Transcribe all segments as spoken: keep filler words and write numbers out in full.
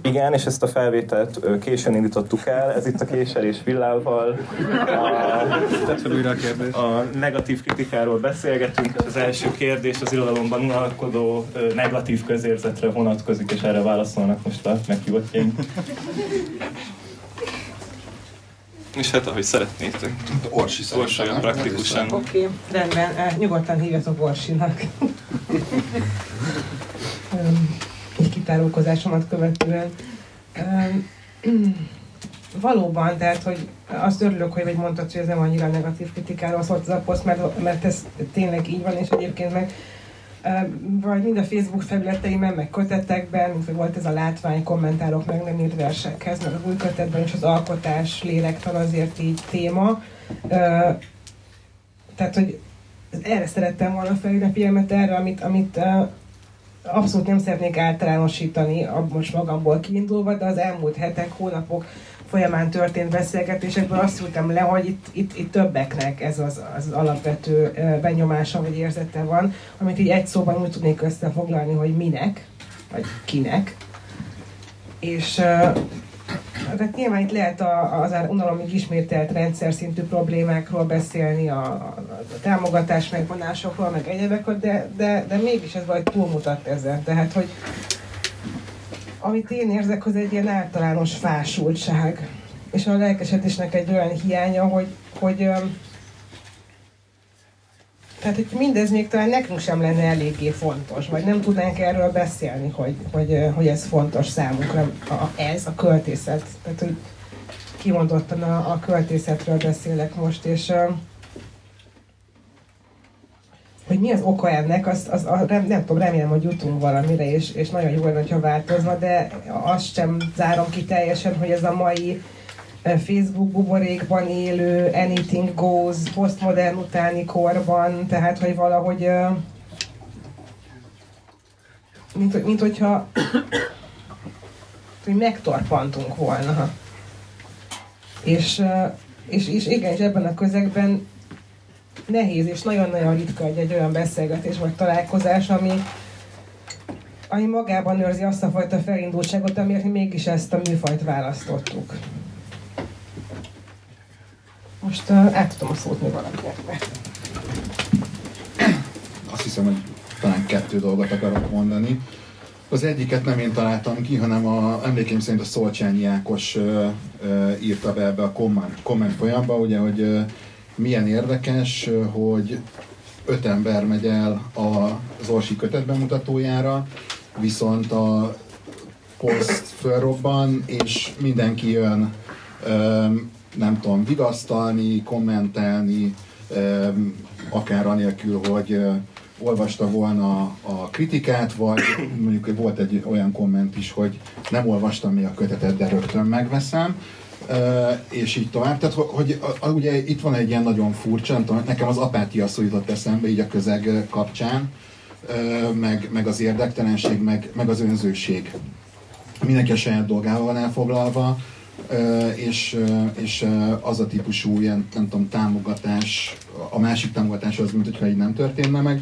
Igen, és ezt a felvételt későn indítottuk el, ez itt a Késsel és Villával. A, a negatív kritikáról beszélgetünk, és az első kérdés az irodalomban uralkodó negatív közérzetre vonatkozik, és erre válaszolnak most a meghívottjaink. És hát ahogy szeretnétek. Orsi Orsolyan praktikusan. Oké, okay, rendben, nyugodtan hívjatok Orsinak. Egy kitárulkozásomat követően. Valóban, tehát, hogy azt örülök, hogy vagy mondtad, hogy ez nem annyira negatív kritikáról szólt az a poszt, mert, mert ez tényleg így van, és egyébként meg vagy mind a Facebook felületeimen, meg kötetekben, mint volt ez a látvány, kommentárok, meg nem írt versekhez, meg az új kötetben is az alkotás, lélektan azért így téma. Tehát, hogy erre szerettem volna felhívni a figyelmet, erre, amit, amit abszolút nem szeretnék általánosítani, most magamból kiindulva, de az elmúlt hetek, hónapok folyamán történt beszélgetésekből azt ültem le, hogy itt, itt, itt többeknek ez az, az alapvető benyomása vagy érzete van, amit így egy szóban úgy tudnék összefoglalni, hogy minek, vagy kinek. És tehát nyilván itt lehet az unalomig ismételt rendszer szintű problémákról beszélni, a, a, a támogatás megvonásokról, meg egyebekről, de, de, de mégis ez vagy túlmutat ezen. Tehát, hogy amit én érzek, az egy ilyen általános fásultság. És a lelkesedésnek egy olyan hiánya, hogy, hogy tehát, hogy mindez még talán nekünk sem lenne eléggé fontos, vagy nem tudnánk erről beszélni, hogy, hogy, hogy ez fontos számunkra, a, ez a költészet. Tehát, hogy kimondottan a, a költészetről beszélek most, és hogy mi az oka ennek, azt, az, az, nem, nem tudom, remélem, hogy jutunk valamire, és, és nagyon jó lenne, ha változna, de azt sem zárom ki teljesen, hogy ez a mai Facebook buborékban élő anything goes, posztmodern utáni korban, tehát, hogy valahogy mint, mint hogyha hogy megtorpantunk volna. És, és, és igen, és ebben a közegben nehéz és nagyon-nagyon ritka egy, egy olyan beszélgetés vagy találkozás, ami, ami magában őrzi azt a fajta felindultságot, amiért mi mégis ezt a műfajt választottuk. Most uh, átadom a szót még valakinek. Azt hiszem, hogy talán kettő dolgot akarok mondani. Az egyiket nem én találtam ki, hanem a, emlékeim szerint a Szolcsányi Ákos uh, uh, írta be ebbe a komment, komment folyamba, ugye, hogy uh, milyen érdekes, hogy öt ember megy el az Orsi kötet bemutatójára, viszont a poszt fölrobban, és mindenki jön, nem tudom, vigasztalni, kommentelni, akár anélkül, hogy olvasta volna a kritikát, vagy mondjuk volt egy olyan komment is, hogy nem olvastam még a kötetet, de rögtön megveszem. Uh, és így tovább. Tehát, hogy a, a, ugye itt van egy ilyen nagyon furcsa, nem tudom, nekem az apátia szó jutott eszembe így a közeg kapcsán, uh, meg, meg az érdektelenség, meg, meg az önzőség. Mindenki a saját dolgával van elfoglalva, uh, és, uh, és uh, az a típusú ilyen, nem tudom, támogatás, a másik támogatás az, mint hogyha így nem történne meg.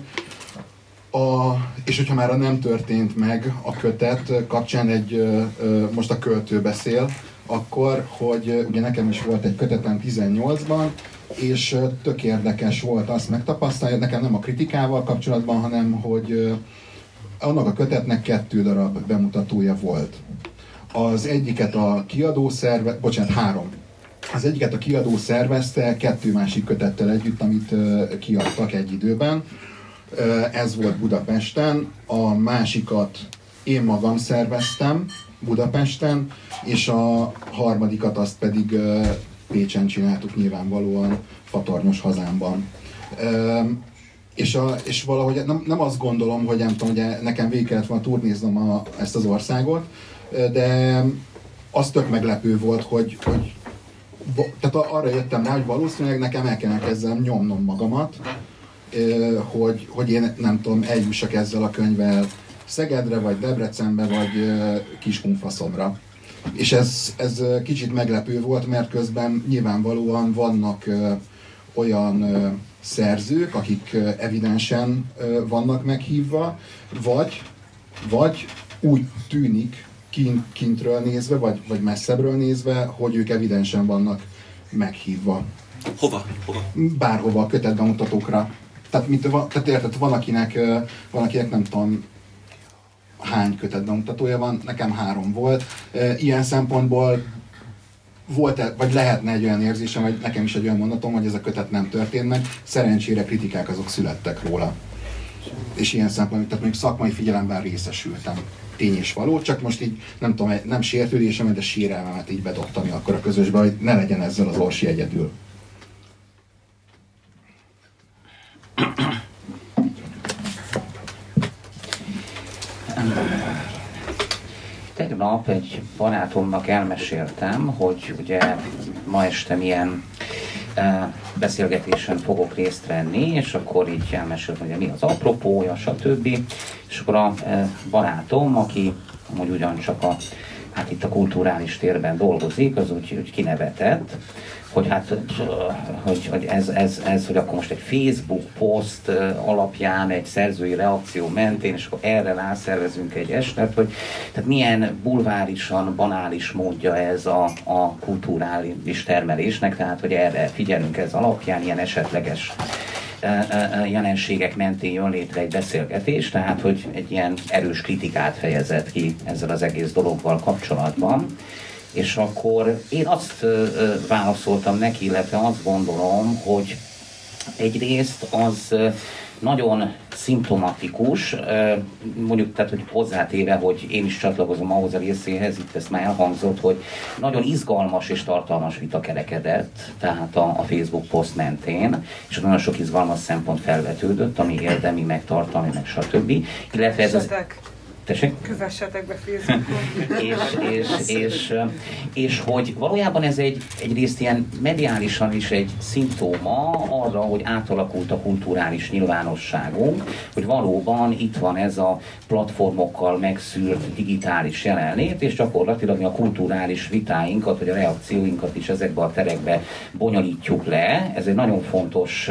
A, és hogyha már a nem történt meg a kötet kapcsán egy, uh, uh, most a költő beszél, akkor, hogy ugye nekem is volt egy kötetem tizennyolcban, és tök érdekes volt azt megtapasztalni, nekem nem a kritikával kapcsolatban, hanem hogy annak a kötetnek kettő darab bemutatója volt. Az egyiket a kiadó szerve, bocsánat, három. Az egyiket a kiadó szervezte kettő másik kötettel együtt, amit kiadtak egy időben. Ez volt Budapesten, a másikat én magam szerveztem Budapesten, és a harmadikat azt pedig uh, Pécsen csináltuk nyilvánvalóan, Fatornyos hazámban. Uh, és, a, és valahogy nem, nem azt gondolom, hogy nem tudom, hogy nekem végig kellett volna turnéznom a, ezt az országot, de az tök meglepő volt, hogy, hogy tehát arra jöttem rá, hogy valószínűleg nekem el kellene kezdenem nyomnom magamat, uh, hogy, hogy én nem tudom, eljussak ezzel a könyvvel Szegedre, vagy Debrecenbe, vagy uh, Kiskunfaszomra. És ez, ez kicsit meglepő volt, mert közben nyilvánvalóan vannak uh, olyan uh, szerzők, akik uh, evidensen uh, vannak meghívva, vagy, vagy úgy tűnik kint, kintről nézve, vagy, vagy messzebbről nézve, hogy ők evidensen vannak meghívva. Hova? Hova? Bárhova, a kötetbemutatókra. Tehát, mit, tehát érted, van akinek, van akinek nem tudom hány kötetbemutatója van, nekem három volt. Ilyen szempontból volt, vagy lehetne egy olyan érzésem, vagy nekem is egy olyan mondatom, hogy ez a kötet nem történt meg. Szerencsére kritikák azok születtek róla. És ilyen szempontból, tehát mondjuk szakmai figyelemben részesültem. Tény és való, csak most így nem tudom, nem sértődésemet, de sérelmemet így bedobtam akkor a közösbe, hogy ne legyen ezzel az Orsi egyedül. Tegnap egy barátomnak elmeséltem, hogy ugye ma este milyen uh, beszélgetésen fogok részt venni, és akkor így elmeséltem, hogy mi az apropója, stb. És akkor a uh, barátom, aki amúgy ugyancsak a, hát itt a kulturális térben dolgozik, az úgy, úgy kinevetett, hogy hát, hogy, hogy ez, ez, ez, hogy akkor most egy Facebook poszt alapján, egy szerzői reakció mentén, és akkor erre rászervezünk egy estet, hogy tehát milyen bulvárisan, banális módja ez a, a kulturális termelésnek, tehát hogy erre figyelünk ez alapján, ilyen esetleges jelenségek mentén jön létre egy beszélgetés, tehát hogy egy ilyen erős kritikát fejezett ki ezzel az egész dologgal kapcsolatban. És akkor én azt ö, ö, válaszoltam neki, illetve azt gondolom, hogy egyrészt az ö, nagyon szimptomatikus, ö, mondjuk tehát, hogy hozzátéve, hogy én is csatlakozom ahhoz a részéhez, itt ezt már elhangzott, hogy nagyon izgalmas és tartalmas vita kerekedett, tehát a, a Facebook poszt mentén, és nagyon sok izgalmas szempont felvetődött, ami érdemi, meg tartalmi, meg stb. Illetve ez az... Tessék? Kövessetek be Facebookon. és, és, és, és hogy valójában ez egy, egyrészt ilyen mediálisan is egy szimptóma arra, hogy átalakult a kulturális nyilvánosságunk, hogy valóban itt van ez a platformokkal megszűrt digitális jelenlét, és gyakorlatilag mi a kulturális vitáinkat, vagy a reakcióinkat is ezekbe a terekbe bonyolítjuk le. Ez egy nagyon fontos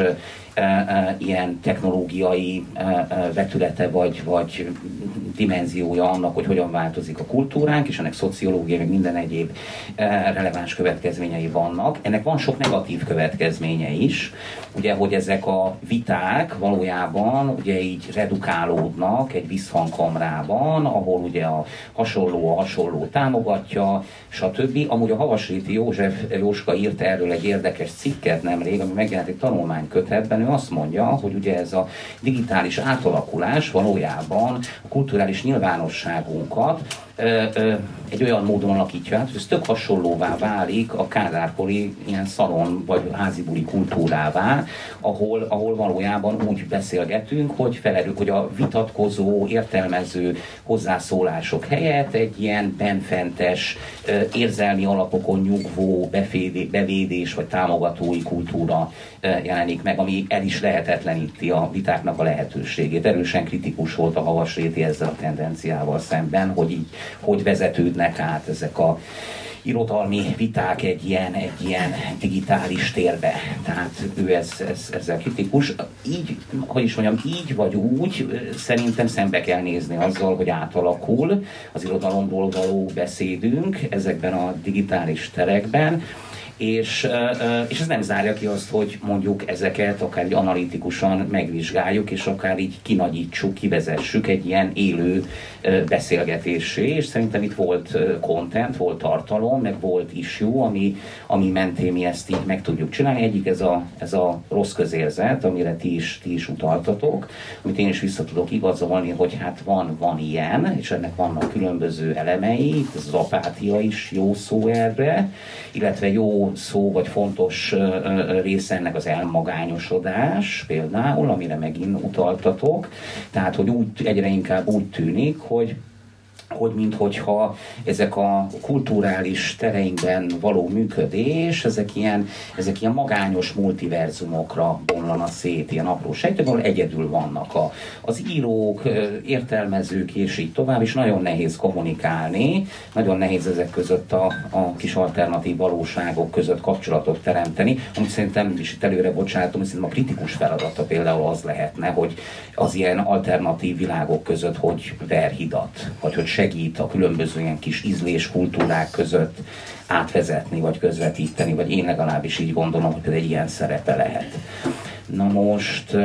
ilyen technológiai vetülete vagy, vagy dimenziója annak, hogy hogyan változik a kultúránk, és ennek szociológiai, meg minden egyéb releváns következményei vannak. Ennek van sok negatív következménye is, ugye, hogy ezek a viták valójában ugye így redukálódnak egy visszhangkamrában, ahol ugye a hasonló a hasonló támogatja, stb. Amúgy a Havasréti József Jóska írt erről egy érdekes cikket nemrég, ami megjelent egy tanulmánykötetben. Ő azt mondja, hogy ugye ez a digitális átalakulás valójában a kulturális nyilvánosságunkat ö, ö, egy olyan módon alakítja át, hogy ez tök hasonlóvá válik a kádárkori ilyen szalon vagy házibuli kultúrává, ahol, ahol valójában úgy beszélgetünk, hogy felerők, hogy a vitatkozó, értelmező hozzászólások helyett egy ilyen benfentes, ö, érzelmi alapokon nyugvó befédé, bevédés vagy támogatói kultúra ö, jelenik meg, ami el is lehetetleníti a vitáknak a lehetőségét. Erősen kritikus volt a Havasréti ezzel a tendenciával szemben, hogy így hogy vezetődnek át ezek a irodalmi viták egy ilyen, egy ilyen digitális térbe. Tehát ő ez, ez, ezzel kritikus. Így, hogy is mondjam, így vagy úgy, szerintem szembe kell nézni azzal, hogy átalakul az irodalomról való beszédünk ezekben a digitális terekben, És, és ez nem zárja ki azt, hogy mondjuk ezeket akár így analitikusan megvizsgáljuk, és akár így kinagyítsuk, kivezessük egy ilyen élő beszélgetésé, és szerintem itt volt content, volt tartalom, meg volt issue, ami, ami mentén mi ezt így meg tudjuk csinálni. Egyik ez a, ez a rossz közérzet, amire ti is, ti is utaltatok, amit én is vissza tudok igazolni, hogy hát van, van ilyen, és ennek vannak különböző elemei, ez az apátia is jó szó erre, illetve jó szó, vagy fontos része ennek az elmagányosodás például, amire megint utaltatok. Tehát, hogy úgy, egyre inkább úgy tűnik, hogy hogy minthogyha ezek a kulturális tereinkben való működés, ezek ilyen, ezek ilyen magányos multiverzumokra bomlana szét, ilyen apró sejtek, ahol egyedül vannak a, az írók, értelmezők és így tovább, és nagyon nehéz kommunikálni, nagyon nehéz ezek között a, a kis alternatív valóságok között kapcsolatot teremteni, amit szerintem is itt előre bocsátom, hogy szerintem a kritikus feladata például az lehetne, hogy az ilyen alternatív világok között hogy ver hidat, vagy hogy segít a különböző ilyen kis ízléskultúrák között átvezetni, vagy közvetíteni, vagy én legalábbis így gondolom, hogy például egy ilyen szerepe lehet. Na most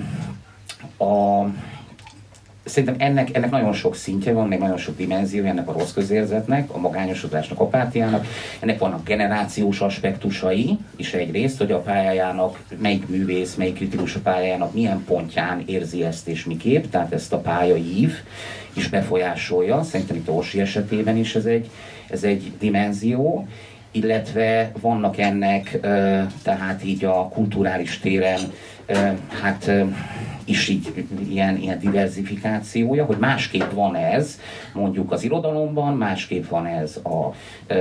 a Szerintem ennek, ennek nagyon sok szintje van, meg nagyon sok dimenziója ennek a rossz közérzetnek, a magányosodásnak, apátiának. Ennek vannak generációs aspektusai is egyrészt, hogy a pályájának, melyik művész, melyik kritikus a pályájának milyen pontján érzi ezt és miképp, tehát ezt a pályaív is befolyásolja. Szerintem itt Orsi esetében is ez egy, ez egy dimenzió, illetve vannak ennek tehát így a kulturális téren hát is így ilyen, ilyen diversifikációja, hogy másképp van ez mondjuk az irodalomban, másképp van ez a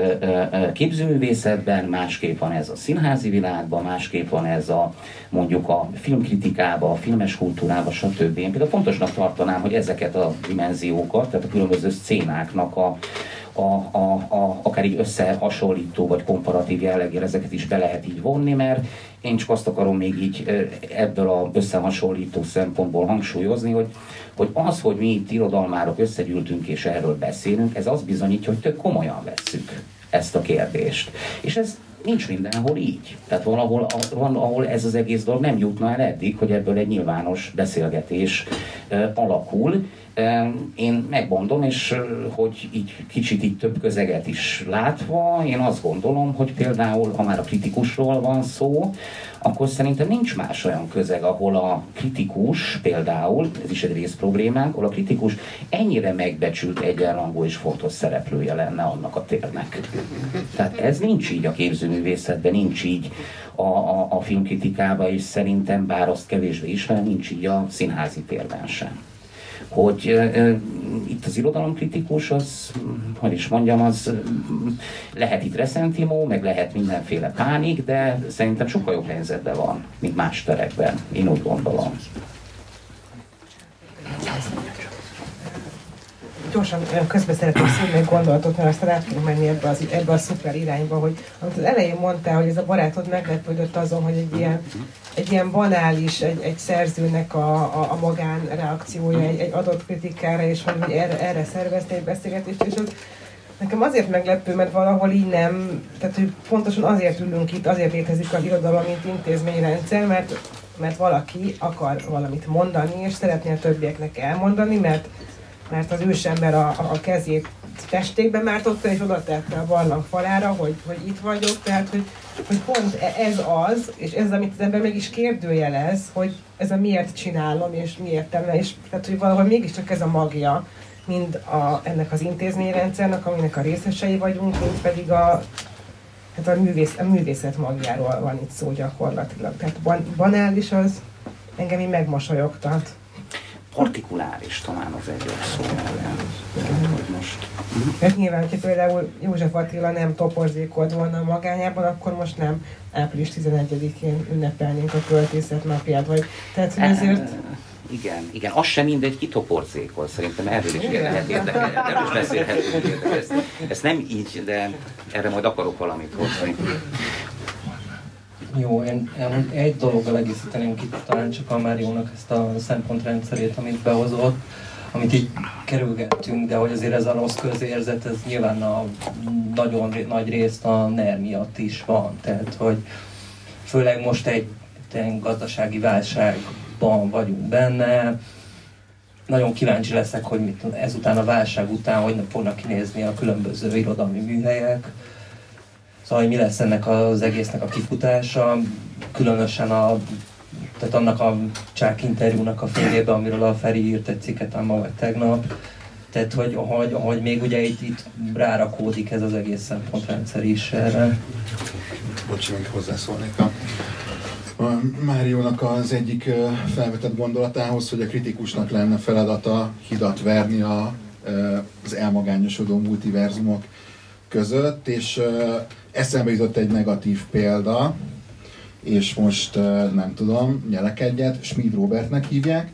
képzőművészetben, másképp van ez a színházi világban, másképp van ez a mondjuk a filmkritikában, a filmes kultúrában, stb. Én például fontosnak tartanám, hogy ezeket a dimenziókat, tehát a különböző szcénáknak a A, a, a, akár így összehasonlító vagy komparatív jelleggel ezeket is be lehet így vonni, mert én csak azt akarom még így ebből az összehasonlító szempontból hangsúlyozni, hogy, hogy az, hogy mi itt irodalmárok összegyűltünk és erről beszélünk, ez azt bizonyítja, hogy tök komolyan vesszük ezt a kérdést. És ez nincs mindenhol így. Tehát valahol, van, ahol ez az egész dolog nem jutna el eddig, hogy ebből egy nyilvános beszélgetés uh, alakul. Uh, én megmondom, és uh, hogy így kicsit így több közeget is látva, én azt gondolom, hogy például, ha már a kritikusról van szó, akkor szerintem nincs más olyan közeg, ahol a kritikus például, ez is egy részproblémánk, ahol a kritikus ennyire megbecsült, egyenrangú és fontos szereplője lenne annak a térnek. Tehát ez nincs így a képzőművészetben, nincs így a, a, a filmkritikában, és szerintem, bár azt kevésbé ismerem, nincs így a színházi térben sem. Hogy uh, itt az irodalomkritikus, az, hogy is mondjam, az lehet itt reszentimó, meg lehet mindenféle pánik, de szerintem sokkal jobb helyzetben van, mint más terekben. Én úgy gondolom. Gyorsan közben szeretnék szólni egy gondolatot, mert aztán át tudunk menni ebbe, az, ebbe a szuper irányba, hogy amit az elején mondtál, hogy ez a barátod meglepődött azon, hogy egy ilyen, egy ilyen banális, egy, egy szerzőnek a, a, a magánreakciója egy, egy adott kritikára, és hogy erre, erre szervezni egy beszélgetést, és az nekem azért meglepő, mert valahol így nem, tehát hogy pontosan azért ülünk itt, azért létezik az irodalom, mint intézményrendszer, mert, mert valaki akar valamit mondani, és szeretné a többieknek elmondani, mert mert az ősember a, a kezét festékbe mártotta, és oda tette a barlang falára, hogy, hogy itt vagyok, tehát hogy, hogy pont ez az, és ez, amit az ember meg is kérdőjelez, hogy ez a miért csinálom, és miért nem, és tehát, hogy valahol mégiscsak ez a magja, mind a, ennek az intézményrendszernek, aminek a részesei vagyunk, mint pedig a, hát a, művész, a művészet magjáról van itt szó gyakorlatilag. Tehát ban, banális az engem így megmosolyogtat. Partikuláris talán az egy szó ellen, hogy most. Mert nyilván, hogyha például József Attila nem toporzékolt volna a magányában, akkor most nem április tizenegyedikén ünnepelnénk a költészet napját, vagy tehát, hogy ezért... Igen, igen, az sem mindegy, ki toporzékol, szerintem erről is lehet érdekelni, erről is beszélhetünk, ezt, ezt nem így, de erre majd akarok valamit hozni. Jó, én, én egy dologgal egészíteném ki talán csak a Máriónak ezt a szempontrendszerét, amit behozott, amit így kerülgettünk, de hogy azért ez a rossz közérzet, ez nyilván a nagyon nagy részt a NER miatt is van. Tehát, hogy főleg most egy, egy gazdasági válságban vagyunk benne, nagyon kíváncsi leszek, hogy mit, ezután a válság után hogy fognak kinézni a különböző irodalmi műhelyek. Szóval, hogy mi lesz ennek az egésznek a kifutása, különösen a, tehát annak a Csák interjúnak a fényében, amiről a Feri írt egy cikket ma vagy tegnap. Tehát, hogy, hogy, hogy még ugye itt, itt rárakódik ez az egész szempontrendszer is erre. Bocs, még hozzászólnék a, a Máriónak az egyik felvetett gondolatához, hogy a kritikusnak lenne feladata hidat verni a, az elmagányosodó multiverzumok között, és eszembe jutott egy negatív példa, és most nem tudom, nyelek egyet, Schmid Robertnek hívják,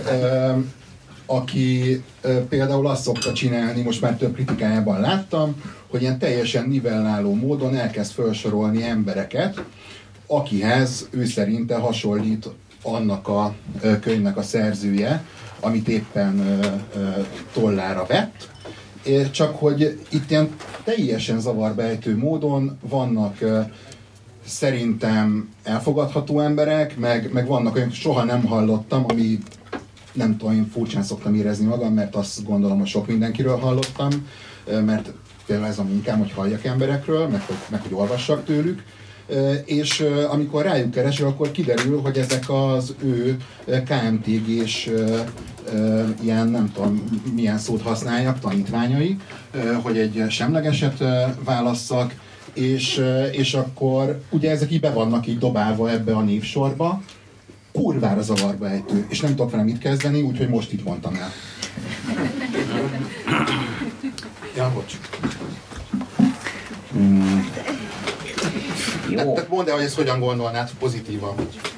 aki például azt szokta csinálni, most már több kritikájában láttam, hogy ilyen teljesen nivelláló módon elkezd felsorolni embereket, akihez ő szerinte hasonlít annak a könyvnek a szerzője, amit éppen tollára vett, csak hogy itt ilyen teljesen zavarba ejtő módon vannak szerintem elfogadható emberek, meg, meg vannak olyanok, soha nem hallottam, ami nem tudom, én furcsán szoktam érezni magam, mert azt gondolom, hogy sok mindenkiről hallottam, mert például ez a munkám, hogy halljak emberekről, meg, meg hogy olvassak tőlük, és amikor rájuk keresel, akkor kiderül, hogy ezek az ő ká em té gés ilyen, nem tudom, milyen szót használjak, tanítványai, hogy egy semlegeset válasszak, és, és akkor ugye ezek így be vannak így dobálva ebbe a névsorba, kurvára zavarba ejtő, és nem tudok vele mit kezdeni, úgyhogy most itt mondtam el. Ja, bocs. Mm. Jó. Tehát mondd el, hogy ezt hogyan gondolnád pozitívan.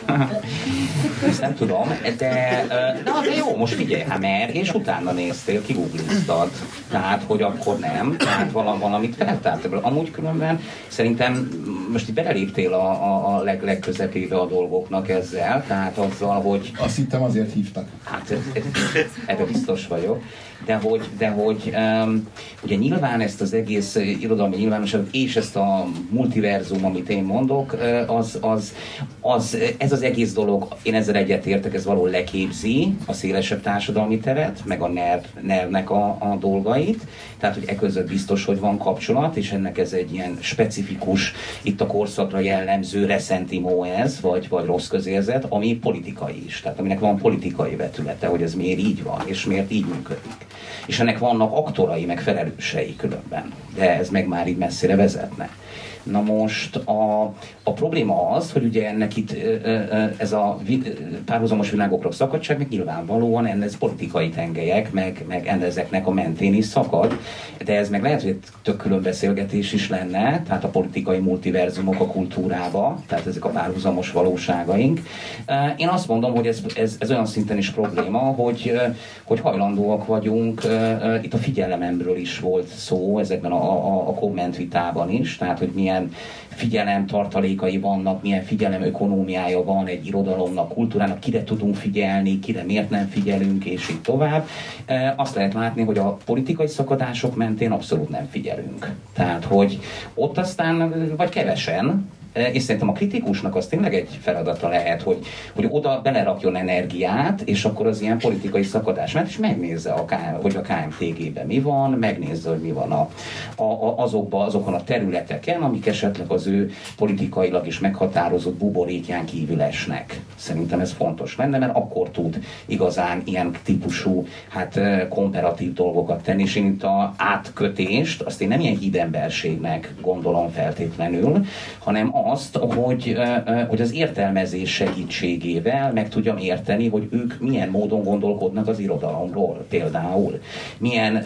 Ezt nem tudom, de, na, de jó, most figyelj, hát mert, és utána néztél, kigoogliztad, tehát, hogy akkor nem, tehát valamit feltárt ebből. Amúgy különben szerintem most itt beleléptél a, a, a leg, legközepébe a dolgoknak ezzel, tehát azzal, hogy... Azt hittem, azért hívtak. Hát ebben biztos vagyok. De hogy, de hogy um, ugye nyilván ezt az egész irodalmi nyilvánosságot és ezt a multiverzum, amit én mondok, az, az, az, ez az egész dolog, én ezzel egyetértek, ez valahol leképzi a szélesebb társadalmi teret, meg a NER, NER-nek a, a dolgait, tehát hogy e között biztos, hogy van kapcsolat, és ennek ez egy ilyen specifikus, itt a korszakra jellemző ressentiment ez, vagy, vagy rossz közérzet, ami politikai is, tehát aminek van politikai vetülete, hogy ez miért így van, és miért így működik. És ennek vannak aktorai, meg felelősei különben, de ez meg már így messzire vezetne. Na most a, a probléma az, hogy ugye ennek itt ez a párhuzamos világokról szakadság, meg nyilvánvalóan ez politikai tengelyek, meg, meg ezeknek a mentén is szakad, de ez meg lehet, hogy tök külön beszélgetés is lenne, tehát a politikai multiverzumok a kultúrába, tehát ezek a párhuzamos valóságaink. Én azt mondom, hogy ez, ez, ez olyan szinten is probléma, hogy, hogy hajlandóak vagyunk, itt a figyelememről is volt szó ezekben a, a, a kommentvitában is, tehát hogy milyen figyelem tartalékai vannak, milyen figyelem ökonómiája van egy irodalomnak, kultúrának, kire tudunk figyelni, kire miért nem figyelünk, és így tovább. E, azt lehet látni, hogy a politikai szakadások mentén abszolút nem figyelünk. Tehát, hogy ott aztán, vagy kevesen, és szerintem a kritikusnak az tényleg egy feladata lehet, hogy, hogy oda belerakjon energiát, és akkor az ilyen politikai szakadás mert és megnézze, a K, hogy a ká em té gében mi van, megnézze, hogy mi van a, a, azokba, azokon a területeken, amik esetleg az ő politikailag is meghatározott buborékján kívül esnek. Szerintem ez fontos lenne, mert akkor tud igazán ilyen típusú, hát komparatív dolgokat tenni, és én itt az átkötést, azt én nem ilyen hídemberségnek gondolom feltétlenül, hanem azt, hogy, hogy az értelmezés segítségével meg tudjam érteni, hogy ők milyen módon gondolkodnak az irodalomról például. Milyen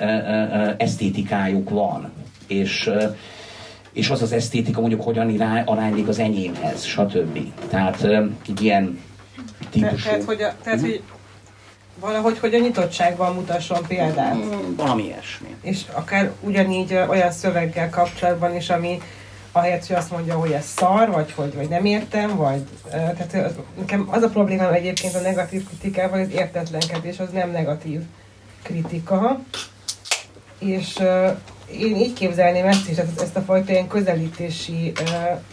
esztétikájuk van. És, és az az esztétika mondjuk hogyan irány, aránylik az enyémhez, stb. Tehát ilyen típusú... Tehát, hogy, a, tehát, hogy valahogy, hogy a nyitottságban mutasson példát. Valami ilyesmi. És akár ugyanígy olyan szöveggel kapcsolatban is, ami ahelyett, hogy azt mondja, hogy ez szar, vagy hogy vagy nem értem, vagy... Tehát nekem az a problémám egyébként a negatív kritikával, az értetlenkedés, az nem negatív kritika. És uh, én így képzelném ezt is, ezt a fajta ilyen közelítési uh,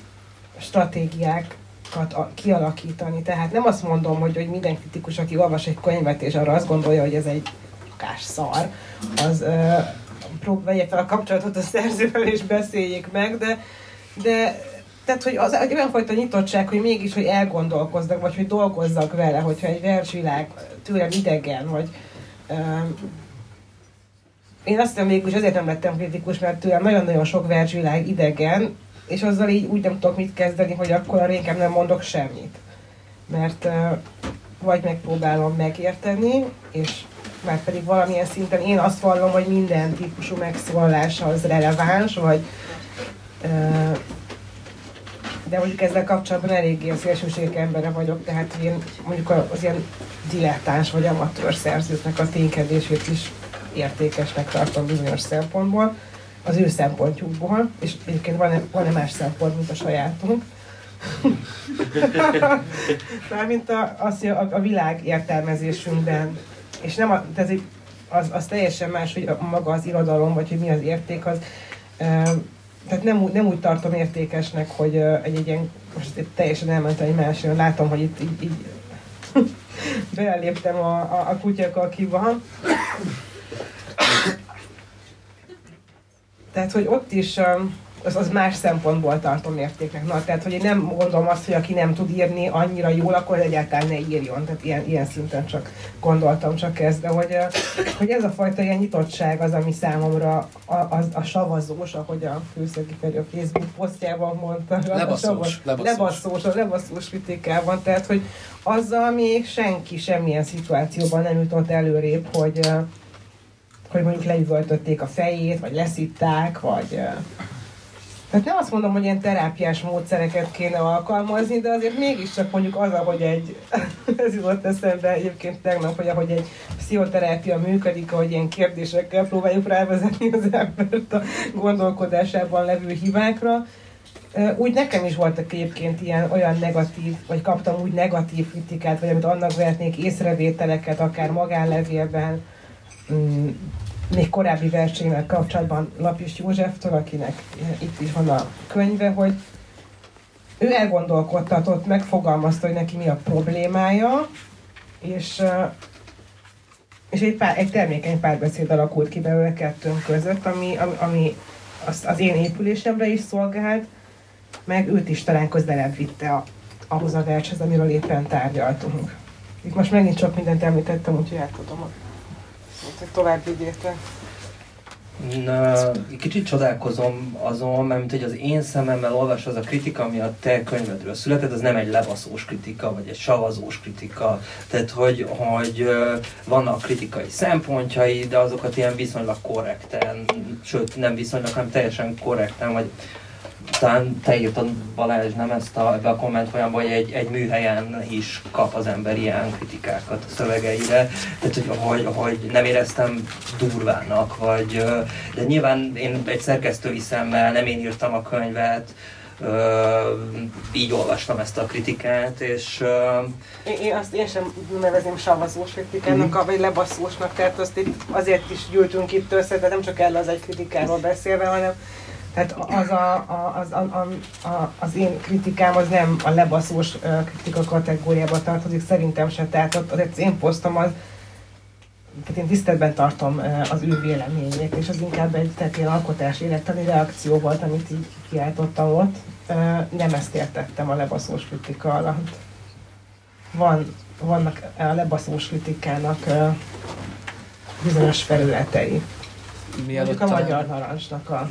stratégiákat a, kialakítani. Tehát nem azt mondom, hogy, hogy minden kritikus, aki olvas egy könyvet, és arra azt gondolja, hogy ez egy akár szar, az uh, próbálja fel a kapcsolatot a szerzővel, és beszéljék meg, de De, tehát, hogy az egy olyan fajta nyitottság, hogy mégis, hogy elgondolkoznak, vagy hogy dolgozzak vele, hogyha egy versvilág tőlem idegen, vagy... Um, én azt hiszem végül is azért nem lettem kritikus, mert tőlem nagyon-nagyon sok versvilág idegen, és azzal így úgy nem tudok mit kezdeni, hogy akkor arra inkább nem mondok semmit. Mert uh, vagy megpróbálom megérteni, és már pedig valamilyen szinten én azt vallom, hogy minden típusú megszólalása az releváns, vagy de mondjuk ezzel kapcsolatban eléggé a szélsőségek embere vagyok, tehát én mondjuk az ilyen dilettáns vagy amatőr szerzőknek a ténykedését is értékesnek tartom bizonyos szempontból, az ő szempontjukból, és egyébként van-e, van-e más szempont, mint a sajátunk. Mármint a, az, a, a világ értelmezésünkben, és nem a, tehát az, az teljesen más, hogy maga az irodalom, vagy hogy mi az érték, az tehát nem, úgy, nem úgy tartom értékesnek, hogy egy, egy ilyen, most teljesen elmentem egy másra, látom, hogy itt így, így beléptem a, a, a kutyakakiba. Tehát, hogy ott is az, az más szempontból tartom értéknek. Na, tehát, hogy én nem gondolom azt, hogy aki nem tud írni annyira jól, akkor egyáltalán ne írjon. Tehát ilyen, ilyen szinten csak gondoltam csak ezt. De hogy, hogy ez a fajta ilyen nyitottság az, ami számomra a, a, a savazós, ahogy a Főszegi Feri a Facebook posztjában mondta. Lebasszós. A lebasszós, a lebasszós kritikában. Tehát, hogy azzal még senki semmilyen szituációban nem jutott előrébb, hogy hogy mondjuk leüvöltötték a fejét, vagy leszitták, vagy... Tehát nem azt mondom, hogy ilyen terápiás módszereket kéne alkalmazni, de azért mégiscsak mondjuk az, ahogy egy... ez jutott eszembe egyébként tegnap, hogy ahogy egy pszichoterápia működik, ahogy ilyen kérdésekkel próbáljuk rávezetni az embert a gondolkodásában levő hibákra. Úgy nekem is voltak egyébként ilyen olyan negatív, vagy kaptam úgy negatív kritikát, vagy amit annak vehetnék észrevételeket, akár magánlevélben, még korábbi versenyvel kapcsolatban Lapis Józseftől, akinek itt is van a könyve, hogy ő elgondolkodtatott, megfogalmazta, hogy neki mi a problémája, és, és egy, pár, egy termékeny párbeszéd alakult ki belőle kettőnk között, ami, ami, ami az, az én épülésemre is szolgált, meg őt is talán közelebb vitte a, ahhoz a vershez, amiről éppen tárgyaltunk. Itt most megint csak mindent említettem, úgyhogy átadom a hogy tovább vigyétek. Kicsit csodálkozom azon, mert mint hogy az én szememmel olvas az a kritika, ami a te könyvedről született, az nem egy lebaszós kritika, vagy egy savazós kritika. Tehát, hogy, hogy vannak kritikai szempontjai, de azokat ilyen viszonylag korrekten, sőt nem viszonylag, hanem teljesen korrekten, vagy talán te írtad, Balázs, nem ezt a, ebbe a komment folyamban, hogy egy, egy műhelyen is kap az ember ilyen kritikákat a szövegeire, tehát hogy, hogy, hogy nem éreztem durvának, vagy, de nyilván én egy szerkesztői szemmel, nem én írtam a könyvet, így olvastam ezt a kritikát, és... Én, én azt én sem nevezném savazós kritikának, mm. vagy lebasszósnak, tehát azt itt azért is gyűltünk itt össze, de nem csak erről az egy kritikáról beszélve, hanem tehát az, a, a, az, a, a, az én kritikám az nem a lebaszós kritika kategóriába tartozik, szerintem se. Tehát ott, az én posztom az, tehát én tiszteletben tartom az ő véleményét, és az inkább egy tehát ilyen alkotás élettani reakció volt, amit így kiáltottam ott. Nem ezt értettem a lebaszós kritika alatt. Van, vannak a lebaszós kritikának bizonyos felületei. Mondjuk a Magyar Narancsnak a,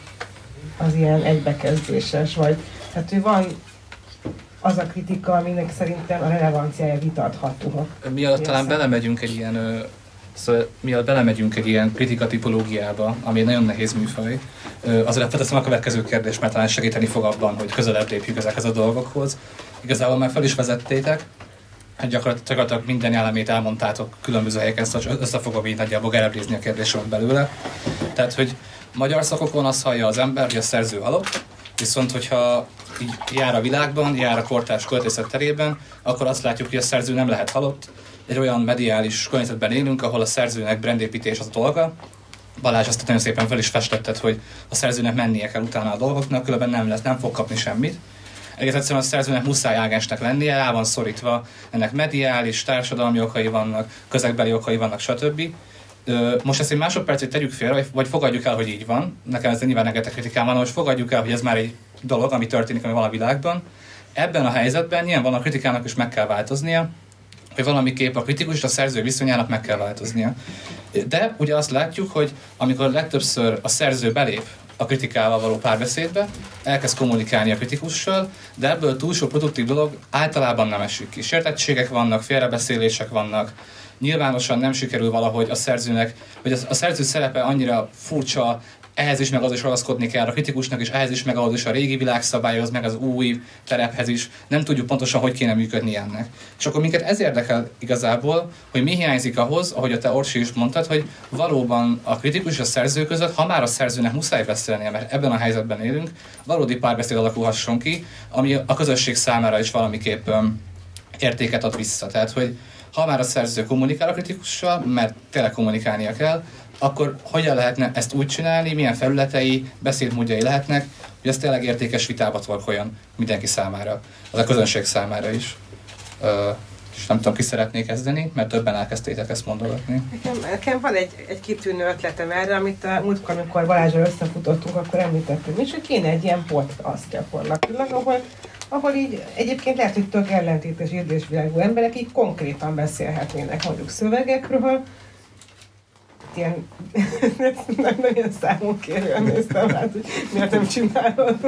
az ilyen egybekezdéses, vagy tehát hogy van az a kritika, aminek szerintem a relevanciája vitatható. Miatt talán belemegyünk egy ilyen, szóval miatt belemegyünk egy ilyen kritika tipológiába, ami egy nagyon nehéz műfaj, azért felteszem a következő kérdést, mert talán segíteni fog abban, hogy közelebb lépjük ezekhez a dolgokhoz. Igazából már fel is vezettétek, hát gyakorlatilag minden elemét elmondtátok különböző helyeken, szóval össze fogom így nagyjából gereblézni a kérdésemet belőle. Tehát, hogy magyar szakokon azt hallja az ember, hogy a szerző halott, viszont hogyha így jár a világban, jár a kortárs költészet terében, akkor azt látjuk, hogy a szerző nem lehet halott. Egy olyan mediális környezetben élünk, ahol a szerzőnek brandépítés az a dolga. Balázs azt nagyon szépen fel is festetted, hogy a szerzőnek mennie kell utána a dolgoknak, különben nem lesz, nem fog kapni semmit. Egész egyszerűen a szerzőnek muszáj ágensnek lennie, rá van szorítva, ennek mediális, társadalmi okai vannak, közegbeli okai vannak, stb. Most ezt egy másodpercet tegyük félre, vagy fogadjuk el, hogy így van. Nekem ez nyilván rengeteg kritikám van, most fogadjuk el, hogy ez már egy dolog, ami történik, ami van a világban. Ebben a helyzetben nyilván a kritikának is meg kell változnia, hogy valamiképp a kritikus és a szerző viszonyának meg kell változnia. De ugye azt látjuk, hogy amikor legtöbbször a szerző belép a kritikával való párbeszédbe, elkezd kommunikálni a kritikussal, de ebből túl sok produktív dolog általában nem esik ki. Sértettségek vannak, félrebeszélések vannak, nyilvánosan nem sikerül valahogy a szerzőnek, hogy a szerző szerepe annyira furcsa, ehhez is meg az is ragaszkodni kell a kritikusnak, és ehhez is meg ahhoz is a régi világszabályhoz, meg az új terephez is. Nem tudjuk pontosan, hogy kéne működni ennek. És akkor minket ez érdekel igazából, hogy mi hiányzik ahhoz, ahogy a te Orsi is mondtad, hogy valóban a kritikus és a szerző között, ha már a szerzőnek muszáj beszélnie, mert ebben a helyzetben élünk, valódi párbeszéd alakulhasson ki, ami a közösség számára is valamiképp értéket ad vissza. Tehát, hogy ha már a szerző kommunikál a kritikussal, mert tényleg kommunikálnia kell, akkor hogyan lehetne ezt úgy csinálni, milyen felületei, beszédmódjai lehetnek, hogy ez tényleg értékes vitába torkoljon mindenki számára, az a közönség számára is. Ö, és nem tudom, ki szeretné kezdeni, mert többen elkezdtétek ezt mondogatni. Nekem, nekem van egy, egy kitűnő ötletem erre, amit a múltkor, amikor Balázsral összefutottunk, akkor említettünk is, hogy kéne egy ilyen podcast gyakorlatilag, ahol, ahol így egyébként lehet, hogy tök ellentétes ízlésvilágú emberek így konkrétan beszélhetnének mondjuk szövegekről. Ilyen nem nagyon számon kérően néztem át, hogy miért nem csinálod.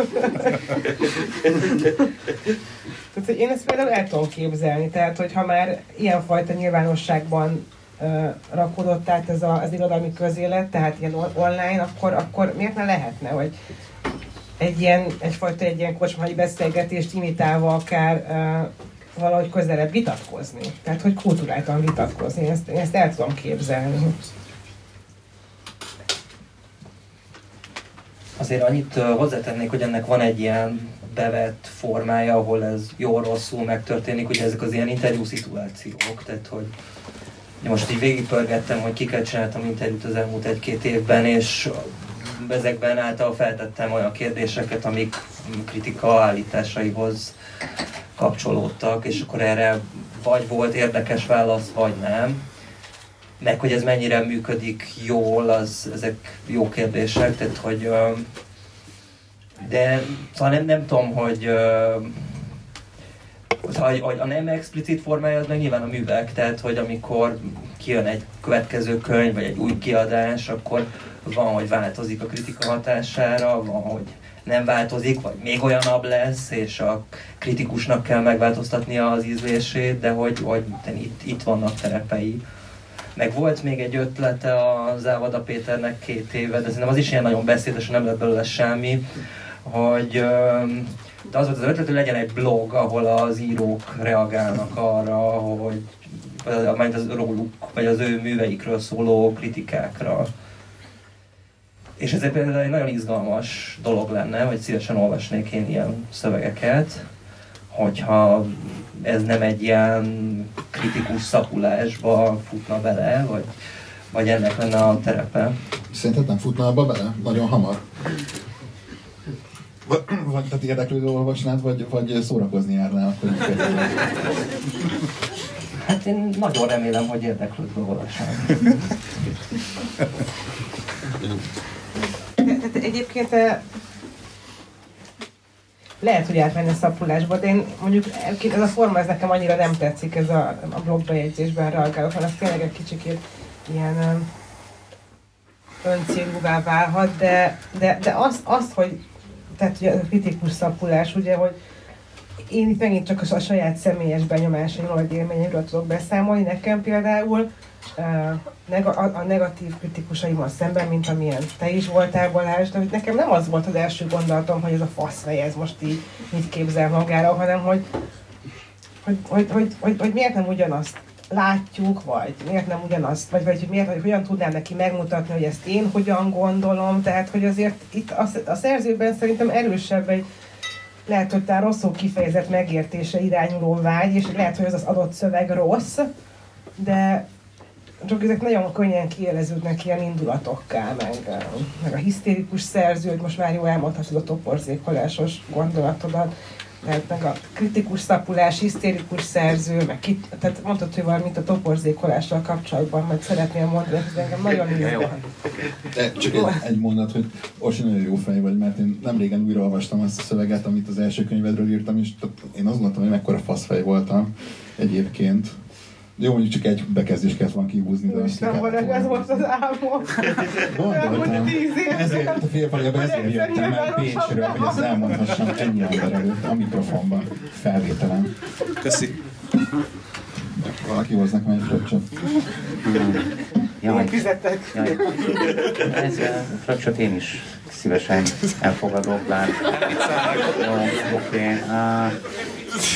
Tehát, hogy én ezt például el tudom képzelni, tehát, hogy ha már ilyenfajta nyilvánosságban uh, rakódott át ez a, az irodalmi közélet, tehát ilyen online, akkor, akkor miért ne lehetne, hogy egy ilyen, egyfajta egy ilyen kocsmai beszélgetést imitálva akár uh, valahogy közelebb vitatkozni. Tehát, hogy kulturáltan vitatkozni, én ezt, én ezt el tudom képzelni. Azért annyit uh, hozzátennék, hogy ennek van egy ilyen bevett formája, ahol ez jól-rosszul megtörténik, ugye ezek az ilyen interjú szituációk, tehát hogy most így végigpörgettem, hogy kiket csináltam interjút az elmúlt egy-két évben, és ezekben által feltettem olyan kérdéseket, amik kritika állításaihoz kapcsolódtak, és akkor erre vagy volt érdekes válasz, vagy nem. Meg hogy ez mennyire működik jól, az, ezek jó kérdések, tehát hogy de szóval nem, nem tudom, hogy a, a nem explicit formája az meg nyilván a művek, tehát hogy amikor kijön egy következő könyv, vagy egy új kiadás, akkor van, hogy változik a kritika hatására, van, hogy nem változik, vagy még olyanabb lesz, és a kritikusnak kell megváltoztatnia az ízlését, de hogy, hogy itt, itt vannak terepei. Meg volt még egy ötlete a Závada Péternek két éve, de szerintem az is ilyen nagyon beszédes, nem lett belőle semmi, hogy de az volt az ötlet, hogy legyen egy blog, ahol az írók reagálnak arra, hogy majd az róluk, vagy az ő műveikről szóló kritikákra. És ez például egy nagyon izgalmas dolog lenne, hogy szívesen olvasnék én ilyen szövegeket, hogyha ez nem egy ilyen kritikus szapulásba futna bele, vagy, vagy ennek lenne a terepe. Szerinted nem futna abba bele? Nagyon hamar. Vagy tehát érdeklődő olvasnád, vagy, vagy szórakozni járnál akkor? Hát én nagyon remélem, hogy érdeklődő olvasnám. Tehát egyébként lehet, hogy átmenni a szapulásba, de én mondjuk ez a forma, ez nekem annyira nem tetszik, ez a, a blogbejegyzésben reagálok, hanem az tényleg egy kicsikét ilyen öncélúvá válhat, de, de, de azt, az, hogy tehát ugye a kritikus szapulás, ugye, hogy én itt megint csak a saját személyes benyomásaimról, vagy élményemről tudok beszámolni. Nekem például a negatív kritikusaimmal szemben, mint amilyen te is voltál, Balázs, de hogy nekem nem az volt az első gondolatom, hogy ez a faszfej, ez most így mit képzel magára, hanem hogy, hogy, hogy, hogy, hogy, hogy miért nem ugyanazt látjuk, vagy miért nem ugyanazt, vagy, vagy hogy miért, hogy hogyan tudnám neki megmutatni, hogy ezt én hogyan gondolom, tehát hogy azért itt a, a szerzőben szerintem erősebb egy, lehet, hogy talán rosszul kifejezett megértése irányuló vágy, és lehet, hogy az az adott szöveg rossz, de csak ezek nagyon könnyen kiéleződnek ilyen indulatokká, meg, meg a hisztérikus szerző, hogy most már jól elmondhatod a toporzékolásos gondolatodat, tehát meg a kritikus szapulás, hisztérikus szerző, meg ki, tehát mondtad, hogy valamit a toporzékolással kapcsolatban, mert szeretnél mondani, hogy ez engem nagyon izgal. De csak egy, egy mondat, hogy Orsi nagyon jó fej vagy, mert én nem régen újra olvastam azt a szöveget, amit az első könyvedről írtam, és én azt gondoltam, hogy mekkora faszfej voltam egyébként. Jó, mondjuk csak egy bekezdést kellett volna kihúzni, de azt nem van, ez volt az álmom. Gondoltam. Ezért a félfaljában ezért jöttem el Pécsről, hogy ezt elmondhassam ennyi ember előtt a mikrofonban, felvételen. Köszi. Valaki hoz nekem egy fröccsöt. Jaj. Én fizetek. Jaj. Ez a fröccsöt én is szívesen elfogadok, bár... Jó, oké. Okay. Uh,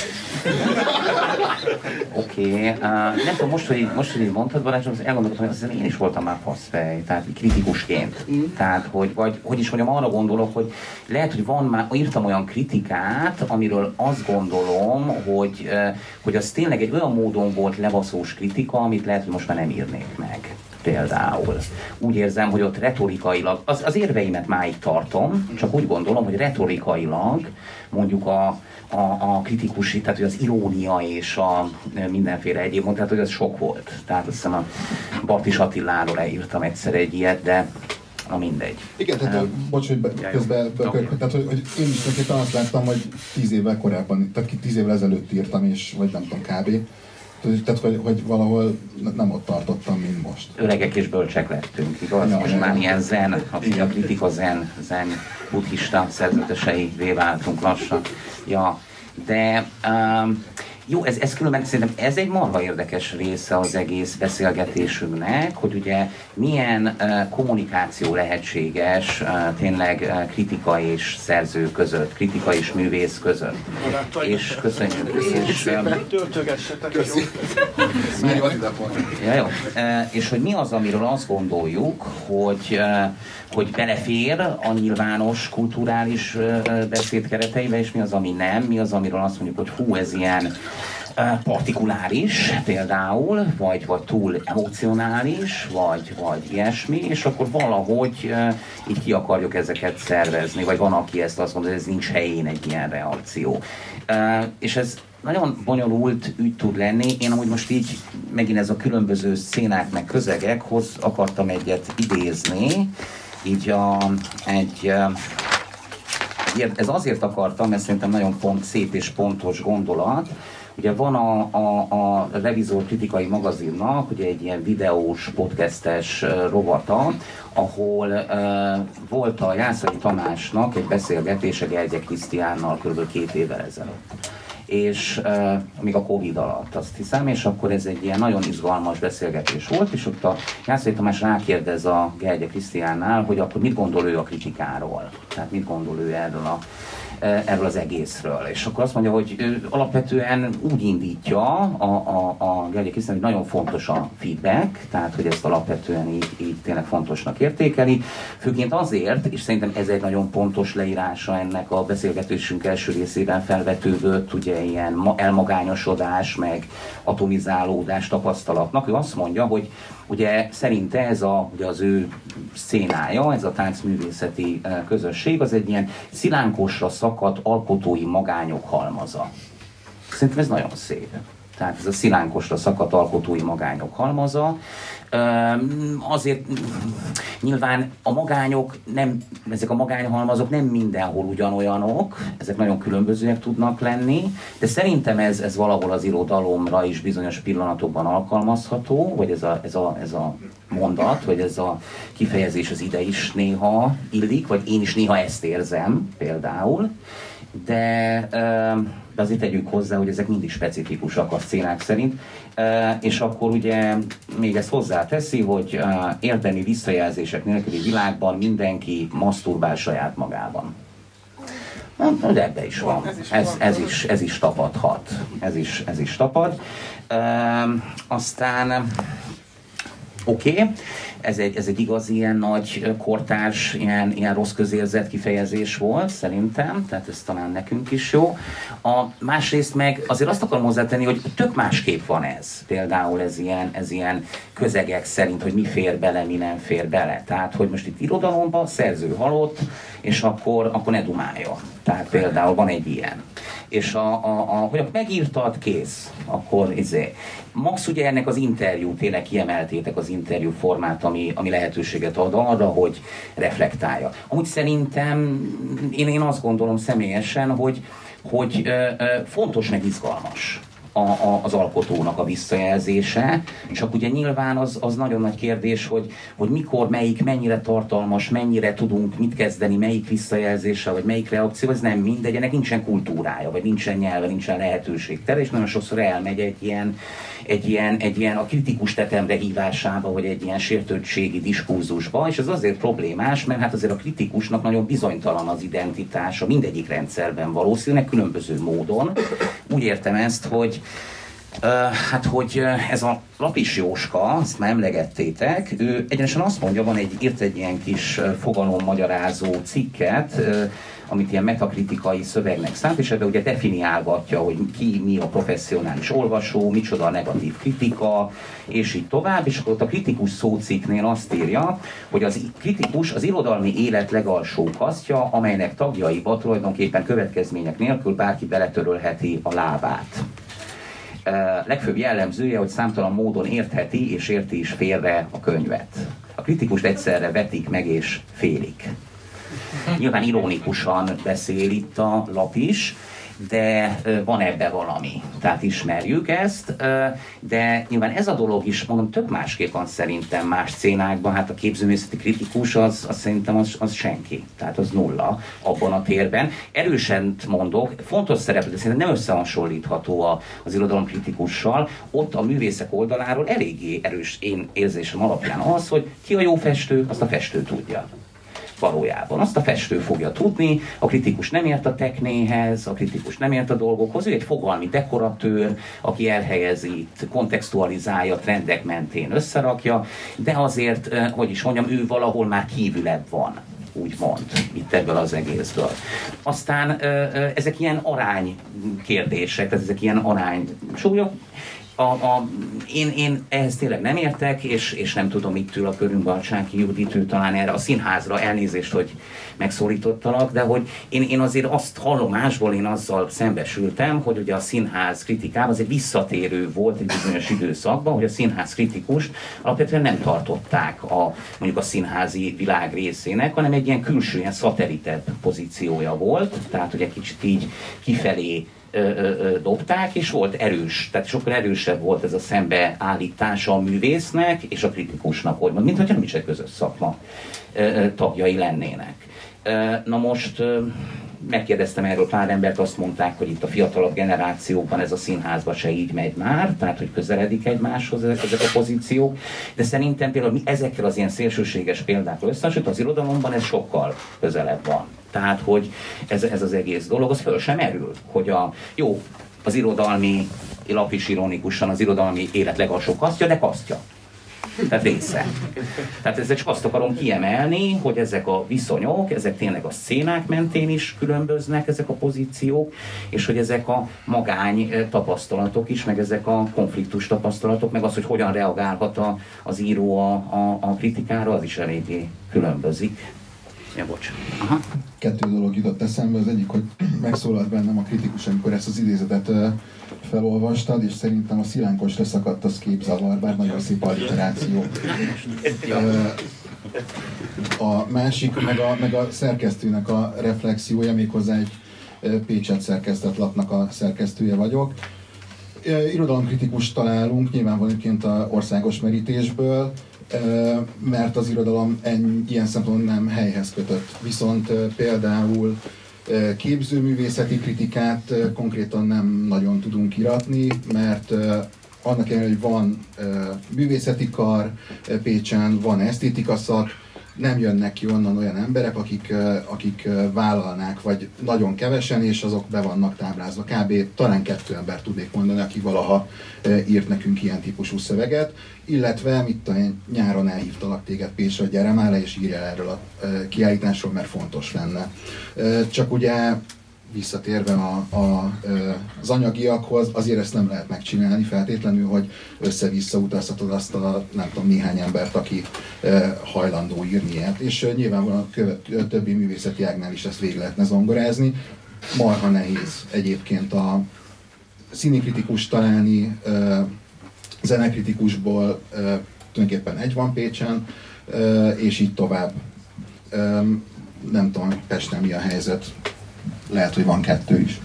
Oké, okay. uh, nem tudom, most, hogy, most, hogy így mondtad, Balázs, elgondolkodtam, hogy azért én is voltam már faszfej, tehát kritikusként. Mm. Tehát, hogy, vagy, hogy is mondjam, arra gondolok, hogy lehet, hogy van már, írtam olyan kritikát, amiről azt gondolom, hogy, uh, hogy az tényleg egy olyan módon volt levaszós kritika, amit lehet, hogy most már nem írnék meg. Például. Úgy érzem, hogy ott retorikailag, az, az érveimet máig tartom, csak úgy gondolom, hogy retorikailag mondjuk a, a, a kritikusi, tehát hogy az irónia és a mindenféle egyéb, tehát hogy az sok volt. Tehát azt hiszem a Bartis Attiláról elírtam egyszer egy ilyet, de na mindegy. Igen, tehát uh, bocs, hogy be, közben okay. Tehát hogy, hogy én is tulajdonképpen azt láttam, hogy tíz évvel korábban, tehát tíz évvel ezelőtt írtam, és vagy nem tudom, kb. Tehát, hogy, hogy valahol nem ott tartottam, mint most. Öregek és bölcsek lettünk, igaz? Ja, most már ilyen zen, a kritika zen, zen buddhista szerzeteseivé váltunk lassan. Ja, de um, jó, ez, ez különben szerintem ez egy marha érdekes része az egész beszélgetésünknek, hogy ugye milyen uh, kommunikáció lehetséges uh, tényleg uh, kritika és szerző között, kritika és művész között. És köszönjük. És, um, ja, jó. Uh, és hogy mi az, amiről azt gondoljuk, hogy, uh, hogy belefér a nyilvános kulturális uh, beszéd kereteibe, és mi az, ami nem, mi az, amiről azt mondjuk, hogy hú, ez ilyen partikuláris például, vagy, vagy túl emocionális, vagy, vagy ilyesmi, és akkor valahogy uh, így ki akarjuk ezeket szervezni, vagy van, aki ezt azt mondja, hogy ez nincs helyén egy ilyen reakció. Uh, és ez nagyon bonyolult ügy tud lenni. Én amúgy most így megint ez a különböző szénák meg közegekhoz akartam egyet idézni, így a, egy uh, ez azért akartam, mert szerintem nagyon pont, szép és pontos gondolat. Ugye van a, a, a Revizor kritikai magazinnak ugye egy ilyen videós, podcastes rovata, ahol uh, volt a Jászai Tamásnak egy beszélgetése Gergye Krisztiánnal kb. két évvel ezelőtt. És uh, még a Covid alatt, azt hiszem, és akkor ez egy ilyen nagyon izgalmas beszélgetés volt, és ott a Jászai Tamás rákérdez a Gergye Krisztiánnál, hogy akkor mit gondol ő a kritikáról, tehát mit gondol ő erről a erről az egészről. És akkor azt mondja, hogy ő alapvetően úgy indítja a, a, a Gergye Krisztián, hogy nagyon fontos a feedback, tehát hogy ezt alapvetően így, így tényleg fontosnak értékeli. Főként azért, és szerintem ez egy nagyon pontos leírása ennek a beszélgetésünk első részében felvetődött, ugye ilyen elmagányosodás, meg atomizálódás tapasztalatnak. Ő azt mondja, hogy ugye szerinte ez a, ugye az ő szénája, ez a táncművészeti közösség, az egy ilyen szilánkosra szakadt alkotói magányok halmaza. Szerintem ez nagyon szép. Tehát ez a szilánkosra szakadt alkotói magányok halmaza. Azért nyilván a magányok, nem, ezek a magányhalmazok nem mindenhol ugyanolyanok, ezek nagyon különbözőek tudnak lenni, de szerintem ez, ez valahol az irodalomra is bizonyos pillanatokban alkalmazható, vagy ez a, ez a, ez a mondat, vagy ez a kifejezés az ide is néha illik, vagy én is néha ezt érzem például, de, de azért tegyük hozzá, hogy ezek mindig specifikusak a szénák szerint, és akkor ugye még ezt hozzáteszi, hogy érdemi visszajelzések nélküli világban mindenki maszturbál saját magában. De ebbe is van. Ez, ez, is, ez is tapadhat. Ez is, ez is tapad. Aztán oké, okay. ez, egy, ez egy igazi ilyen nagy kortárs, ilyen, ilyen rossz közérzet kifejezés volt szerintem, tehát ez talán nekünk is jó. A másrészt meg azért azt akarom hozzátenni, hogy tök másképp van ez. Például ez ilyen, ez ilyen közegek szerint, hogy mi fér bele, mi nem fér bele. Tehát, hogy most itt irodalomban szerző halott, és akkor, akkor ne dumáljon. Tehát például van egy ilyen. És a, a, a, hogy megírtad, kész, akkor izé. Max ugye ennek az interjú, tényleg kiemeltétek az interjú formát, ami, ami lehetőséget ad arra, hogy reflektálja. Amúgy szerintem, én, én azt gondolom személyesen, hogy, hogy ö, ö, fontos meg izgalmas a, a, az alkotónak a visszajelzése, csak ugye nyilván az, az nagyon nagy kérdés, hogy, hogy mikor, melyik, mennyire tartalmas, mennyire tudunk mit kezdeni, melyik visszajelzéssel, vagy melyik reakció, ez nem mindegy, ennek nincsen kultúrája, vagy nincsen nyelve, nincsen lehetőség tere, és nagyon sokszor elmegy egy ilyen, egy ilyen, egy ilyen a kritikus tetemre hívásába, vagy egy ilyen sértődtségi diskurzusba, és ez azért problémás, mert hát azért a kritikusnak nagyon bizonytalan az identitása mindegyik rendszerben valószínűleg különböző módon. Úgy értem ezt, hogy Uh, hát, hogy ez a Lapis Jóska, ezt már emlegettétek, ő egyenesen azt mondja, van egy, írt egy ilyen kis fogalommagyarázó cikket, uh, amit ilyen metakritikai szövegnek szánt, és ebben ugye definiálgatja, hogy ki, mi a professzionális olvasó, micsoda a negatív kritika, és így tovább, és akkor ott a kritikus szócikknél azt írja, hogy az kritikus az irodalmi élet legalsó kasztja, amelynek tagjaiba tulajdonképpen következmények nélkül bárki beletörölheti a lábát. Uh, legfőbb jellemzője, hogy számtalan módon értheti és érti is félre a könyvet. A kritikust egyszerre vetik meg és félik. Nyilván ironikusan beszél itt a lap is, de uh, van ebbe valami. Tehát ismerjük ezt, uh, de nyilván ez a dolog is, mondom, tök másképp van szerintem más szcénákban. Hát a képzőművészeti kritikus az, az szerintem az, az senki. Tehát az nulla abban a térben. Erősen mondok, fontos szereplő, de szerintem nem összehasonlítható a, az irodalomkritikussal. Ott a művészek oldaláról eléggé erős én érzésem alapján az, hogy ki a jó festő, azt a festő tudja. Valójában. Azt a festő fogja tudni, a kritikus nem ért a teknéhez, a kritikus nem ért a dolgokhoz, ő egy fogalmi dekoratőr, aki elhelyezi, kontextualizálja, trendek mentén összerakja, de azért, hogy is mondjam, ő valahol már kívülebb van, úgymond, itt ebből az egészből. Aztán ezek ilyen arány kérdések, tehát ezek ilyen arány súlyok. A, a, én, én ehhez tényleg nem értek, és, és nem tudom, itt ül a körünkben a Csáki Judit, ő talán erre a színházra, elnézést, hogy megszólítottalak, de hogy én, én azért azt hallomásból én azzal szembesültem, hogy ugye a színház kritikában az egy visszatérő volt egy bizonyos időszakban, hogy a színház kritikust alapvetően nem tartották a, mondjuk a színházi világ részének, hanem egy ilyen külső, ilyen szatellitebb pozíciója volt, tehát hogy egy kicsit így kifelé Ö, ö, ö, dobták, és volt erős, tehát sokkal erősebb volt ez a szembeállítása a művésznek és a kritikusnak, hogy mint hogyha nem is egy közös szakma ö, ö, tagjai lennének. Ö, na most ö, megkérdeztem erről pár embert, azt mondták, hogy itt a fiatalabb generációkban ez a színházba se így megy már, tehát hogy közeledik egymáshoz ezek, ezek a pozíciók, de szerintem például mi ezekkel az ilyen szélsőséges példákról összehasonlítva az irodalomban ez sokkal közelebb van. Tehát, hogy ez, ez az egész dolog, az föl sem erül, hogy a jó, az irodalmi lap is ironikusan az irodalmi élet legalsó kasztja, de kasztja. Tehát része. Tehát ezzel csak azt akarom kiemelni, hogy ezek a viszonyok, ezek tényleg a szcénák mentén is különböznek, ezek a pozíciók, és hogy ezek a magány tapasztalatok is, meg ezek a konfliktus tapasztalatok, meg az, hogy hogyan reagálhat a, az író a, a, a kritikára, az is eléggé különbözik. Ja, bocs. Aha. Kettő dolog jutott eszembe, az egyik, hogy megszólalt bennem a kritikus, amikor ezt az idézetet felolvastad, és szerintem a Szilánkos leszakadt, az képzavar, bár nagyon szép alliteráció. A másik, meg a, meg a szerkesztőnek a reflexiója, méghozzá egy Pécset szerkesztett lapnak a szerkesztője vagyok. Irodalomkritikus találunk, nyilvánvalóként az országos merítésből, mert az irodalom ennyi, ilyen szempontból nem helyhez kötött. Viszont például képzőművészeti kritikát konkrétan nem nagyon tudunk iratni, mert annak ellenére, hogy van művészeti kar Pécsen, van esztétika szak, nem jönnek ki onnan olyan emberek, akik, akik vállalnák, vagy nagyon kevesen, és azok be vannak táblázva. Kb. Talán kettő ember tudnék mondani, aki valaha írt nekünk ilyen típusú szöveget, illetve mit a nyáron elhívtalak téged Pécsre, hogy gyere már le, és írjál erről a kiállításról, mert fontos lenne. Csak ugye visszatérve a, a, az anyagiakhoz, azért ezt nem lehet megcsinálni feltétlenül, hogy össze-vissza utaztatod azt a nem tudom, néhány embert, aki hajlandó írni ilyet. És nyilvánvalóan a többi művészeti ágnál is ezt végig lehetne zongorázni. Marha nehéz egyébként a színikritikus találni, zenekritikusból tulajdonképpen egy van Pécsen, és így tovább. Nem tudom, Pesten mi a helyzet. Lehet, hogy van kettő is.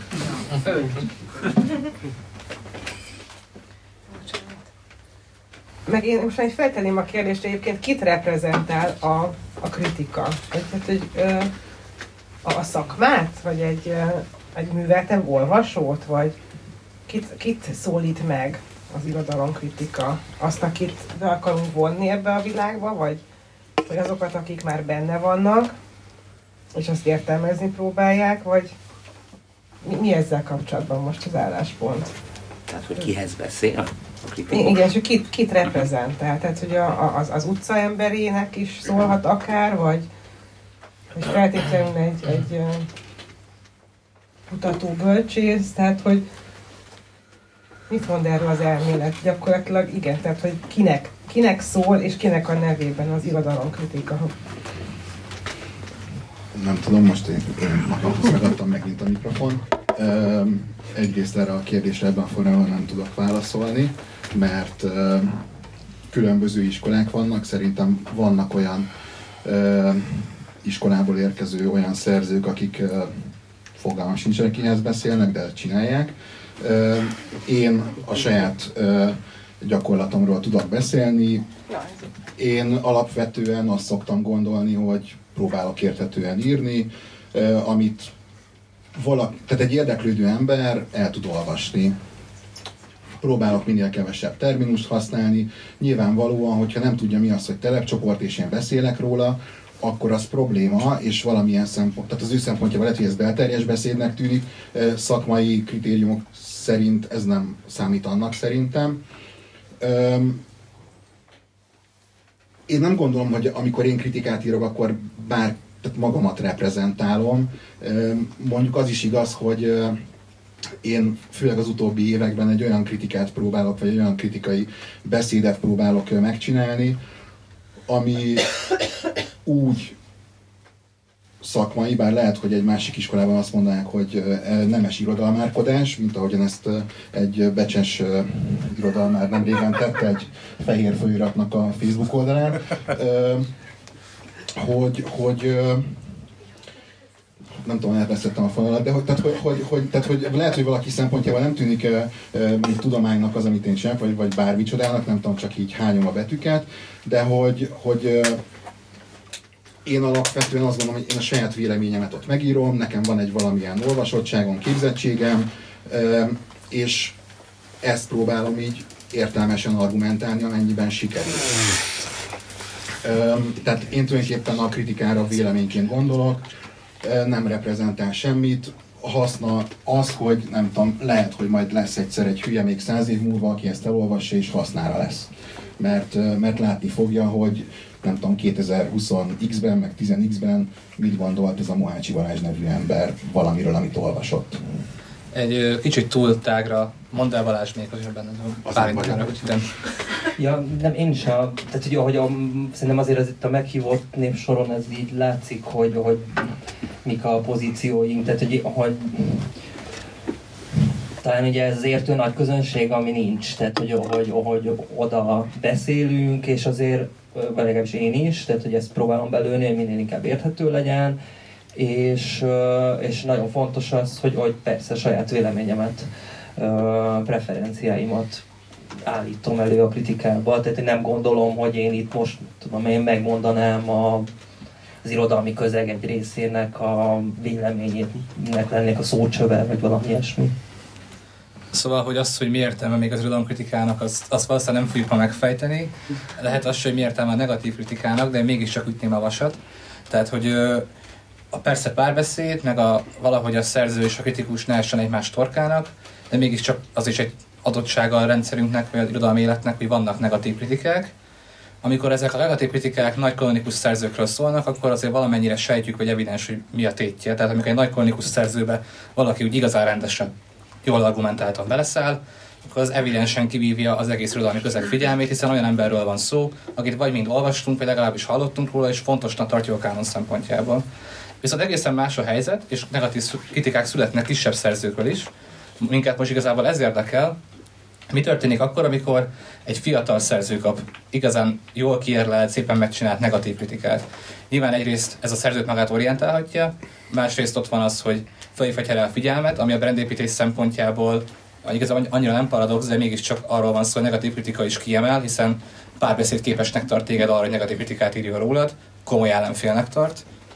Meg én most már feltenném a kérdést, egyébként kit reprezentál a, a kritika? Tehát, hogy ö, a szakmát? Vagy egy, ö, egy műveltebb olvasót? Vagy kit, kit szólít meg? az irodalomkritika? Azt, akit be akarunk vonni ebbe a világba, vagy, vagy azokat, akik már benne vannak, és azt értelmezni próbálják, vagy mi, mi ezzel kapcsolatban most az álláspont? Tehát, hogy kihez beszél a kritikus? Igen, és kit, kit reprezentál? Tehát, hogy a, az, az utca emberének is szólhat akár, vagy hogy feltétlenül egy, egy kutató bölcsész, tehát, hogy mit mond erről az elmélet? Gyakorlatilag igen, tehát, hogy kinek, kinek szól, és kinek a nevében az irodalomkritika. Nem tudom, most én, én magamhoz megadtam megint a mikrofon. Egyrészt erre a kérdésre ebben a formában nem tudok válaszolni, mert különböző iskolák vannak, szerintem vannak olyan iskolából érkező olyan szerzők, akik fogalmam sincsenek, kihez beszélnek, de csinálják. Én a saját gyakorlatomról tudok beszélni. Én alapvetően azt szoktam gondolni, hogy próbálok érthetően írni, amit valaki, tehát egy érdeklődő ember el tud olvasni. Próbálok minél kevesebb terminust használni. Nyilvánvalóan, hogyha nem tudja mi az, hogy telepcsoport, és én beszélek róla, akkor az probléma, és valamilyen szempont, tehát az ő szempontjában lehet, hogy ez belterjes beszédnek tűnik, szakmai kritériumok szerint ez nem számít annak szerintem. Én nem gondolom, hogy amikor én kritikát írok, akkor bár tehát magamat reprezentálom. Mondjuk az is igaz, hogy én főleg az utóbbi években egy olyan kritikát próbálok, vagy egy olyan kritikai beszédet próbálok megcsinálni, ami úgy szakmai, bár lehet, hogy egy másik iskolában azt mondanák, hogy nemes irodalmárkodás, mint ahogyan ezt egy becses irodalmár nem régen tette egy fehér folyóiratnak a Facebook oldalán, hogy, hogy nem tudom, elvesztettem a fonalat, de hogy, tehát, hogy, hogy, hogy, tehát, hogy lehet, hogy valaki szempontjában nem tűnik e, e, még tudománynak az, amit én csinálok, vagy, vagy bármicsodának, nem tudom, csak így hányom a betűket, de hogy, hogy e, én alapvetően azt gondolom, hogy én a saját véleményemet ott megírom, nekem van egy valamilyen olvasottságom, képzettségem, e, és ezt próbálom így értelmesen argumentálni, amennyiben sikerül. E, tehát én tulajdonképpen a kritikára véleményként gondolok, nem reprezentál semmit, haszna az, hogy nem tudom, lehet, hogy majd lesz egyszer egy hülye még száz év múlva, aki ezt elolvassa és hasznára lesz. Mert, mert látni fogja, hogy nem tudom, kétezer-húsz X-ben, meg tíz X-ben mit gondolt ez a Mohácsi Balázs nevű ember valamiről, amit olvasott. Egy kicsit túl tágra, mondd el Balázs még, hogy benne párintára, hogy nem. Ja, nem, én is a, tehát hogy ahogy a, szerintem azért ez itt a meghívott népsoron ez így látszik, hogy, hogy mik a pozícióink, tehát hogy, hogy talán ugye ez az értő nagy közönség, ami nincs, tehát hogy, hogy, hogy oda beszélünk, és azért, legalábbis én is, tehát hogy ezt próbálom belőni, hogy minél inkább érthető legyen, és, és nagyon fontos az, hogy, hogy persze saját véleményemet, preferenciáimat állítom elő a kritikába, tehát én nem gondolom, hogy én itt most, tudom én, megmondanám a, az irodalmi közeg egy részének a véleményének lennék a szócsöve, vagy valami ilyesmi. Szóval, hogy az, hogy mi értelme még az irodalomkritikának, azt, azt valószínűleg nem fogjuk ma megfejteni. Lehet az, hogy mi értelme a negatív kritikának, de mégiscsak ütném a vasat. Tehát, hogy a persze párbeszéd, meg a, valahogy a szerző és a kritikus ne essen egymás torkának, de mégiscsak az is egy adottsága a rendszerünknek, vagy az irodalmi életnek, hogy vannak negatív kritikák. Amikor ezek a negatív kritikák nagy kanonikus szerzőkről szólnak, akkor azért valamennyire sejtjük, hogy evidens, hogy mi a tétje. Tehát amikor egy nagy kanonikus szerzőbe valaki úgy igazán rendesen, jól argumentáltan beleszáll, akkor az evidensen kivívja az egész irodalmi közeg figyelmét, hiszen olyan emberről van szó, akit vagy mind olvastunk, vagy legalábbis hallottunk róla, és fontosnak tartja a kánon szempontjából. Viszont egészen más a helyzet, és negatív kritikák születnek kisebb szerzőkről is. Minket most igazából ez érdekel. Mi történik akkor, amikor egy fiatal szerző kap igazán jól kiérlelt, szépen megcsinált negatív kritikát? Nyilván egyrészt ez a szerzőt magát orientálhatja, másrészt ott van az, hogy felhívhatja a figyelmet, ami a brandépítés szempontjából igazán annyira nem paradox, de mégiscsak arról van szó, hogy negatív kritika is kiemel, hiszen párbeszéd képesnek tart téged arra, hogy negatív kritikát írja rólad, komoly ellenfélnek tart.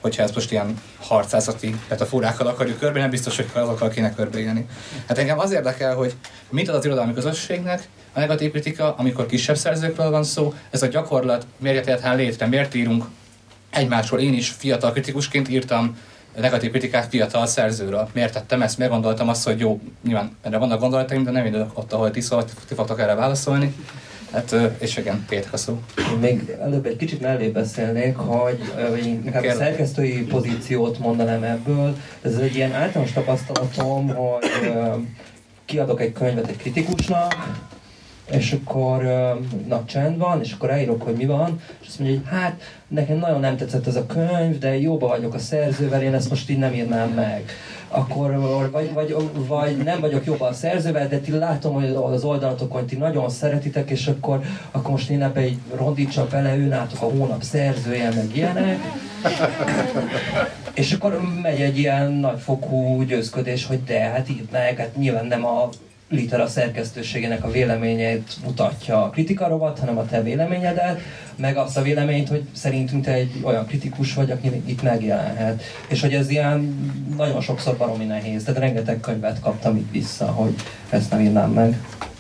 hogyha ezt most ilyen harcászati metaforákkal akarjuk körbe, nem biztos, hogy azokkal kéne körbeélni. Hát engem az érdekel, hogy mit ad az irodalmi közösségnek a negatív kritika, amikor kisebb szerzőkről van szó, ez a gyakorlat miért jöhet létre, miért írunk egymásról. Én is fiatal kritikusként írtam negatív kritikát fiatal szerzőről. Miért tettem ezt? Miért gondoltam azt, hogy jó, nyilván erre vannak gondolataim, de nem idők ott, ahol ti, szóval ti fogtok erre válaszolni. Hát, és igen, Péter a szó. Még előbb egy kicsit mellé beszélnék, hogy, hogy nekem a szerkesztői pozíciót mondanám ebből. Ez egy ilyen általános tapasztalatom, hogy kiadok egy könyvet egy kritikusnak, és akkor nagy csend van, és akkor elírok, hogy mi van, és azt mondja, hogy hát nekem nagyon nem tetszett ez a könyv, de jóba vagyok a szerzővel, én ezt most így nem írnám meg. Akkor vagy, vagy, vagy nem vagyok jobban a szerzővel, de ti látom, hogy az oldalatokon ti nagyon szeretitek, és akkor, akkor most én ebbe így rondítsak bele, ő nátok a hónap szerzője, meg ilyenek. És akkor megy egy ilyen nagyfokú győzködés, hogy de, hát írd meg, hát nyilván nem a Litera szerkesztőségének a véleményét mutatja a kritikarovat, hanem a te véleményedet, meg azt a véleményt, hogy szerintünk te egy olyan kritikus vagy, aki itt megjelenhet. És hogy ez ilyen nagyon sokszor baromi nehéz, tehát rengeteg könyvet kaptam itt vissza, hogy ezt nem írnám meg.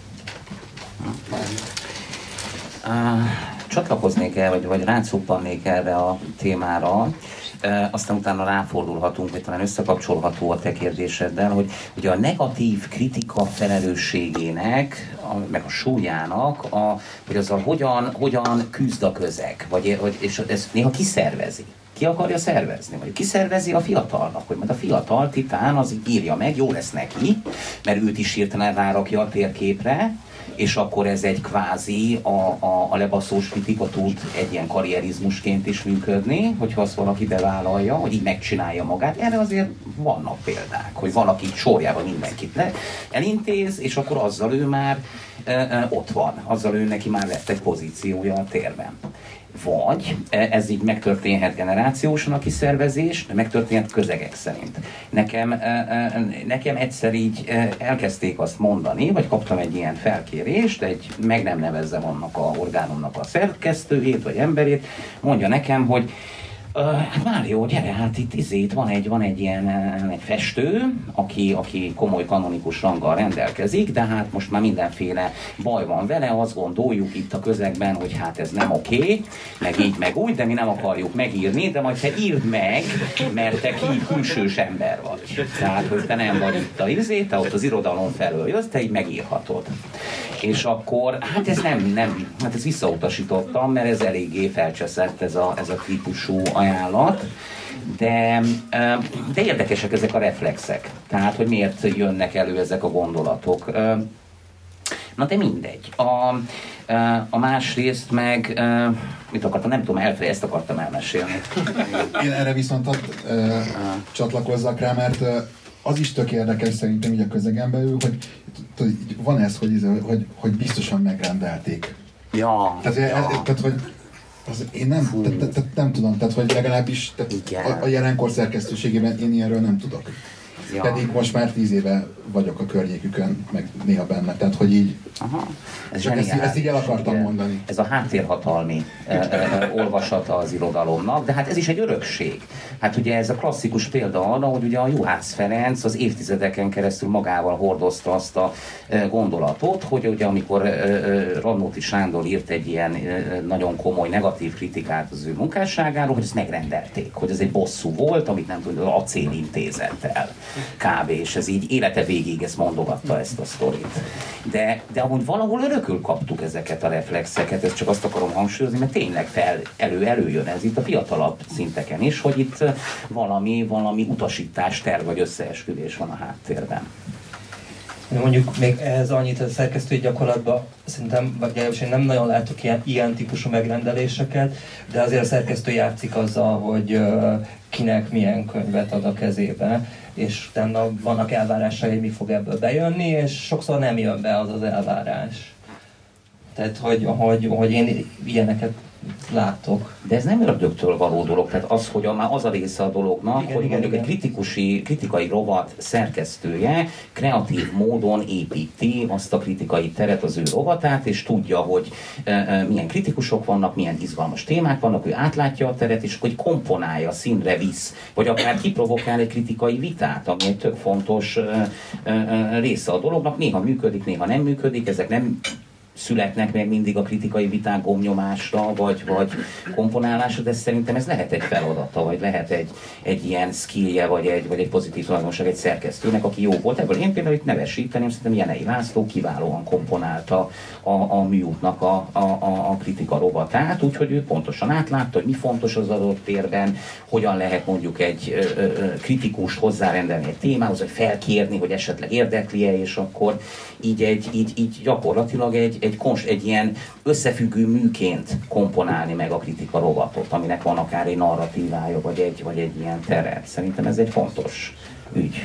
Uh, csatlakoznék el, vagy, vagy rácuppannék erre a témára, Uh, aztán utána ráfordulhatunk, vagy talán összekapcsolható a te kérdéseddel, hogy ugye a negatív kritika felelősségének, a, meg a súlyának, a, hogy azzal hogyan, hogyan küzd a közeg, vagy, vagy, és ez néha kiszervezi. Ki akarja szervezni? Vagy kiszervezi a fiatalnak, hogy majd a fiatal titán az írja meg, jó lesz neki, mert őt is hirtelen rárakja a térképre, és akkor ez egy kvázi a, a, a lebaszós kritika tud egy ilyen karrierizmusként is működni, hogyha azt valaki bevállalja, hogy így megcsinálja magát. Erre azért vannak példák, hogy valaki sorjában mindenkit le elintéz, és akkor azzal ő már e, e, ott van, azzal ő neki már lett egy pozíciója a térben. Vagy ez így megtörténhet generációsan a kiszervezés, de megtörténhet közegek szerint. Nekem, nekem egyszer így elkezdték azt mondani, vagy kaptam egy ilyen felkérést, egy meg nem nevezzem annak a orgánumnak a szerkesztőjét, vagy emberét, mondja nekem, hogy hát Mário, gyere, hát itt izét van egy, van egy ilyen egy festő, aki, aki komoly kanonikus ranggal rendelkezik, de hát most már mindenféle baj van vele, azt gondoljuk itt a közegben, hogy hát ez nem oké, meg így, meg úgy, de mi nem akarjuk megírni, de majd te írd meg, mert te ki külsős ember vagy. Tehát, hogy te nem vagy itt a izé, te ott az irodalom felől jössz, te így megírhatod. És akkor, hát ez nem, nem, hát ezt visszautasítottam, mert ez eléggé felcseszett ez a, ez a típusú ajánlat, de, de érdekesek ezek a reflexek, tehát, hogy miért jönnek elő ezek a gondolatok. Na de mindegy. A, a másrészt meg, mit akartam, nem tudom, elfelé, ezt akartam elmesélni. Én erre viszont ad, uh, csatlakozzak rá, mert uh, az is tök érdekes szerintem így a közegen belül, hogy tudod, van ez, hogy, hogy, hogy biztosan megrendelték. Ja. Tehát, ja. Ez, tehát hogy az, én nem, te, te, te, nem tudom, tehát hogy legalábbis tehát a, a jelenkor szerkesztőségében én ilyenről nem tudok. Ja. Pedig most már tíz éve vagyok a környékükön, meg néha benne, tehát hogy így, aha. Ez csak ezt, ezt így el akartam igen. mondani. Ez a háttérhatalmi ö, ö, olvasata az irodalomnak, de hát ez is egy örökség. Hát ugye ez a klasszikus példa arra, hogy ugye a Juhász Ferenc az évtizedeken keresztül magával hordozta azt a gondolatot, hogy ugye amikor Radnóti Sándor írt egy ilyen nagyon komoly negatív kritikát az ő munkásságáról, hogy ezt megrendelték, hogy ez egy bosszú volt, amit nem tudom, az Acél intézett el. Kb. És ez így élete végig ezt mondogatta ezt a sztorit. De, de amúgy valahol örökül kaptuk ezeket a reflexeket, ezt csak azt akarom hangsúlyozni, mert tényleg fel, elő, előjön ez itt a fiatalabb szinteken is, hogy itt valami, valami utasítás, terv vagy összeesküvés van a háttérben. Mondjuk még ez annyit a szerkesztői gyakorlatban szerintem, vagy én nem nagyon látok ilyen, ilyen típusú megrendeléseket, de azért a szerkesztő játszik azzal, hogy uh, kinek milyen könyvet ad a kezébe, és utána vannak elvárásai, hogy mi fog ebből bejönni, és sokszor nem jön be az az elvárás. Tehát, hogy, hogy, hogy én ilyeneket láttok. De ez nem ördögtől való dolog, tehát az, hogy a, már az a része a dolognak, igen, hogy igen, mondjuk igen. egy kritikusi, kritikai rovat szerkesztője kreatív módon építi azt a kritikai teret, az ő rovatát, és tudja, hogy e, e, milyen kritikusok vannak, milyen izgalmas témák vannak, ő átlátja a teret, és hogy komponálja, színre visz, vagy akár kiprovokál egy kritikai vitát, ami egy tök fontos e, e, része a dolognak, néha működik, néha nem működik, ezek nem születnek meg mindig a kritikai viták gomnyomásra, vagy, vagy komponálásra, de szerintem ez lehet egy feladata, vagy lehet egy, egy ilyen skillje, vagy egy, vagy egy pozitív tulajdonság egy szerkesztőnek, aki jó volt. Ebből én például itt nevesíteném, szerintem Jenei László kiválóan komponálta a, a műútnak a, a, a, a kritika rovatát, úgyhogy ő pontosan átlátta, hogy mi fontos az adott térben, hogyan lehet mondjuk egy ö, ö, kritikust hozzárendelni egy témához, vagy felkérni, hogy esetleg érdekli-e, és akkor így, egy, így, így gyakorlatilag egy Egy, konst, egy ilyen összefüggő műként komponálni meg a kritika rovatot, aminek van akár egy narratívája, vagy egy, vagy egy ilyen tere. Szerintem ez egy fontos ügy.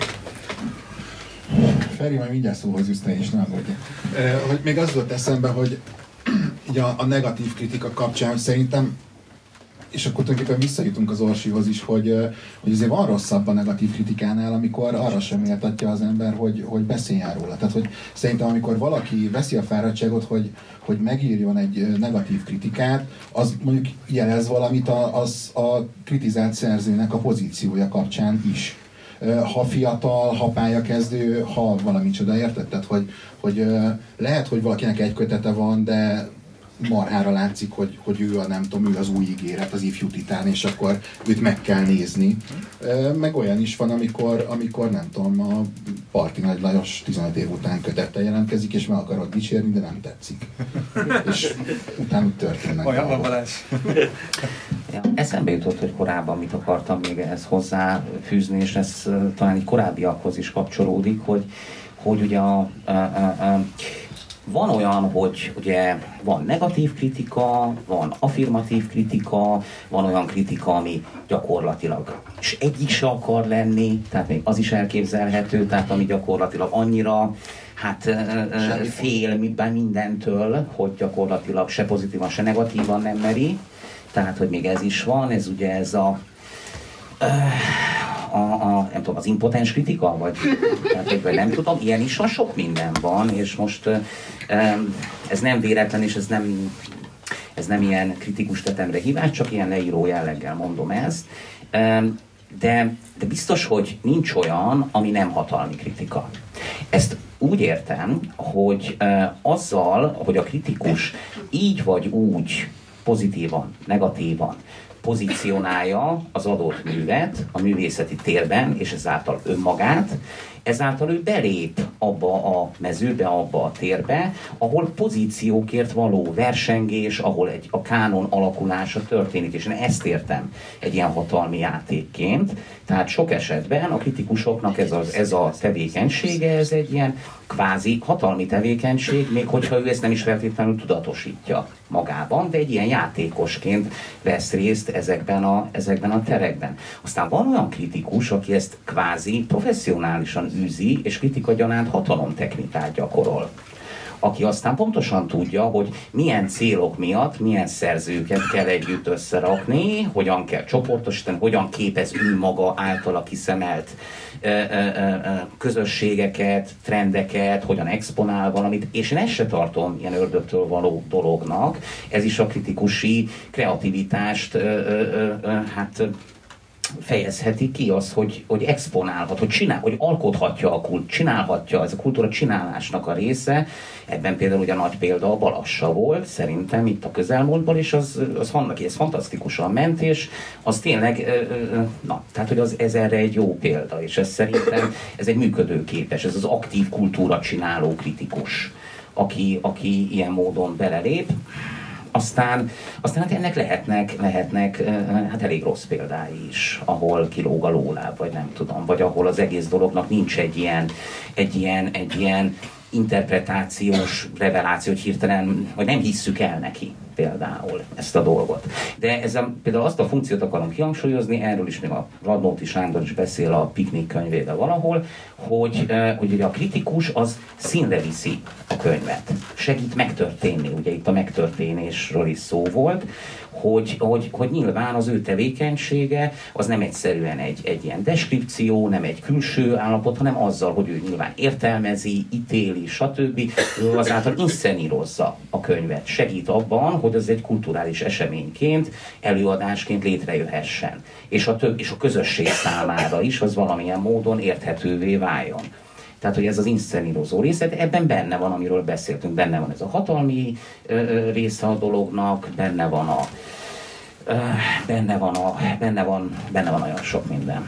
Feri, majd mindjárt szóhoz jussz, te is, ne aggódj. Hogy még az volt eszembe, hogy így a, a negatív kritika kapcsán, hogy szerintem, és akkor tulajdonképpen visszajutunk az Orsihoz is, hogy, hogy azért van rosszabb a negatív kritikánál, amikor arra sem méltatja az ember, hogy, hogy beszéljen róla. Tehát, hogy szerintem amikor valaki veszi a fáradtságot, hogy, hogy megírjon egy negatív kritikát, az mondjuk jelez valamit a, az a kritizált szerzőnek a pozíciója kapcsán is. Ha fiatal, ha pályakezdő, ha valami csoda, érted? Tehát, hogy, hogy lehet, hogy valakinek egy kötete van, de marhára látszik, hogy, hogy ő a nem tudom, ő az új ígéret, az ifjú titán, és akkor őt meg kell nézni. Meg olyan is van, amikor, amikor nem tudom, a Parti Nagy Lajos tizenöt év után kötettel jelentkezik, és meg akarod dicsérni, de nem tetszik. És utána úgy történnek. Olyan van, Balázs. Ja, eszembe jutott, hogy korábban mit akartam még ehhez hozzáfűzni, és ez uh, talán egy korábbiakhoz is kapcsolódik, hogy, hogy ugye a, a, a, a van olyan, hogy ugye van negatív kritika, van affirmatív kritika, van olyan kritika, ami gyakorlatilag és egyik se akar lenni, tehát még az is elképzelhető, tehát ami gyakorlatilag annyira hát Semmi fél mindentől, hogy gyakorlatilag se pozitívan, se negatívan nem meri. Tehát, hogy még ez is van, ez ugye ez a A, a, nem tudom, az impotens kritika, vagy, tehát, vagy nem tudom, ilyen is van, sok minden van, és most ez nem véletlen, és ez nem, ez nem ilyen kritikus tetemre hívás, csak ilyen leíró jelleggel mondom ezt. De, de biztos, hogy nincs olyan, ami nem hatalmi kritika. Ezt úgy értem, hogy azzal, hogy a kritikus így vagy úgy, pozitívan, negatívan pozícionálja az adott művet a művészeti térben, és ezáltal önmagát, ezáltal ő belép abba a mezőbe, abba a térbe, ahol pozíciókért való versengés, ahol egy, a kánon alakulása történik, és én ezt értem egy ilyen hatalmi játékként. Tehát sok esetben a kritikusoknak ez, az, ez a tevékenysége, ez egy ilyen kvázi hatalmi tevékenység, még hogyha ő ezt nem is feltétlenül tudatosítja magában, de egy ilyen játékosként vesz részt ezekben a, ezekben a terekben. Aztán van olyan kritikus, aki ezt kvázi professzionálisan űzi, és kritika gyanánt hatalomtechnikát gyakorol. Aki aztán pontosan tudja, hogy milyen célok miatt, milyen szerzőket kell együtt összerakni, hogyan kell csoportosítani, hogyan képez ő maga általa kiszemelt ö, ö, ö, közösségeket, trendeket, hogyan exponál valamit, és én ezt se tartom ilyen ördögtől való dolognak. Ez is a kritikusi kreativitást ö, ö, ö, hát fejezheti ki az, hogy, hogy exponálhat, hogy, csinál, hogy alkothatja a kult, csinálhatja, ez a kultúra csinálásnak a része. Ebben például ugye nagy példa a Balassa volt, szerintem itt a közelmúltban, és az, az vannak, ez fantasztikusan ment, és az tényleg, na, tehát hogy az, ez erre egy jó példa, és ez szerintem ez egy működőképes, ez az aktív kultúra csináló kritikus, aki, aki ilyen módon belelép. Aztán, aztán hát ennek lehetnek, lehetnek hát elég rossz példái is, ahol kilóg a lóláb, vagy nem tudom, vagy ahol az egész dolognak nincs egy ilyen, egy ilyen, egy ilyen interpretációs reveláció, hogy hirtelen, vagy nem hisszük el neki például ezt a dolgot. De ezzel például azt a funkciót akarom kihangsúlyozni, erről is még a Radnóti Sándor is beszél a Piknik könyvébe valahol, hogy, hogy ugye a kritikus az színre viszi a könyvet. Segít megtörténni, ugye itt a megtörténésről is szó volt, hogy, hogy, hogy nyilván az ő tevékenysége az nem egyszerűen egy, egy ilyen deskripció, nem egy külső állapot, hanem azzal, hogy ő nyilván értelmezi, ítéli, stb. Ő azáltal inszenírozza a könyvet. Segít abban, hogy az egy kulturális eseményként, előadásként létrejöhessen. És a, több, és a közösség számára is az valamilyen módon érthetővé váljon. Tehát, hogy ez az inszenírozó része, de ebben benne van, amiről beszéltünk, benne van ez a hatalmi ö, része a dolognak, benne van a, ö, benne van a, benne van, benne van olyan sok minden.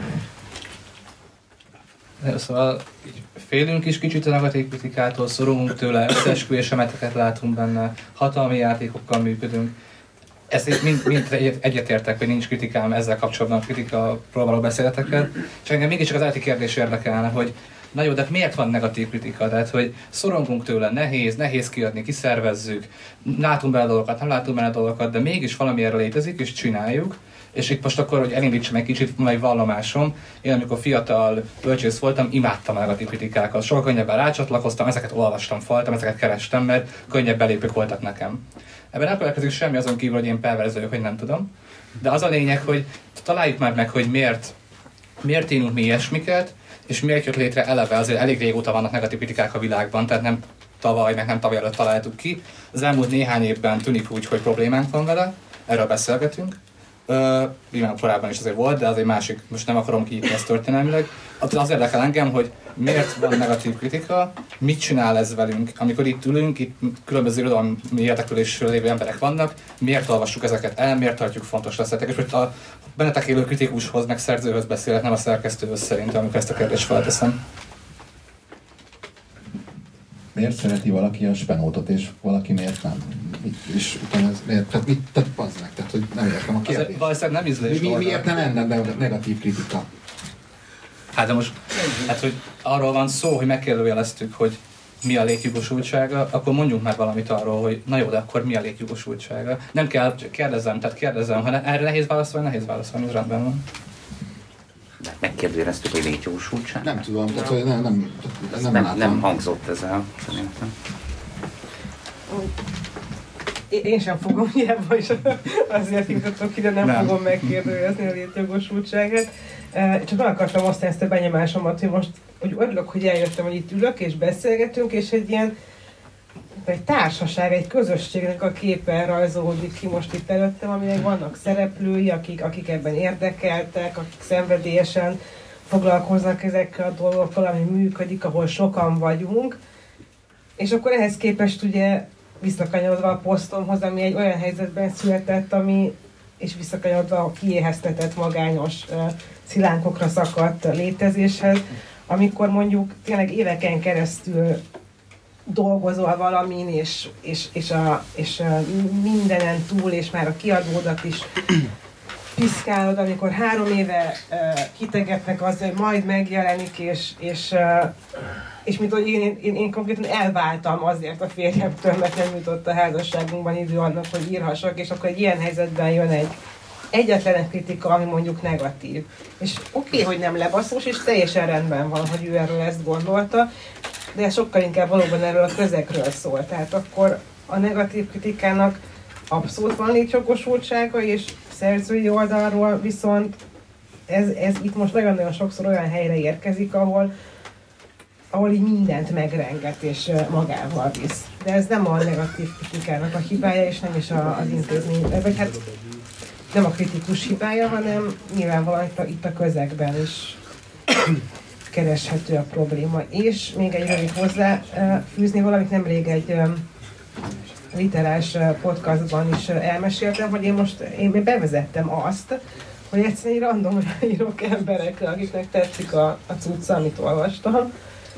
Szóval így félünk is kicsit a negatív kritikától, szorulunk tőle, összeesküvés emeteket látunk benne, hatalmi játékokkal működünk. Ezt mind, mind egyetértek, hogy nincs kritikám ezzel kapcsolatban a kritikról való beszéleteket, és engem mégiscsak az eredeti kérdés érdekelne, hogy na jó, de miért van negatív kritika? Tehát, hogy szorongunk tőle, nehéz, nehéz kiadni, kiszervezzük, látunk bele dolgokat, nem látunk bele dolgokat, de mégis valami erre létezik, és csináljuk. És itt most akkor, hogy elindítsam egy kicsit, van egy vallomásom, én amikor fiatal bölcsész voltam, imádtam a negatív kritikákat. Sokkal könnyebben rácsatlakoztam, ezeket olvastam, faltam, ezeket kerestem, mert könnyebb belépők voltak nekem. Ebben nem következik semmi azon kívül, hogy én perverz vagyok, hogy nem tudom. De az a lényeg, hogy találjuk már meg, hogy miért, miért írunk mi ilyesmiket, és miért jött létre eleve, azért elég régóta vannak negatív kritikák a világban, tehát nem tavaly, meg nem tavaly előtt találtuk ki. Az elmúlt néhány évben tűnik úgy, hogy problémánk van vele, erről beszélgetünk. Nyilván korábban is azért volt, de az egy másik, most nem akarom kinyitni ezt történelmileg. Az érdekel engem, hogy miért van negatív kritika, mit csinál ez velünk, amikor itt ülünk, itt különböző irodalmi érdeklődésről lévő emberek vannak, miért olvassuk ezeket el, miért tartjuk fontos leszetek, és hogy a bennetek élő kritikushoz, meg szerzőhöz beszélek, nem a szerkesztőhöz szerintem, amikor ezt a kérdést felteszem. Miért szereti valaki a Spenótot, és valaki miért nem? Mit, és utána ez miért? Tehát mit? Tehát bazd meg, tehát hogy nem értem a kérdést. Valószínűleg nem ízlés. Mi, miért nem lenne negatív kritika? Hát de most, hát hogy arról van szó, hogy megkérdőjeleztük, hogy mi a létjogosultsága, akkor mondjunk már valamit arról, hogy na jó, de akkor mi a létjogosultsága. Nem kell, kérdezzem, tehát kérdezzem, ha erre nehéz válaszolni, nehéz válaszolni, ez rendben van. Megkérdőjeleztük, hogy létjogosultság? Nem tudom, tehát hogy nem, nem, nem, nem, látom. nem hangzott ez el, szerintem. Én sem fogom hiába is azért jutottok ide, nem, nem fogom megkérdőjelezni a létjogosultságát. Csak meg akartam osztani ezt a benyomásomat, hogy most hogy örülök, hogy eljöttem, hogy itt ülök és beszélgetünk, és egy ilyen egy társaság, egy közösségnek a képen rajzolódik ki most itt előttem, aminek vannak szereplői, akik, akik ebben érdekeltek, akik szenvedélyesen foglalkoznak ezekkel a dolgokkal, ami működik, ahol sokan vagyunk. És akkor ehhez képest ugye visszakanyarodva a posztomhoz, ami egy olyan helyzetben született, ami, és visszakanyarodva a kiéheztetett, magányos, szilánkokra szakadt létezéshez, amikor mondjuk tényleg éveken keresztül dolgozol valamin, és, és, és, a, és a mindenen túl, és már a kiadódat is piszkálod, amikor három éve uh, hitegetnek azzal, hogy majd megjelenik, és, és, uh, és mint hogy én, én, én konkrétan elváltam azért a férjemtől, mert nem jutott a házasságunkban idő annak, hogy írhassak, és akkor egy ilyen helyzetben jön egy egyetlen kritika, ami mondjuk negatív. És oké, okay, hogy nem lebaszós, és teljesen rendben van, hogy ő erről ezt gondolta, de sokkal inkább valóban erről a közegről szól. Tehát akkor a negatív kritikának abszolút van létjogosultsága, és szerzői oldalról viszont ez, ez itt most nagyon-nagyon sokszor olyan helyre érkezik, ahol, ahol így mindent megrenget és magával visz. De ez nem a negatív kritikának a hibája, és nem is a, az intézmény, vagy hát nem a kritikus hibája, hanem nyilvánvalóan itt a, itt a közegben is kereshető a probléma. És még egy rövid hozzá fűzni valamit, nemrég egy literás podcastban is elmeséltem, hogy én most én bevezettem azt, hogy egyszerűen randomra írok emberekre, akiknek tetszik a, a cucca, amit olvastam.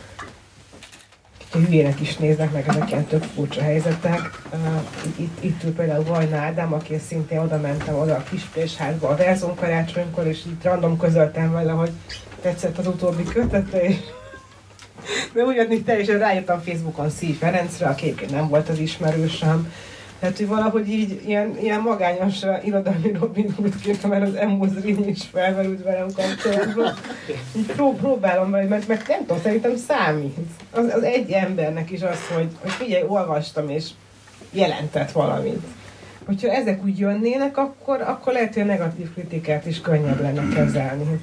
Hogy hülyének is néznek meg, ezek ilyen tök furcsa helyzetek. Uh, itt, itt ül például Vajna Ádám, aki szintén oda mentem oda a Kisprés-házba a Verzum karácsonykor, és itt random közöltem vele, hogy tetszett az utóbbi kötete, és de ugyanígy teljesen rájöttem Facebookon Szíj Ferencre, aki egyébként nem volt az ismerősöm. Tehát, hogy valahogy így ilyen, ilyen magányos irodalmi Robin Hoodként, mert az Emuzrin is felmerült velem kapcsolatban. Így prób- próbálom, mert, mert nem tudom, szerintem számít. Az, az egy embernek is az, hogy, hogy figyelj, olvastam és jelentett valamit. hogyha ezek úgy jönnének, akkor, akkor lehet, hogy a negatív kritikát is könnyebb lenne kezelni.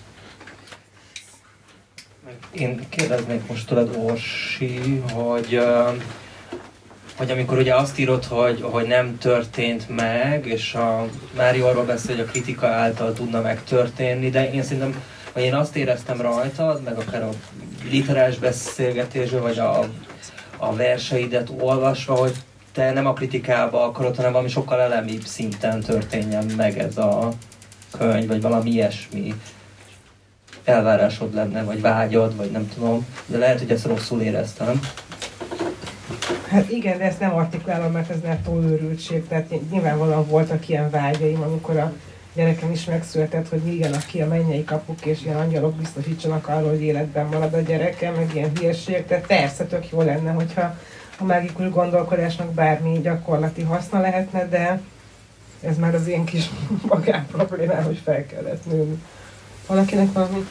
Én kérdeznék most tőled, Orsi, hogy, hogy amikor ugye azt írod, hogy, hogy nem történt meg, és a Mário arról beszél, hogy a kritika által tudna megtörténni, de én szerintem, vagy én azt éreztem rajtad, meg akár a literáris beszélgetésből, vagy a, a verseidet olvasva, hogy te nem a kritikába akarod, hanem valami sokkal elemibb szinten történjen meg ez a könyv, vagy valami ilyesmi elvárásod lenne, vagy vágyad, vagy nem tudom, de lehet, hogy ezt rosszul éreztem. Hát igen, de ezt nem artikulálom, mert ez nettó őrültség, tehát nyilvánvalóan voltak ilyen vágyaim, amikor a gyerekem is megszületett, hogy igen, aki a mennyei kapuk és ilyen angyalok biztosítsanak arról, hogy életben marad a gyerekem, meg ilyen hülyeségek, tehát persze tök jó lenne, hogyha a mágikus gondolkodásnak bármi gyakorlati haszna lehetne, de ez már az én kis magán problémám, hogy fel kellett nőni. Valakinek valami?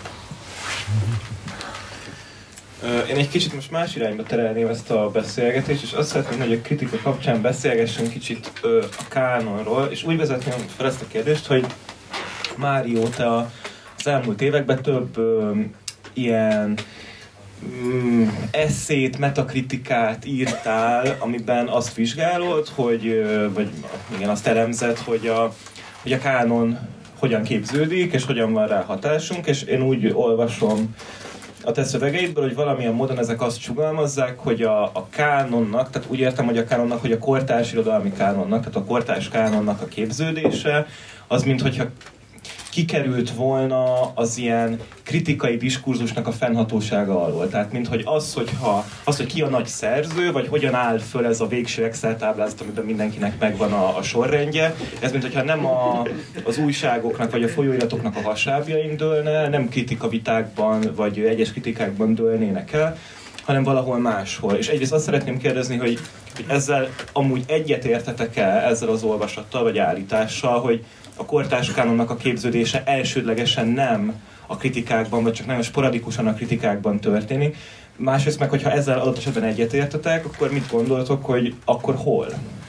Én egy kicsit most más irányba terelném ezt a beszélgetést, és azt szeretném, hogy a kritika kapcsán beszélgessünk kicsit a kánonról, és úgy vezetném fel ezt a kérdést, hogy Mário, te az elmúlt években több ö, ilyen mm, esszét, metakritikát írtál, amiben azt vizsgálod, hogy, ö, vagy igen, azt elemzed, hogy a, hogy a kánon hogyan képződik, és hogyan van rá hatásunk, és én úgy olvasom a te szövegeidből, hogy valamilyen módon ezek azt sugalmazzák, hogy a, a kánonnak, tehát úgy értem, hogy a kánonnak, hogy a kortárs irodalmi kánonnak, tehát a kortárs kánonnak a képződése, az minthogyha kikerült volna az ilyen kritikai diskurzusnak a fennhatósága alól. Tehát minthogy az, hogyha, az, hogy ki a nagy szerző, vagy hogyan áll föl ez a végső Excel táblázat, amiben mindenkinek megvan a, a sorrendje, ez minthogyha nem a, az újságoknak, vagy a folyóiratoknak a hasábjain dőlne, nem kritikavitákban, vagy egyes kritikákban dőlnének el, hanem valahol máshol. És egyrészt azt szeretném kérdezni, hogy, hogy ezzel amúgy egyetértetek-e ezzel az olvasattal, vagy állítással, hogy a kortárs kánonnak a képződése elsődlegesen nem a kritikákban, vagy csak nagyon sporadikusan a kritikákban történik. Másrészt meg, hogyha ezzel adott esetben egyetértetek, akkor mit gondoltok, hogy akkor hol?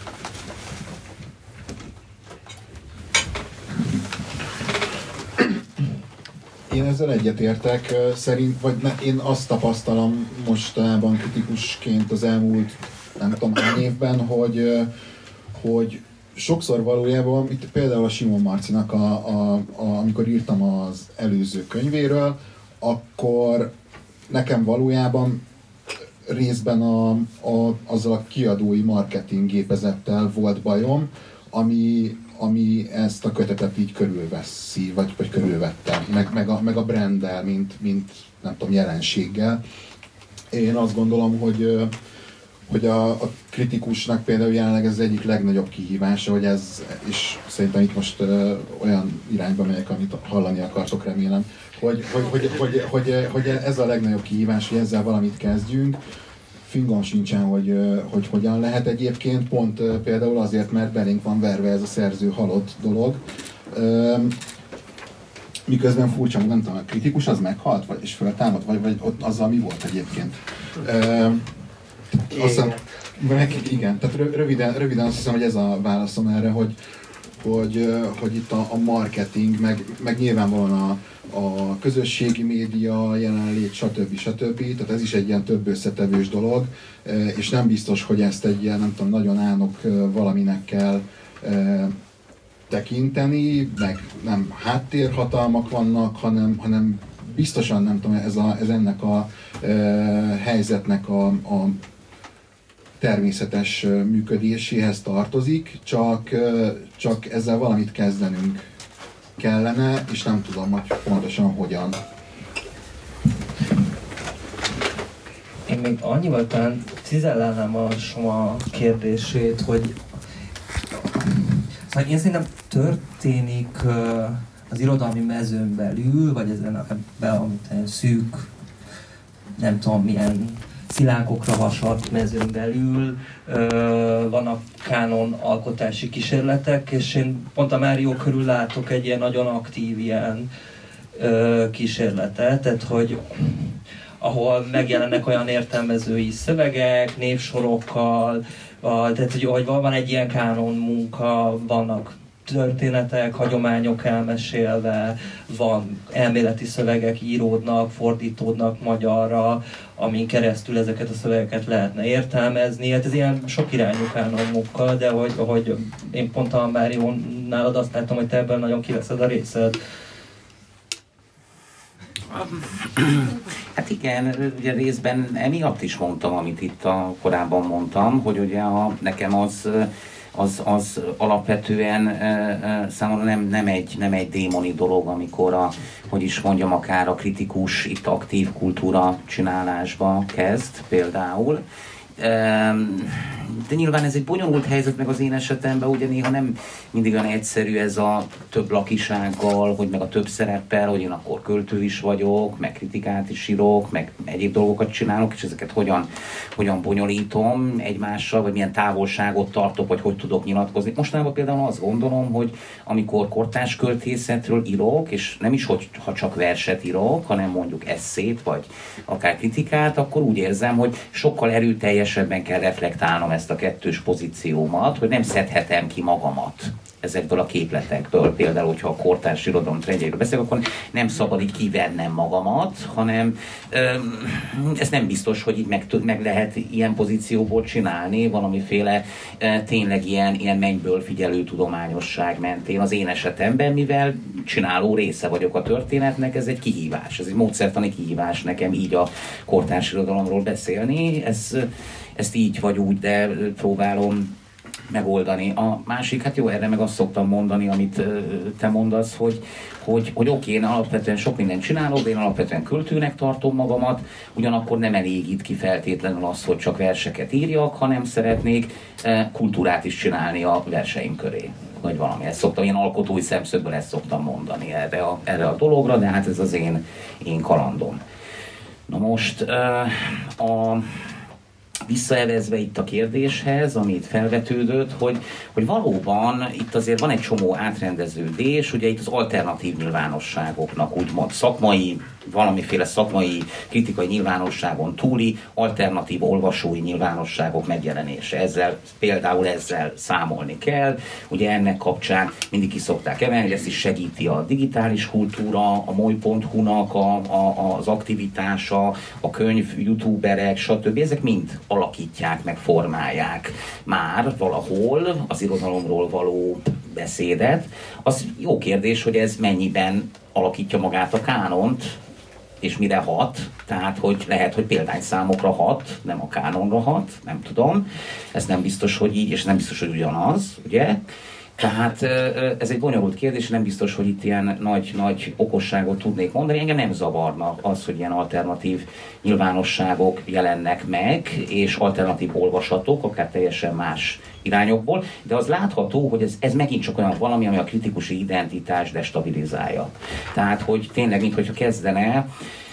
Én ezzel egyetértek, szerint, vagy ne, én azt tapasztalom mostanában kritikusként az elmúlt, nem tudom, hány évben, hogy, hogy sokszor valójában, itt például a Simon Marcinak, a, a, a, amikor írtam az előző könyvéről, akkor nekem valójában részben a, a, azzal a kiadói marketing gépezettel volt bajom, ami, ami ezt a kötetet így körülveszi, vagy, vagy körülvette, meg, meg, a, meg a branddel, mint, mint nem tudom, jelenséggel. Én azt gondolom, hogy hogy a, a kritikusnak például jelenleg ez az egyik legnagyobb kihívása, hogy ez, és szerintem itt most uh, olyan irányba megyek, amit hallani akartok, remélem, hogy, hogy, hogy, hogy, hogy, hogy ez a legnagyobb kihívás, hogy ezzel valamit kezdjünk. Fingom sincsen, hogy, hogy hogyan lehet egyébként, pont uh, például azért, mert belénk van verve ez a szerző halott dolog. Um, miközben furcsa, nem tudom, a kritikus az meghalt, vagy, és föltámad, vagy, vagy ott azzal mi volt egyébként. Um, Azt hiszem, meg, igen, tehát röviden, röviden azt hiszem, hogy ez a válaszom erre, hogy, hogy, hogy itt a, a marketing, meg, meg nyilvánvalóan a, a közösségi média jelenlét, stb. stb. Tehát ez is egy ilyen több összetevős dolog, és nem biztos, hogy ezt egy ilyen, nem tudom, nagyon álnok valaminek kell tekinteni, meg nem háttérhatalmak vannak, hanem, hanem biztosan, nem tudom, ez, a, ez ennek a helyzetnek a, a természetes működéséhez tartozik, csak, csak ezzel valamit kezdenünk kellene, és nem tudom, hogy pontosan hogyan. Én még annyival talán cizellálnám a Soma kérdését, hogy szóval én szerintem történik az irodalmi mezőn belül, vagy ezen a szűk, nem tudom milyen szilánkokra vasadt mezőn belül ö, vannak kánon alkotási kísérletek, és én pont a Mário körül látok egy ilyen nagyon aktív ilyen ö, kísérletet, tehát hogy ahol megjelennek olyan értelmezői szövegek, névsorokkal, a, tehát hogy, hogy van egy ilyen kánon munka, vannak történetek, hagyományok elmesélve, van elméleti szövegek íródnak, fordítódnak magyarra, amin keresztül ezeket a szövegeket lehetne értelmezni. Hát ez ilyen sok irányú kánonmunka, de hogy, hogy én pont a Mário nálad azt láttam, hogy te ebben nagyon kiveszed a részed. Hát igen, ugye részben emiatt is mondtam, amit itt a, korábban mondtam, hogy ugye a, nekem az, az, az alapvetően e, számomra nem, nem, egy, nem egy démoni dolog, amikor a, hogy is mondjam, akár a kritikus, itt aktív kultúra csinálásba kezd például. De nyilván ez egy bonyolult helyzet, meg az én esetemben ugye néha nem mindig olyan egyszerű ez a több lakisággal, hogy meg a több szereppel, hogy én akkor költő is vagyok, meg kritikát is írok, meg egyéb dolgokat csinálok, és ezeket hogyan, hogyan bonyolítom egymással, vagy milyen távolságot tartok, vagy hogy tudok nyilatkozni. Mostanában például azt gondolom, hogy amikor kortárs költészetről írok, és nem is, hogy ha csak verset írok, hanem mondjuk esszét, vagy akár kritikát, akkor úgy érzem, hogy sokkal erőteljesebben kell reflektálnom ezt a kettős pozíciómat, hogy nem szedhetem ki magamat ezekből a képletekből. Például, hogyha a kortárs irodalom trendjeiről beszélek, akkor nem szabad így kivennem magamat, hanem öm, ez nem biztos, hogy így meg, meg lehet ilyen pozícióból csinálni, valamiféle e, tényleg ilyen, ilyen mennyből figyelő tudományosság mentén. Az én esetemben, mivel csináló része vagyok a történetnek, ez egy kihívás, ez egy módszertani kihívás nekem így a kortárs irodalomról beszélni. Ez, ezt így vagy úgy, de próbálom megoldani. A másik, hát jó, erre meg azt szoktam mondani, amit te mondasz, hogy, hogy, hogy oké, én alapvetően sok mindent csinálok, de én alapvetően költőnek tartom magamat, ugyanakkor nem elégít ki feltétlenül az, hogy csak verseket írjak, hanem szeretnék kultúrát is csinálni a verseim köré. Vagy valami. Ezt szoktam, ilyen alkotói szemszögből ezt szoktam mondani erre a, erre a dologra, de hát ez az én, én kalandom. Na most a visszaevezve itt a kérdéshez, amit felvetődött, hogy, hogy valóban itt azért van egy csomó átrendeződés, ugye itt az alternatív nyilvánosságoknak úgymond szakmai, valamiféle szakmai, kritikai nyilvánosságon túli alternatív olvasói nyilvánosságok megjelenése. Ezzel, például ezzel számolni kell. Ugye ennek kapcsán mindig ki szokták emelni, hogy ezt is segíti a digitális kultúra, a moly pont hu-nak a, a, az aktivitása, a könyv, youtuberek, stb. Ezek mind alakítják, meg formálják már valahol az irodalomról való beszédet. Az jó kérdés, hogy ez mennyiben alakítja magát a kánont, és mire hat, tehát hogy lehet, hogy példányszámokra hat, nem a kánonra hat, nem tudom. Ez nem biztos, hogy így, és nem biztos, hogy ugyanaz, ugye? Tehát ez egy bonyolult kérdés, nem biztos, hogy itt ilyen nagy, nagy okosságot tudnék mondani. Engem nem zavarna az, hogy ilyen alternatív nyilvánosságok jelennek meg, és alternatív olvasatok, akár teljesen más irányokból, de az látható, hogy ez, ez megint csak olyan valami, ami a kritikusi identitás destabilizálja. Tehát, hogy tényleg, minthogyha kezdene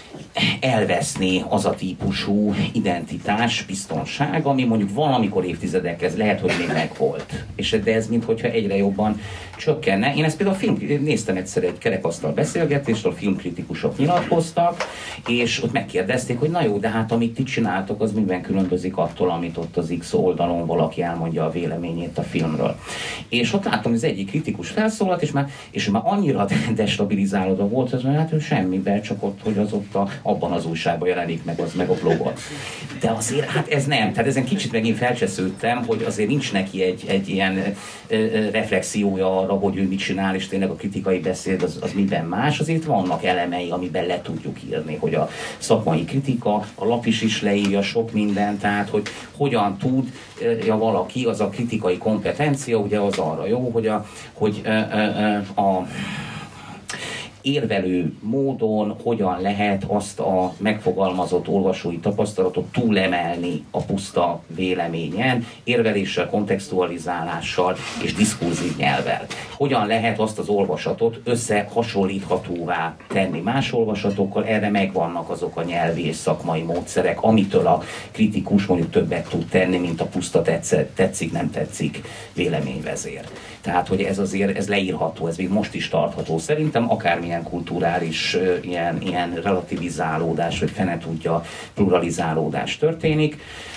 elveszni az a típusú identitás, biztonság, ami mondjuk valamikor évtizedekhez lehet, hogy még megvolt. És de ez minthogyha egyre jobban csökkenne. Én ezt például a film, néztem egyszer egy kerekasztal beszélgetést, a filmkritikusok nyilatkoztak, és ott megkérdezték, hogy na jó, de hát amit ti csináltok, az miben különbözik attól, amit ott az X oldalon valaki elmondja a véleményét a filmről. És ott láttam, az egyik kritikus felszólalt, és már, és már annyira destabilizálódva volt, hogy hát ő semmiben, csak ott, hogy az ott a, abban az újságban jelenik meg, az meg a blogon. De azért, hát ez nem. Tehát ezen kicsit megint felcsesződtem, hogy azért nincs neki egy, egy ilyen ö, ö, reflexiója arra, hogy ő mit csinál, és tényleg a kritikai beszéd az, az miben más. Azért vannak elemei, amiben le tudjuk írni, hogy a szakmai kritika, a lap is is leírja sok mindent, tehát hogy hogyan tudja valaki, az a kritikai kompetencia, ugye az arra jó, hogy a, hogy, ö, ö, a érvelő módon hogyan lehet azt a megfogalmazott olvasói tapasztalatot túlemelni a puszta véleményen, érveléssel, kontextualizálással és diskurzív nyelvvel. hogyan lehet azt az olvasatot összehasonlíthatóvá tenni más olvasatokkal, erre megvannak azok a nyelvi és szakmai módszerek, amitől a kritikus mondjuk többet tud tenni, mint a puszta tetszik, nem tetszik véleményvezér. Tehát, hogy ez azért ez leírható, ez még most is tartható. Szerintem akármilyen kulturális ilyen, ilyen relativizálódás, vagy fene tudja pluralizálódás történik.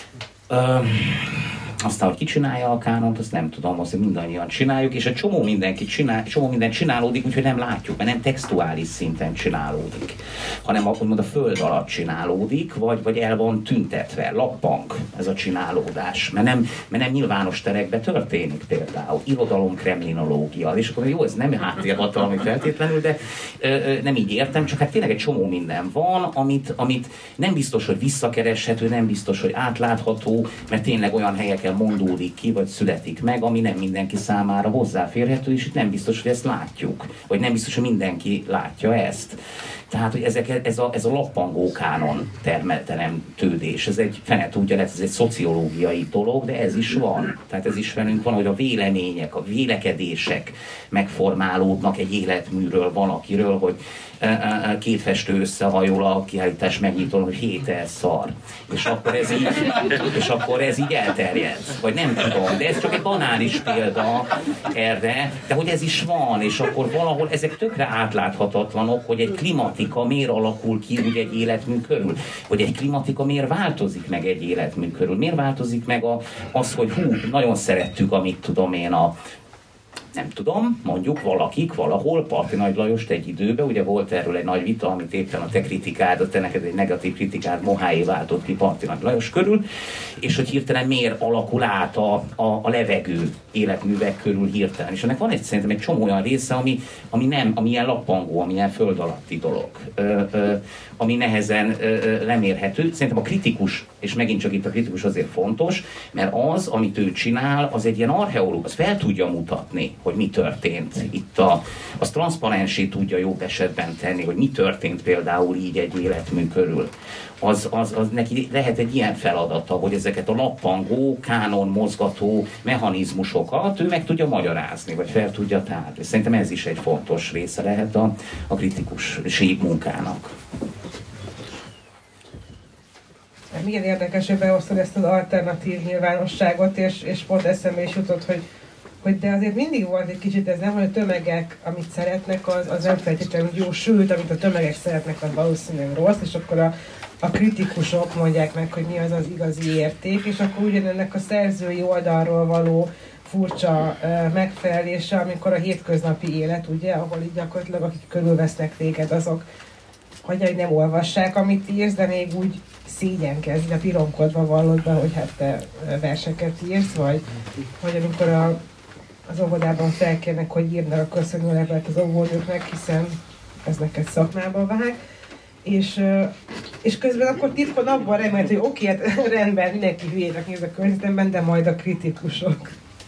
Öm, aztán, hogy ki csinálja a kánont, azt nem tudom, azt mindannyian csináljuk, és egy csomó mindenki csinál, csomó minden csinálódik, úgyhogy nem látjuk, mert nem textuális szinten csinálódik, hanem úgymond a föld alatt csinálódik, vagy, vagy el van tüntetve, lappang ez a csinálódás, mert nem, mert nem nyilvános terekben történik például, irodalom, kremlinológia, és akkor jó, ez nem háttérhatalmi feltétlenül, de ö, ö, nem így értem, csak hát tényleg egy csomó minden van, amit, amit nem biztos, hogy visszakereshető, nem biztos, hogy átlátható, mert tényleg olyan helyeken mondódik ki, vagy születik meg, ami nem mindenki számára hozzáférhető, és itt nem biztos, hogy ezt látjuk, vagy nem biztos, hogy mindenki látja ezt. Tehát, hogy ezek, ez, a, ez a lappangó kánon teremtődés, ez egy, fene tudja, ez egy szociológiai dolog, de ez is van. Tehát ez is velünk van, hogy a vélemények, a vélekedések megformálódnak egy életműről, valakiről, hogy két festő összehajol a kiállítás megnyitón, hogy hét el szar. És akkor ez így, és akkor ez így elterjed. Vagy nem tudom, de ez csak egy banális példa erre, de hogy ez is van, és akkor valahol ezek tökre átláthatatlanok, hogy egy klimatika miért alakul ki úgy egy életmű körül, hogy egy klimatika miért változik meg egy életmű körül, miért változik meg a, az, hogy hú, nagyon szerettük, amit tudom én a nem tudom, mondjuk valakik valahol, Parti Nagy Lajost egy időben, ugye volt erről egy nagy vita, amit éppen a te kritikád, te neked egy negatív kritikád Moháé váltott ki Parti Nagy Lajos körül, és hogy hirtelen miért alakul át a, a, a levegő életművek körül hirtelen. És ennek van egy, szerintem egy csomó olyan része, ami, ami nem, ami ilyen lappangó, ami ilyen föld alatti dolog, ö, ö, ami nehezen ö, ö, lemérhető. Szerintem a kritikus, és megint csak itt a kritikus azért fontos, mert az, amit ő csinál, az egy ilyen archeológus, az fel tudja mutatni, hogy mi történt itt a, az transzparensé tudja jobb esetben tenni, hogy mi történt például így egy életmű körül. Az, az, az neki lehet egy ilyen feladata, hogy ezeket a lappangó, kánon mozgató mechanizmusokat ő meg tudja magyarázni, vagy fel tudja tárni. Szerintem ez is egy fontos része lehet a, a kritikusi munkának. Milyen érdekes, hogy behoztad ezt az alternatív nyilvánosságot, és, és pont eszembe is jutott, hogy hogy de azért mindig volt egy kicsit ez, nem, hogy a tömegek, amit szeretnek, az, az nem feltétlenül jó, sőt, amit a tömegek szeretnek, az valószínűleg rossz, és akkor a, a kritikusok mondják meg, hogy mi az az igazi érték, és akkor ugyanennek a szerzői oldalról való furcsa uh, megfelelése, amikor a hétköznapi élet, ugye, ahol így gyakorlatilag akik körülvesznek téged, azok hogy nem olvassák, amit írsz, de még úgy szégyenkezni, a piromkodva vallod be, hogy hát te verseket írsz, vagy hogy amikor a az óvodában felkérnek, hogy írnak a köszönőlevelet az óvónőknek, hiszen ez neked szakmába vág. És, és közben akkor titkon abban remélt, hogy oké, okay, hát rendben, mindenki hülyének néz a környezetemben, de majd a kritikusok.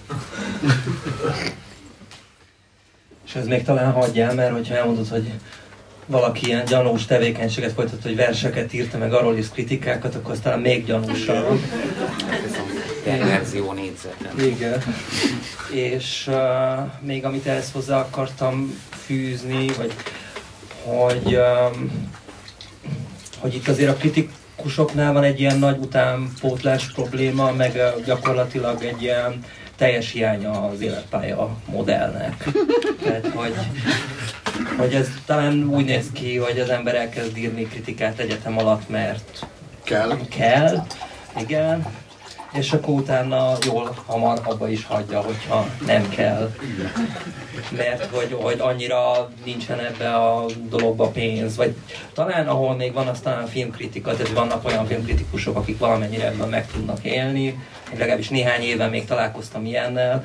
És ez még talán hagyjál, mert hogyha elmondod, hogy valaki ilyen gyanús tevékenységet folytat, hogy verseket írta, meg arról is kritikákat, akkor az talán még gyanúsabb. Verzió négyzeten. Igen. És uh, még amit ehhez hozzá akartam fűzni, vagy hogy, um, hogy itt azért a kritikusoknál van egy ilyen nagy utánpótlás probléma, meg uh, gyakorlatilag egy ilyen teljes hiánya az életpálya modellnek. Tehát, hogy, hogy ez talán úgy néz ki, hogy az ember elkezd írni kritikát egyetem alatt, mert kell. kell. Igen. És akkor utána jól hamar abba is hagyja, hogyha nem kell. Mert hogy, hogy annyira nincsen ebbe a dologba pénz. Vagy talán ahol még van, aztán a filmkritika, tehát vannak olyan filmkritikusok, akik valamennyire ebben meg tudnak élni. Én legalábbis néhány éven még találkoztam ilyennel.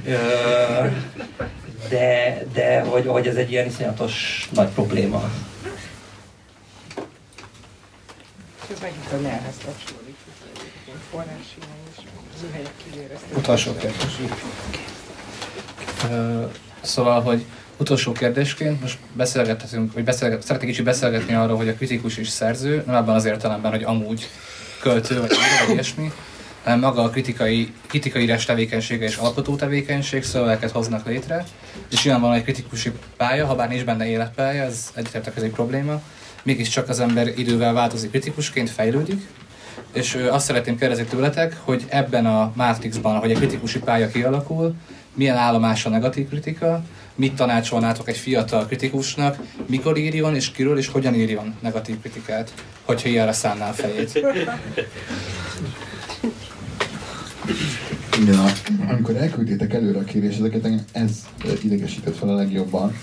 De, de hogy, hogy ez egy ilyen iszonyatos nagy probléma. Ez megint a nyelvhez kapcsolódik. Forrási Utolsó kérdés. Uh, szóval, hogy utolsó kérdésként most beszélgethetünk, vagy beszélget, szeretnék kicsit beszélgetni arról, hogy a kritikus és szerző, nem abban az értelemben, hogy amúgy költő vagy író, vagy ilyesmi, hanem maga a kritikai, kritikai tevékenysége és alkotó tevékenység, szövegeket hoznak létre, és nyilvánvalóan egy kritikusi pálya, ha bár nincs benne életpálya, ez egyetértek, ez egy probléma, mégiscsak az ember idővel változik kritikusként, fejlődik, és ö, azt szeretném kérdezni tőletek, hogy ebben a Matrixban, ahogy a kritikusi pálya kialakul, milyen állomás a negatív kritika, mit tanácsolnátok egy fiatal kritikusnak, mikor írjon, és kiről, és hogyan írjon negatív kritikát, hogyha ilyenre szállná a fejét. Ja, amikor elküldtétek előre a kéréseteket, ez idegesített fel a legjobban.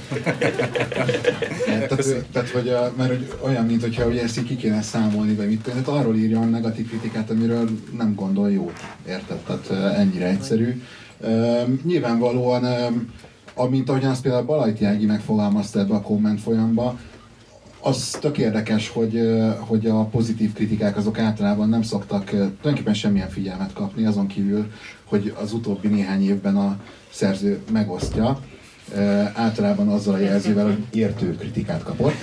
tehát, tehát, hogy a, mert hogy olyan, mint hogyha ugye ezt így ki kéne számolni, vagy mit tehát arról írjon negatív kritikát, amiről nem gondol jót. Érted? Tehát ennyire egyszerű. Uh, nyilvánvalóan, uh, amint ahogyan azt például Balajti Ági megfogalmazta ebbe a komment folyamba, az tök érdekes, hogy, uh, hogy a pozitív kritikák azok általában nem szoktak uh, tulajdonképpen semmilyen figyelmet kapni, azon kívül, hogy az utóbbi néhány évben a szerző megosztja. Uh, általában azzal a jelzővel, hogy értő kritikát kapott.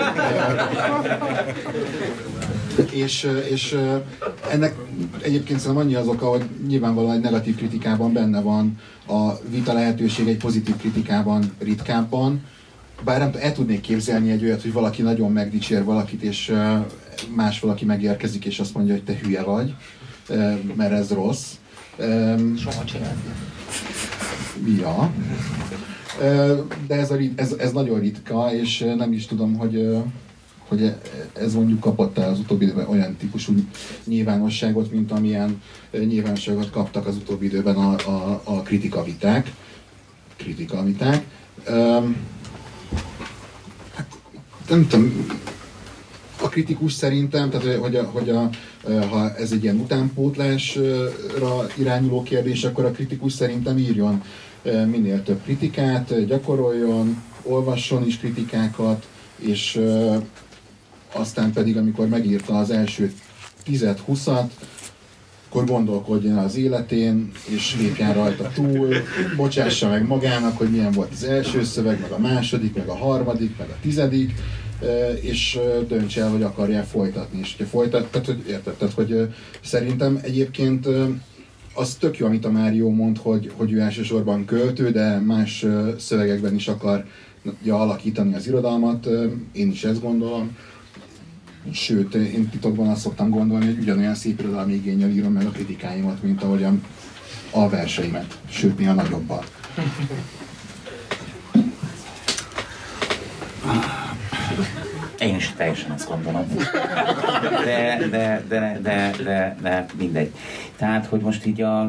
és, és ennek egyébként szerintem annyi az oka, hogy nyilvánvalóan egy negatív kritikában benne van a vita lehetőség, egy pozitív kritikában ritkábban. Bár nem el tudnék képzelni egy olyat, hogy valaki nagyon megdicsér valakit, és más valaki megérkezik, és azt mondja, hogy te hülye vagy, mert ez rossz. Soha csinálni. Ja. De ez, a, ez, ez nagyon ritka, és nem is tudom, hogy, hogy ez mondjuk kapott-e az utóbbi időben olyan típusú nyilvánosságot, mint amilyen nyilvánosságot kaptak az utóbbi időben a, a, a kritikaviták. Kritikaviták. Hát, nem tudom, a kritikus szerintem, tehát hogy, a, hogy a, ha ez egy ilyen utánpótlásra irányuló kérdés, akkor a kritikus szerintem írjon minél több kritikát, gyakoroljon, olvasson is kritikákat, és uh, aztán pedig, amikor megírta az első tízet-húszat, akkor gondolkodjon az életén, és lépjen rajta túl, bocsássa meg magának, hogy milyen volt az első szöveg, meg a második, meg a harmadik, meg a tizedik, uh, és uh, dönts el, hogy akarja folytatni. És hogyha folytat, tehát, hogy érted, tehát, hogy uh, szerintem egyébként uh, az tök jó, amit a Mário mond, hogy, hogy ő elsősorban költő, de más uh, szövegekben is akarja alakítani az irodalmat. Uh, én is ezt gondolom. Sőt, én titokban azt szoktam gondolni, hogy ugyanolyan szép irodalmi igénnyel írom meg a kritikáimat, mint ahogyan a verseimet. Sőt, néha nagyobban. Én is teljesen azt gondolom. De, de, de, de, de, de mindegy. Tehát, hogy most így a,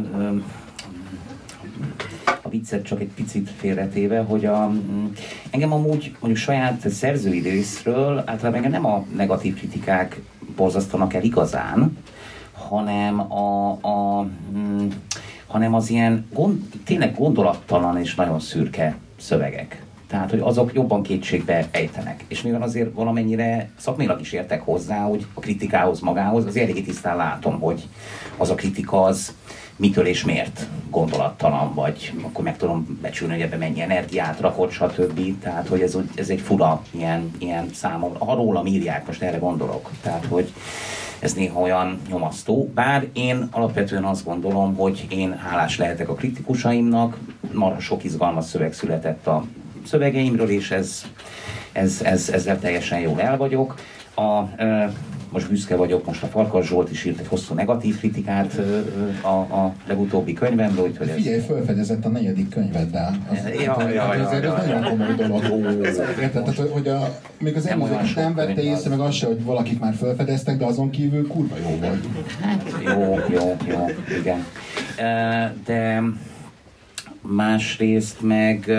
a viccet csak egy picit félretéve, hogy a, engem amúgy mondjuk saját szerzői részről általában engem nem a negatív kritikák borzasztanak el igazán, hanem, a, a, hanem az ilyen gond, tényleg gondolattalan és nagyon szürke szövegek. Tehát, hogy azok jobban kétségbe ejtenek. És mivel azért valamennyire szakmailag is értek hozzá, hogy a kritikához magához, azért eléggé tisztán látom, hogy az a kritika az mitől és miért gondolattalan, vagy akkor meg tudom becsülni, hogy ebben mennyi energiát rakott, stb. Tehát, hogy ez, ez egy fura ilyen, ilyen számomra. Ha rólam írják, most erre gondolok. Tehát, hogy ez néha olyan nyomasztó. Bár én alapvetően azt gondolom, hogy én hálás lehetek a kritikusaimnak, marha sok izgalmas szöveg született a szövegeimről, és ez, ez, ez, ezzel teljesen jól el vagyok. A, e, most büszke vagyok, most a Farkas Zsolt is írt egy hosszú negatív kritikát e, a, a legutóbbi könyvemről. Úgyhogy figyelj, felfedezett a negyedik könyveddel. Az, ja, ja, ja, ja, ez ja, nagyon ja. komoly dolog. Érted? Tehát, hogy a, még az előzőt nem vette észre, meg az se, hogy valakit már felfedeztek, de azon kívül kurva jó volt. Hát, jó, jó, jó, igen. E, de másrészt meg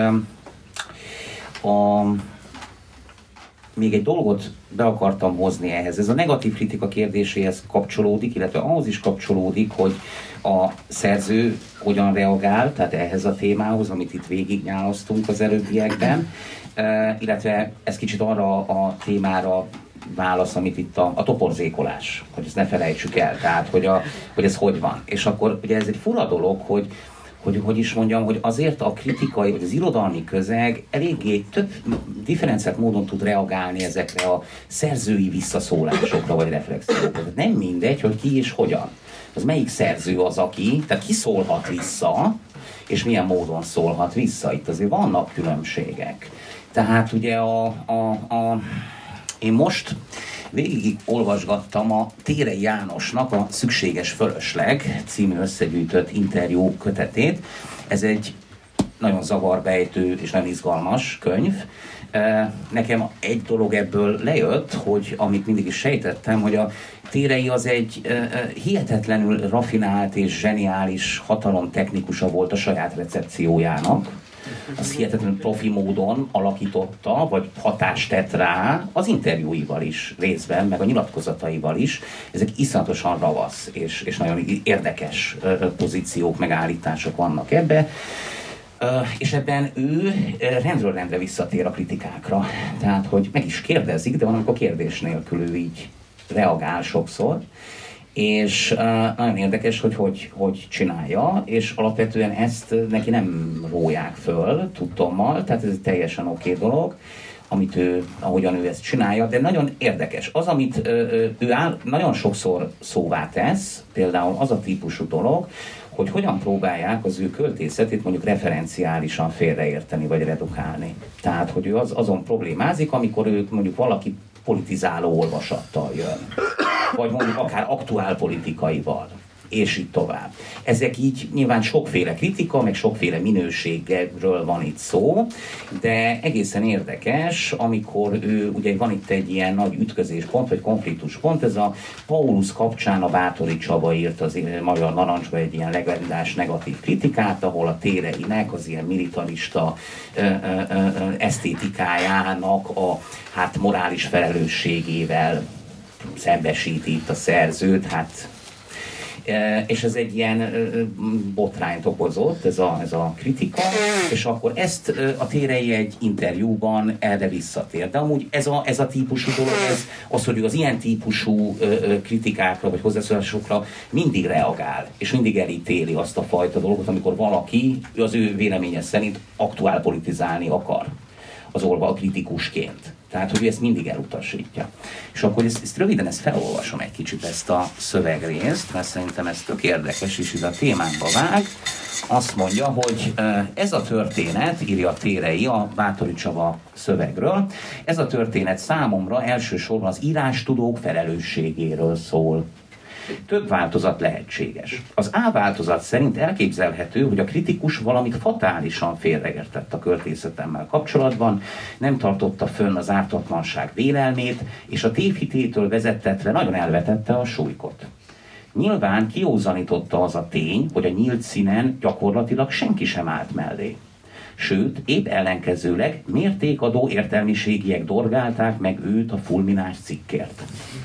a, még egy dolgot be akartam hozni ehhez. Ez a negatív kritika kérdéséhez kapcsolódik, illetve ahhoz is kapcsolódik, hogy a szerző hogyan reagál, tehát ehhez a témához, amit itt végignyáloztunk az előbbiekben, e, illetve ez kicsit arra a témára válasz, amit itt a, a toporzékolás, hogy ezt ne felejtsük el, tehát hogy, a, hogy ez hogy van. És akkor ugye ez egy fura dolog, hogy hogy hogy is mondjam, hogy azért a kritikai, vagy az irodalmi közeg eléggé több differenciált módon tud reagálni ezekre a szerzői visszaszólásokra, vagy reflexiókra. Nem mindegy, hogy ki és hogyan. az melyik szerző az, aki, tehát ki szólhat vissza, és milyen módon szólhat vissza. Itt azért vannak különbségek. Tehát ugye a, a, a én most végig olvasgattam a Térei Jánosnak a Szükséges Fölösleg című összegyűjtött interjú kötetét. Ez egy nagyon zavarbejtő és nagyon izgalmas könyv. Nekem egy dolog ebből lejött, hogy amit mindig is sejtettem, hogy a Térei az egy hihetetlenül rafinált és zseniális hatalomtechnikusa volt a saját recepciójának. Az hihetetlenül profi módon alakította, vagy hatást tett rá az interjúival is részben, meg a nyilatkozataival is. Ezek iszonyatosan ravasz és, és nagyon érdekes pozíciók, megállítások vannak ebbe. Uh, és ebben ő uh, rendről rendre visszatér a kritikákra. Tehát, hogy meg is kérdezik, de van, amikor kérdés nélkül ő így reagál sokszor. És uh, nagyon érdekes, hogy, hogy hogy csinálja, és alapvetően ezt neki nem róják föl tudtommal, tehát ez egy teljesen oké dolog, amit ő, ahogyan ő ezt csinálja, de nagyon érdekes. Az, amit uh, ő áll, nagyon sokszor szóvá tesz, például az a típusú dolog, hogy hogyan próbálják az ő költészetét mondjuk referenciálisan félreérteni vagy redukálni. Tehát, hogy ő az, azon problémázik, amikor ők mondjuk valaki politizáló olvasattal jön, vagy mondjuk akár aktuál politikaival, és így tovább. Ezek így nyilván sokféle kritika, meg sokféle minőségről van itt szó, de egészen érdekes, amikor ő, ugye van itt egy ilyen nagy ütközéspont, vagy konfliktuspont, ez a Paulus kapcsán a Báthori Csaba írt az Magyar Narancsba egy ilyen legendás negatív kritikát, ahol a Téreinek az ilyen militarista ö, ö, ö, esztétikájának a hát morális felelősségével szembesíti itt a szerzőt, hát és ez egy ilyen botrányt okozott, ez a, ez a kritika, és akkor ezt a Térei egy interjúban erre visszatér. De amúgy ez a, ez a típusú dolog, ez az, hogy ő az ilyen típusú kritikákra vagy hozzászólásokra mindig reagál, és mindig elítéli azt a fajta dolgot, amikor valaki az ő véleménye szerint aktuál politizálni akar az olva kritikusként. Tehát, hogy ő ezt mindig elutasítja. És akkor ezt, ezt röviden ezt felolvasom egy kicsit, ezt a szövegrészt, mert szerintem ez tök érdekes, és ez a témánkba vág. Azt mondja, hogy ez a történet, írja Térei a Báthori Csaba szövegről, ez a történet számomra elsősorban az írástudók felelősségéről szól. Több változat lehetséges. Az A változat szerint elképzelhető, hogy a kritikus valamit fatálisan félreértett a költészetemmel kapcsolatban, nem tartotta fönn az ártatlanság vélelmét, és a tévhitétől vezettetve nagyon elvetette a súlykot. Nyilván kiózanította az a tény, hogy a nyílt színen gyakorlatilag senki sem állt mellé. Sőt, épp ellenkezőleg mértékadó értelmiségiek dorgálták meg őt a fulmináns cikkért.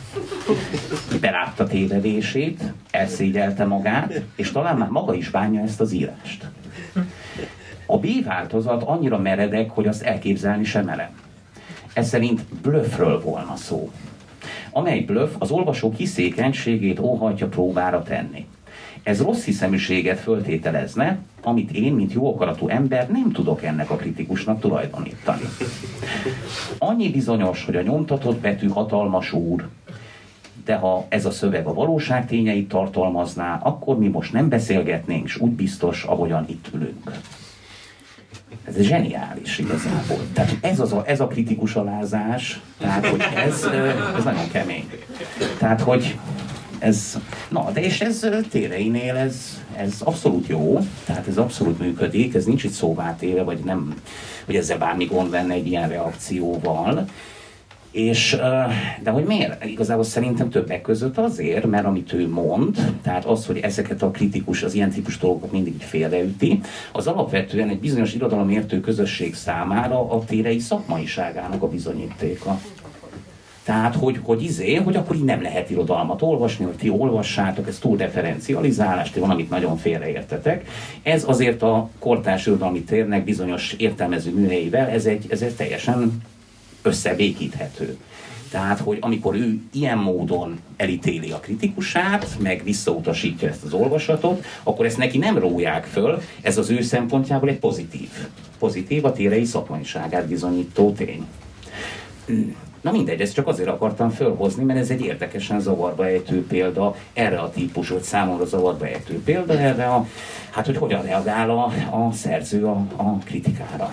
Belátta tévedését, elszégyelte magát, és talán már maga is bánja ezt az írást. A B változat annyira meredek, hogy azt elképzelni sem merem. Ez szerint blöffről volna szó, amely blöff az olvasók hiszékenységét óhajtja próbára tenni. Ez rossz hiszeműséget föltételezne, amit én, mint jó akaratú ember nem tudok ennek a kritikusnak tulajdonítani. Annyi bizonyos, hogy a nyomtatott betű hatalmas úr, de ha ez a szöveg a valóság tényeit tartalmazná, akkor mi most nem beszélgetnénk, s úgy biztos, ahogyan itt ülünk. Ez zseniális igazából. Tehát ez, az a, ez a kritikus alázás, tehát hogy ez, ez nagyon kemény. Tehát, hogy ez, na, de és ez Téreinél ez, ez abszolút jó, tehát ez abszolút működik, ez nincs itt szóvá téve, vagy nem, hogy ezzel bármi gond lenne egy ilyen reakcióval. És, de hogy miért? Igazából szerintem többek között azért, mert amit ő mond, tehát az, hogy ezeket a kritikus, az ilyen típus dolgokat mindig félreüti, az alapvetően egy bizonyos irodalomértő közösség számára a Térei szakmaiságának a bizonyítéka. Tehát, hogy, hogy izé, hogy akkor így nem lehet irodalmat olvasni, hogy ti olvassátok, ez túl referencializálás, ti van, amit nagyon félreértetek. Ez azért a kortárs irodalmi térnek bizonyos értelmező műhelyével, ez egy, ez egy teljesen összebékíthető. Tehát, hogy amikor ő ilyen módon elítéli a kritikusát, meg visszautasítja ezt az olvasatot, akkor ezt neki nem róják föl, ez az ő szempontjából egy pozitív. Pozitív a Térei szakmaiságát bizonyító tény. Na mindegy, ezt csak azért akartam fölhozni, mert ez egy érdekesen zavarba ejtő példa erre a típusú, vagy számomra zavarba ejtő példa erre a, hát hogy hogyan reagál a, a szerző a, a kritikára.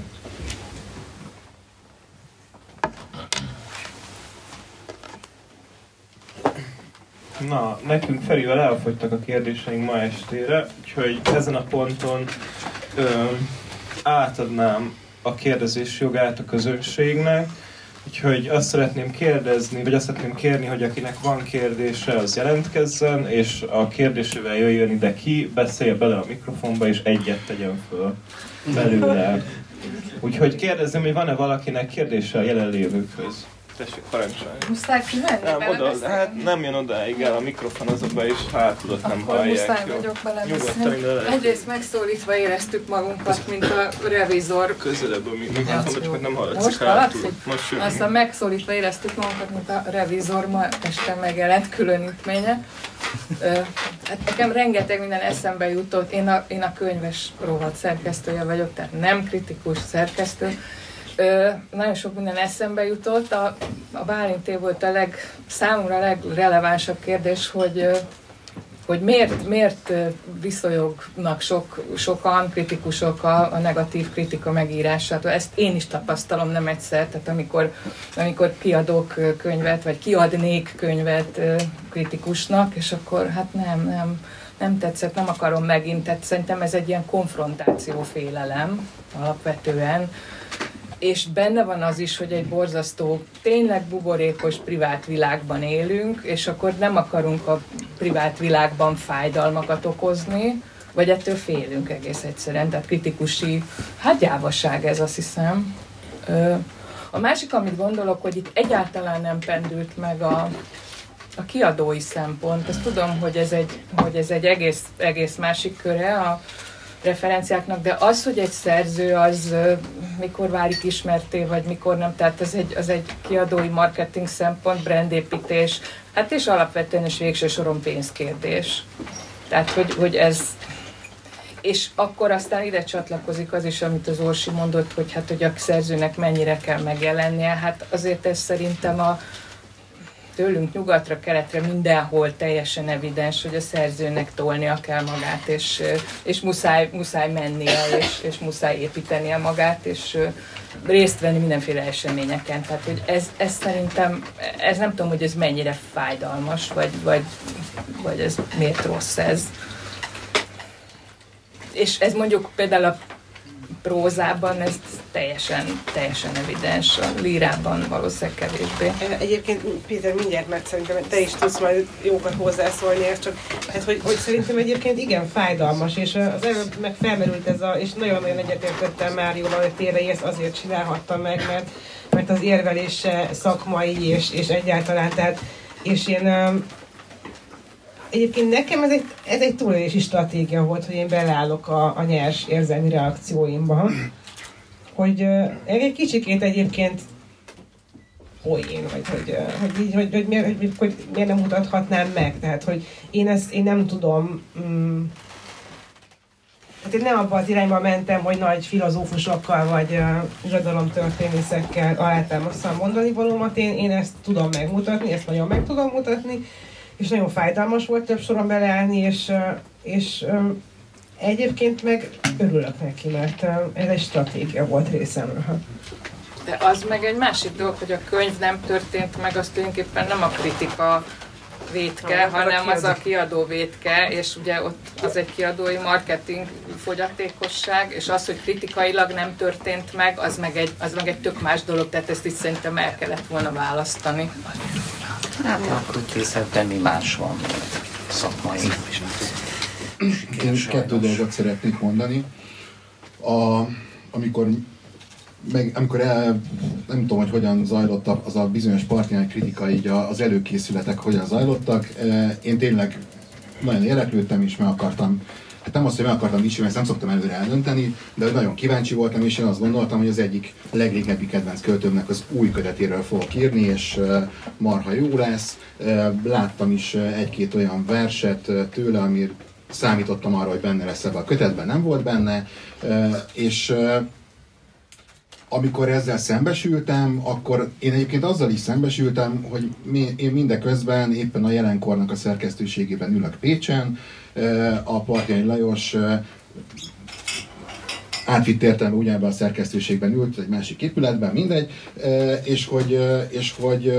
Na, nekünk Ferivel elfogytak a kérdéseink ma estére, úgyhogy ezen a ponton ö, átadnám a kérdezés jogát a közönségnek, úgyhogy azt szeretném kérdezni, vagy azt szeretném kérni, hogy akinek van kérdése, az jelentkezzen, és a kérdésével jöjjön ide ki, beszélje bele a mikrofonba, és egyet tegyen föl belőle. Úgyhogy kérdezném, hogy van-e valakinek kérdése a jelenlévőkhöz? Tessék, parancsolni. Muszáj kimenni? Nem, oda, hát nem jön odáig el a mikrofon azokba, és hátulat nem akkor hallják. Muszáj vagyok belebeszélni. Nyugodtan, Egyrészt megszólítva éreztük magunkat, mint a revizor. Közelebb a mikrofonba, csak nem hallatszik Most hátul. hallatszik? Most jön. Aztán megszólítva éreztük magunkat, mint a revizor ma este megjelent különítménye. Hát nekem rengeteg minden eszembe jutott. Én a, én a könyves rovat szerkesztője vagyok, tehát nem kritikus szerkesztő. Ö, nagyon sok minden eszembe jutott. A, a Bálinté volt a leg, számomra a legrelevánsabb kérdés, hogy, hogy miért, miért viszonyognak sok, sokan, kritikusok a, a negatív kritika megírásától. Ezt én is tapasztalom nem egyszer, tehát amikor, amikor kiadok könyvet, vagy kiadnék könyvet kritikusnak, és akkor hát nem, nem, nem tetszett, nem akarom megint, tehát szerintem ez egy ilyen konfrontációfélelem alapvetően. És benne van az is, hogy egy borzasztó, tényleg buborékos privát világban élünk, és akkor nem akarunk a privát világban fájdalmakat okozni, vagy ettől félünk egész egyszerűen, tehát kritikusi, hát gyávaság ez, azt hiszem. A másik, amit gondolok, hogy itt egyáltalán nem pendült meg a, a kiadói szempont. Ezt tudom, hogy ez egy, hogy ez egy egész, egész másik köre a referenciáknak, de az, hogy egy szerző az mikor válik ismerté, vagy mikor nem, tehát az egy, az egy kiadói marketing szempont, brandépítés, hát és alapvetően is végső soron pénzkérdés. Tehát, hogy, hogy ez, és akkor aztán ide csatlakozik az is, amit az Orsi mondott, hogy hát, hogy a szerzőnek mennyire kell megjelennie, hát azért ez szerintem a tőlünk nyugatra, keletre mindenhol teljesen evidens, hogy a szerzőnek tolnia kell magát, és, és muszáj, muszáj mennie, és, és muszáj építenie magát, és részt venni mindenféle eseményeken. Tehát, hogy ez, ez szerintem, ez nem tudom, hogy ez mennyire fájdalmas, vagy, vagy, vagy ez miért rossz ez. És ez mondjuk például a prózában ez teljesen, teljesen evidens, a lírában valószínűleg kevésbé. Egyébként Péter, mindjárt, mert szerintem te is tudsz majd jókat hozzászólni, ez csak, hát, hogy, hogy szerintem egyébként igen fájdalmas, és az előbb meg felmerült ez a, és nagyon-nagyon egyetértettem Márióval, hogy tényleg ezt azért csinálhattam meg, mert, mert az érvelése szakmai, és, és egyáltalán, tehát, és én egyébként nekem ez egy, ez egy túlélési stratégia volt, hogy én beleállok a, a nyers érzelmi reakcióimba. Hogy uh, egy kicsikét egyébként poén, vagy hogy, uh, hogy, így, hogy, hogy, miért, hogy, hogy miért nem mutathatnám meg. Tehát, hogy én ezt én nem tudom... Um, hát én nem abban az irányba mentem, hogy nagy filozófusokkal vagy uh, irodalomtörténészekkel alátámasztam mondani valómat. Én, én ezt tudom megmutatni, ezt nagyon meg tudom mutatni. És nagyon fájdalmas volt több soron beleállni, és, és um, egyébként meg örülök neki, mert um, ez egy stratégia volt részemről. De az meg egy másik dolog, hogy a könyv nem történt meg, az tulajdonképpen nem a kritika vétke, no, hanem az a kiadó vétke, és ugye ott az egy kiadói marketing fogyatékosság, és az, hogy kritikailag nem történt meg, az meg egy, az meg egy tök más dolog, tehát ezt itt szerintem el kellett volna választani. Hát akkor készebben mi más van, szakmai. Én kettő dolgot szeretnék mondani. A, amikor meg, amikor el, nem tudom, hogy hogyan zajlott az a bizonyos partjány kritika, így az előkészületek hogyan zajlottak. Én tényleg nagyon érdeklődtem, és meg akartam, hát nem azt, hogy meg akartam ismerni, ezt nem szoktam előre eldönteni, de nagyon kíváncsi voltam, és én azt gondoltam, hogy az egyik legrégebbi kedvenc költőmnek az új kötetéről fogok írni, és marha jó lesz. Láttam is egy-két olyan verset tőle, amire számítottam arra, hogy benne lesz ebben a kötetben, nem volt benne, és amikor ezzel szembesültem, akkor én egyébként azzal is szembesültem, hogy mi, én mindeközben éppen a Jelenkornak a szerkesztőségében ülök Pécsen, a Partjai Lajos átvitt értelemben ugyanebben a szerkesztőségben ült, egy másik épületben, mindegy, és hogy, és hogy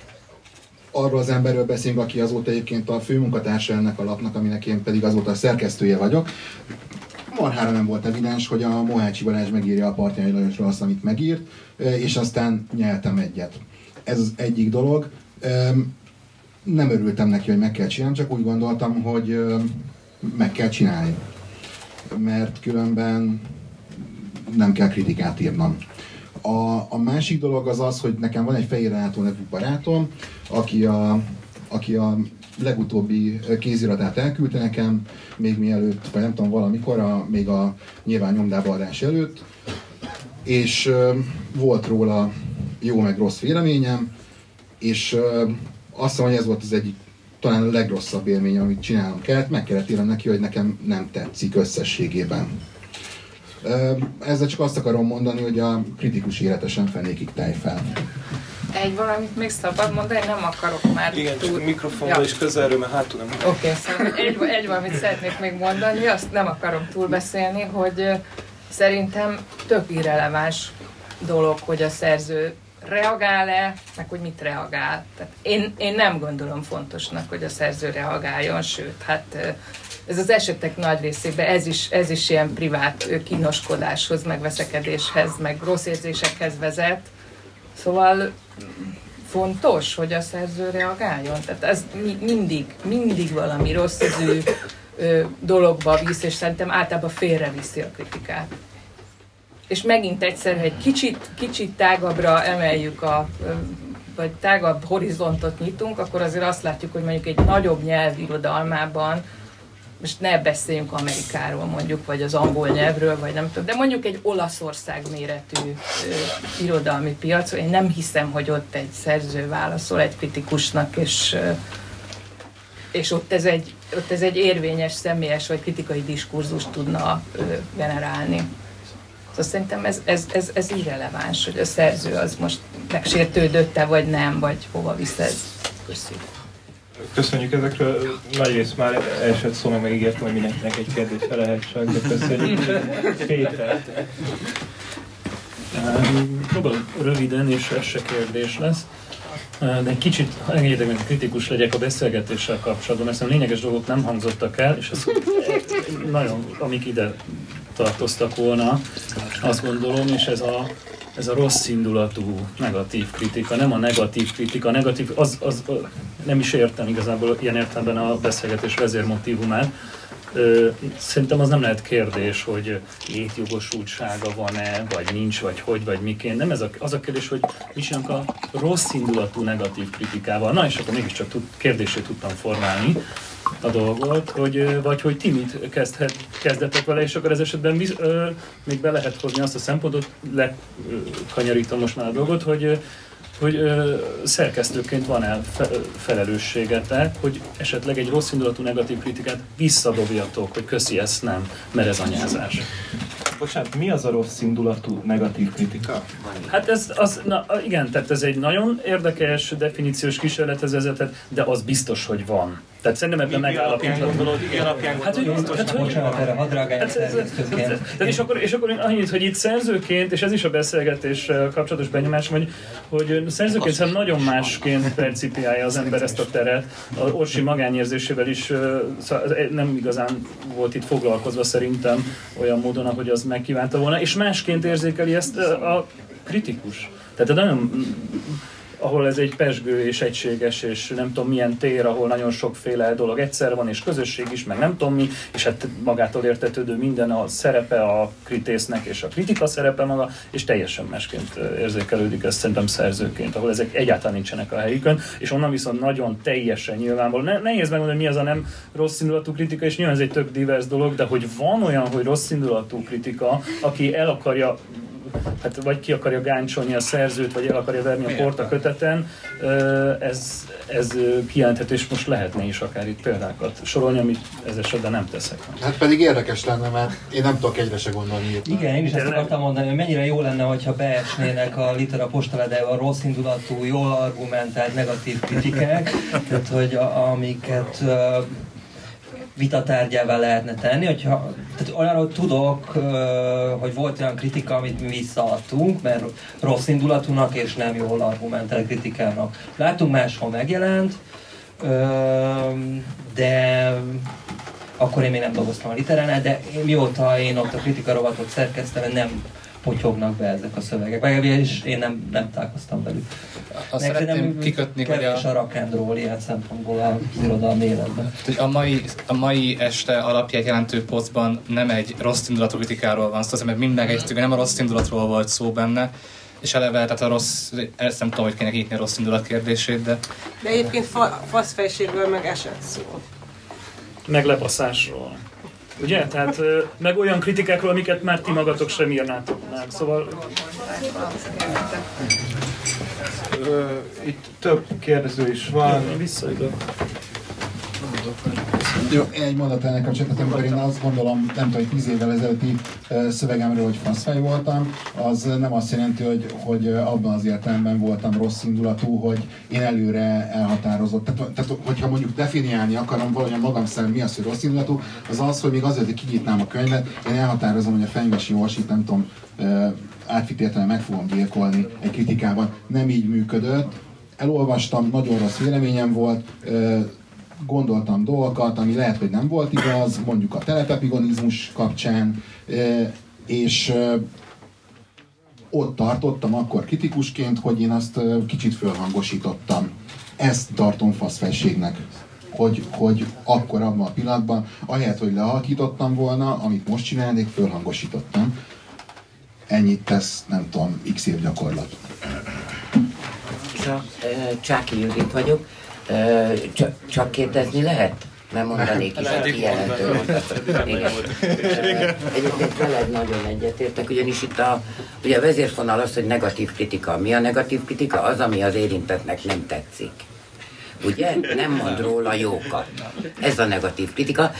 arról az emberről beszélünk, aki azóta egyébként a főmunkatársa ennek a lapnak, aminek én pedig azóta a szerkesztője vagyok. Marhára nem volt evidens, hogy a Mohácsi Balázs megírja a Partjai Lajosról azt, amit megírt, és aztán nyeltem egyet. Ez az egyik dolog. Nem örültem neki, hogy meg kell csinálni, csak úgy gondoltam, hogy meg kell csinálni. Mert különben nem kell kritikát írnom. A, a másik dolog az az, hogy nekem van egy Fehér Renátó nevű barátom, aki a, aki a legutóbbi kéziratát elküldte nekem, még mielőtt, vagy nem tudom, valamikor, a, még a nyilván nyomdába adás előtt, és uh, volt róla jó meg rossz véleményem, és uh, azt mondom, hogy ez volt az egyik talán a legrosszabb élmény, amit csinálnom kellett, meg kellett írnom neki, hogy nekem nem tetszik összességében. Ezzel csak azt akarom mondani, hogy a kritikus életesen fenékig tejfel. Egy valamit még szabad mondani, nem akarok már igen, túl... csak mikrofonba ja. is közelről, mert hátul nem... Oké, okay, szóval egy, egy valamit szeretnék még mondani, azt nem akarom túlbeszélni, hogy szerintem tök irreleváns dolog, hogy a szerző reagál-e, meg hogy mit reagál. Tehát én, én nem gondolom fontosnak, hogy a szerző reagáljon, sőt, hát ez az esetek nagy részében ez is, ez is ilyen privát kínoskodáshoz, meg veszekedéshez, meg rossz érzésekhez vezet. Szóval fontos, hogy a szerző reagáljon. Tehát ez mindig, mindig valami rossz ízű dologba visz, és szerintem általában félreviszi a kritikát. És megint egyszer, ha egy kicsit, kicsit tágabbra emeljük a, vagy tágabb horizontot nyitunk, akkor azért azt látjuk, hogy mondjuk egy nagyobb nyelvirodalmában, most ne beszéljünk Amerikáról mondjuk, vagy az angol nyelvről, vagy nem tudom, de mondjuk egy Olaszország méretű ö, irodalmi piacon, én nem hiszem, hogy ott egy szerző válaszol egy kritikusnak, és, ö, és ott, ez egy, ott ez egy érvényes, személyes vagy kritikai diskurzust tudna ö, generálni. Szóval szerintem ez, ez, ez, ez irreleváns, hogy a szerző az most megsértődötte, vagy nem, vagy hova visz ez. Köszönjük. Köszönjük ezekről. Nagyrészt már elsőt szó, meg megígértem, hogy mindenkinek egy kérdése lehet csak, de köszönjük. Péter. Próbálom röviden, és ez se kérdés lesz. De egy kicsit, engedjétek meg, kritikus legyek a beszélgetéssel kapcsolatban, mert szerintem lényeges dolgok nem hangzottak el, és ez nagyon, amik ide tartoztak volna, azt gondolom, és ez a, ez a rossz indulatú negatív kritika, nem a negatív kritika, a negatív, az, az, az nem is értem igazából ilyen értelemben a beszélgetés vezérmotívumát. Szerintem az nem lehet kérdés, hogy létjogosultsága van-e, vagy nincs, vagy hogy, vagy miként. Nem ez a, az a kérdés, hogy mi csinálunk a rossz indulatú negatív kritikával. Na és akkor mégiscsak tud, kérdését tudtam formálni a dolgot, hogy, vagy hogy ti mit kezdhet, kezdetek vele, és akkor ez esetben biz, ö, még be lehet hozni azt a szempontot, lekanyarítom most már a dolgot, hogy hogy ö, szerkesztőként van-e fe, felelősségetek, hogy esetleg egy rossz indulatú negatív kritikát visszadobjatok, hogy köszi, ezt nem, mert ez anyázás. Bocsánat, mi az a rossz indulatú negatív kritika? Hát ez, az, na, igen, tehát ez egy nagyon érdekes definíciós kísérlethez vezetett, de az biztos, hogy van. Tehát szerintem ebben megállapítható. Hát, hogy hát, hogy... Bocsánat, erre hadd reagáljak szerkesztőként. És akkor, és akkor annyit, hogy itt szerzőként, és ez is a beszélgetés kapcsolatos benyomásom, hogy, hogy szerzőként szerintem nagyon másként percipiálja az ember ezt a teret. A Orsi magányérzésével is nem igazán volt itt foglalkozva szerintem olyan módon, ahogy az megkívánta volna, és másként érzékeli ezt a kritikus. Tehát nagyon... ahol ez egy pezsgő és egységes, és nem tudom milyen tér, ahol nagyon sokféle dolog egyszer van, és közösség is, meg nem tudom mi, és hát magától értetődő minden a szerepe a kritésznek, és a kritika szerepe maga, és teljesen másként érzékelődik ez szerintem szerzőként, ahol ezek egyáltalán nincsenek a helyükön, és onnan viszont nagyon teljesen nyilvánvaló. Ne, nehéz megmondani, mi az a nem rossz indulatú kritika, és nyilván ez egy tök divers dolog, de hogy van olyan, hogy rossz indulatú kritika, aki el akarja hát vagy ki akarja gáncsolni a szerzőt, vagy el akarja verni a port a köteten, ez, ez kijelenthető, és most lehetne is akár itt példákat sorolni, amit ez esetben nem teszek. Hát pedig érdekes lenne, mert én nem tudok egyre se gondolni. Itt. Igen, én is ezt akartam mondani, hogy mennyire jó lenne, hogyha beesnének a litera postaledájában rossz indulatú, jól argumentált, negatív kritikák, tehát hogy a, amiket uh, vitatárgyává lehetne tenni, hogyha, tehát olyanról tudok, uh, hogy volt olyan kritika, amit mi visszaadtunk, mert rossz indulatúnak és nem jól argumentált kritikának. Láttunk, máshol megjelent, uh, de akkor én még nem dolgoztam a literánál, de mióta én ott a kritika rovatot szerkesztem, nem potyognak be ezek a szövegek. Legalábbis én nem, nem találkoztam velük. Azt szeretném kikötni, hogy a... a rock and roll ilyen szempontból az irodalmi életben. A mai, a mai este alapját jelentő posztban nem egy rossz indulatú kritikáról van szó, mert minden egyszerűen nem a rossz indulatról volt szó benne, és eleve, tehát a rossz, ezt nem tudom, hogy kéne nyitni a rossz indulat kérdését, de... De egyébként fa, faszfejségről meg esett szó. Meg lepaszásról. Ugye? Tehát meg olyan kritikákról, amiket már ti magatok sem írnátok meg. Szóval... Itt több kérdező is van. Én visszaidok. Jó, egy mondat ennek kapcsolatban, amikor én azt gondolom, nem tudom, hogy tíz évvel ezelőtti szövegemről, hogy faszfej voltam, az nem azt jelenti, hogy, hogy abban az értelemben voltam rossz indulatú, hogy én előre elhatározott. Tehát, tehát hogyha mondjuk definiálni akarom valahogyan magam szerint mi az, hogy rossz indulatú, az az, hogy még azért, hogy kinyitnám a könyvet, én elhatározom, hogy a Fenyvesi Orsit, nem tudom, átvitt értelemben meg fogom gyilkolni egy kritikában. Nem így működött. Elolvastam, nagyon rossz véleményem volt, gondoltam dolgokat, ami lehet, hogy nem volt igaz, mondjuk a telepepigonizmus kapcsán, és ott tartottam akkor kritikusként, hogy én azt kicsit fölhangosítottam. Ezt tartom faszfelségnek, hogy, hogy akkor abban a pillanatban, ahelyett, hogy lehalkítottam volna, amit most csinálnék, fölhangosítottam. Ennyit tesz, nem tudom, x év gyakorlat. Csak, Csáki Judit vagyok. Csak, csak kérdezni lehet? Nem mondanék is a kijelentő mondatot. Egyébként veled nagyon egyetértek, ugyanis itt a, ugye a vezérfonal az, hogy negatív kritika. Mi a negatív kritika? Az, ami az érintettnek nem tetszik. Ugye? Nem mond róla jókat. Ez a negatív kritika.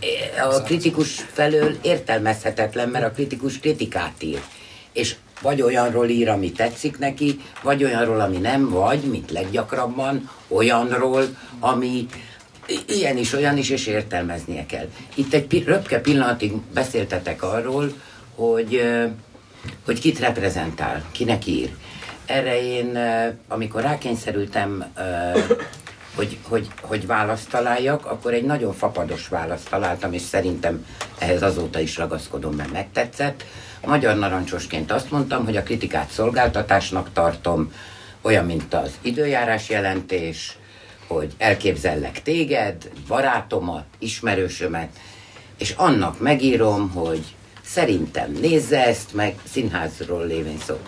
A kritikus felől értelmezhetetlen, mert a kritikus kritikát ír. És vagy olyanról ír, ami tetszik neki, vagy olyanról, ami nem, vagy, mint leggyakrabban, olyanról, ami ilyen is, olyan is, és értelmeznie kell. Itt egy röpke pillanatig beszéltetek arról, hogy, hogy kit reprezentál, kinek ír. Erre én, amikor rákényszerültem, hogy, hogy, hogy választ találjak, akkor egy nagyon fapados választ találtam, és szerintem ehhez azóta is ragaszkodom, mert megtetszett. Magyar narancsosként azt mondtam, hogy a kritikát szolgáltatásnak tartom, olyan, mint az időjárás jelentés, hogy elképzellek téged, barátomat, ismerősömet, és annak megírom, hogy szerintem nézze ezt meg, színházról lévén szó.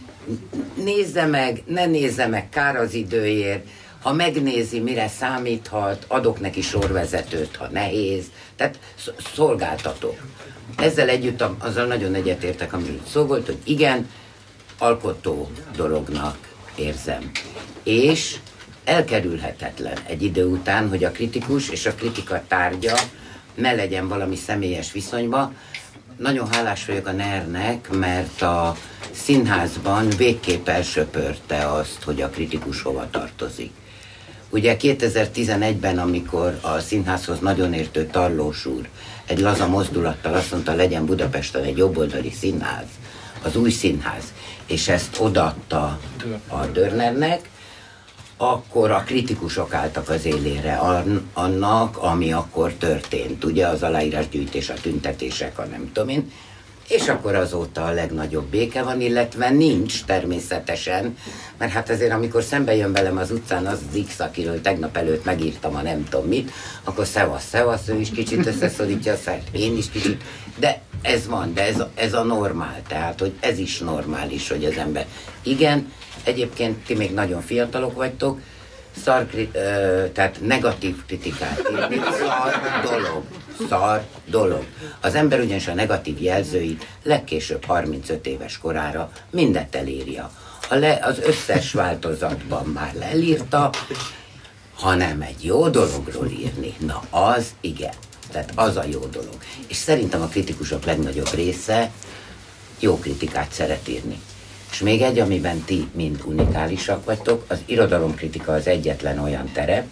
Nézze meg, ne nézze meg, kár az időért, ha megnézi, mire számíthat, adok neki sorvezetőt, ha nehéz, tehát szolgáltatok. Ezzel együtt azzal nagyon egyetértek, amiről szó volt, hogy igen, alkotó dolognak érzem. És elkerülhetetlen egy idő után, hogy a kritikus és a kritika tárgya ne legyen valami személyes viszonyba. Nagyon hálás vagyok a NER-nek, mert a színházban végképp elsöpörte azt, hogy a kritikus hova tartozik. Ugye kétezer-tizenegyben, amikor a színházhoz nagyon értő Tarlós úr egy laza mozdulattal azt mondta, legyen Budapesten egy jobboldali színház, az új színház, és ezt odaadta a Dörnernek, akkor a kritikusok álltak az élére annak, ami akkor történt. Ugye az aláírásgyűjtés, a tüntetések, a nem tudom én. És akkor azóta a legnagyobb béke van, illetve nincs természetesen, mert hát azért amikor szembe jön velem az utcán az az X, akiről tegnap előtt megírtam a nem tudom mit, akkor szevasz, szevasz, ő is kicsit összeszorítja a szert, én is kicsit, de ez van, de ez, ez a normál, tehát hogy ez is normális, hogy az ember. Igen, egyébként ti még nagyon fiatalok vagytok, Szar, ö, tehát negatív kritikát írni, szar dolog. Szar dolog. Az ember ugyanis a negatív jelzőit legkésőbb harmincöt éves korára mindet elírja. A le, az összes változatban már lelírta, hanem egy jó dologról írni, na az igen. Tehát az a jó dolog. És szerintem a kritikusok legnagyobb része jó kritikát szeret írni. És még egy, amiben ti mind unikálisak vagytok, az irodalomkritika az egyetlen olyan terep,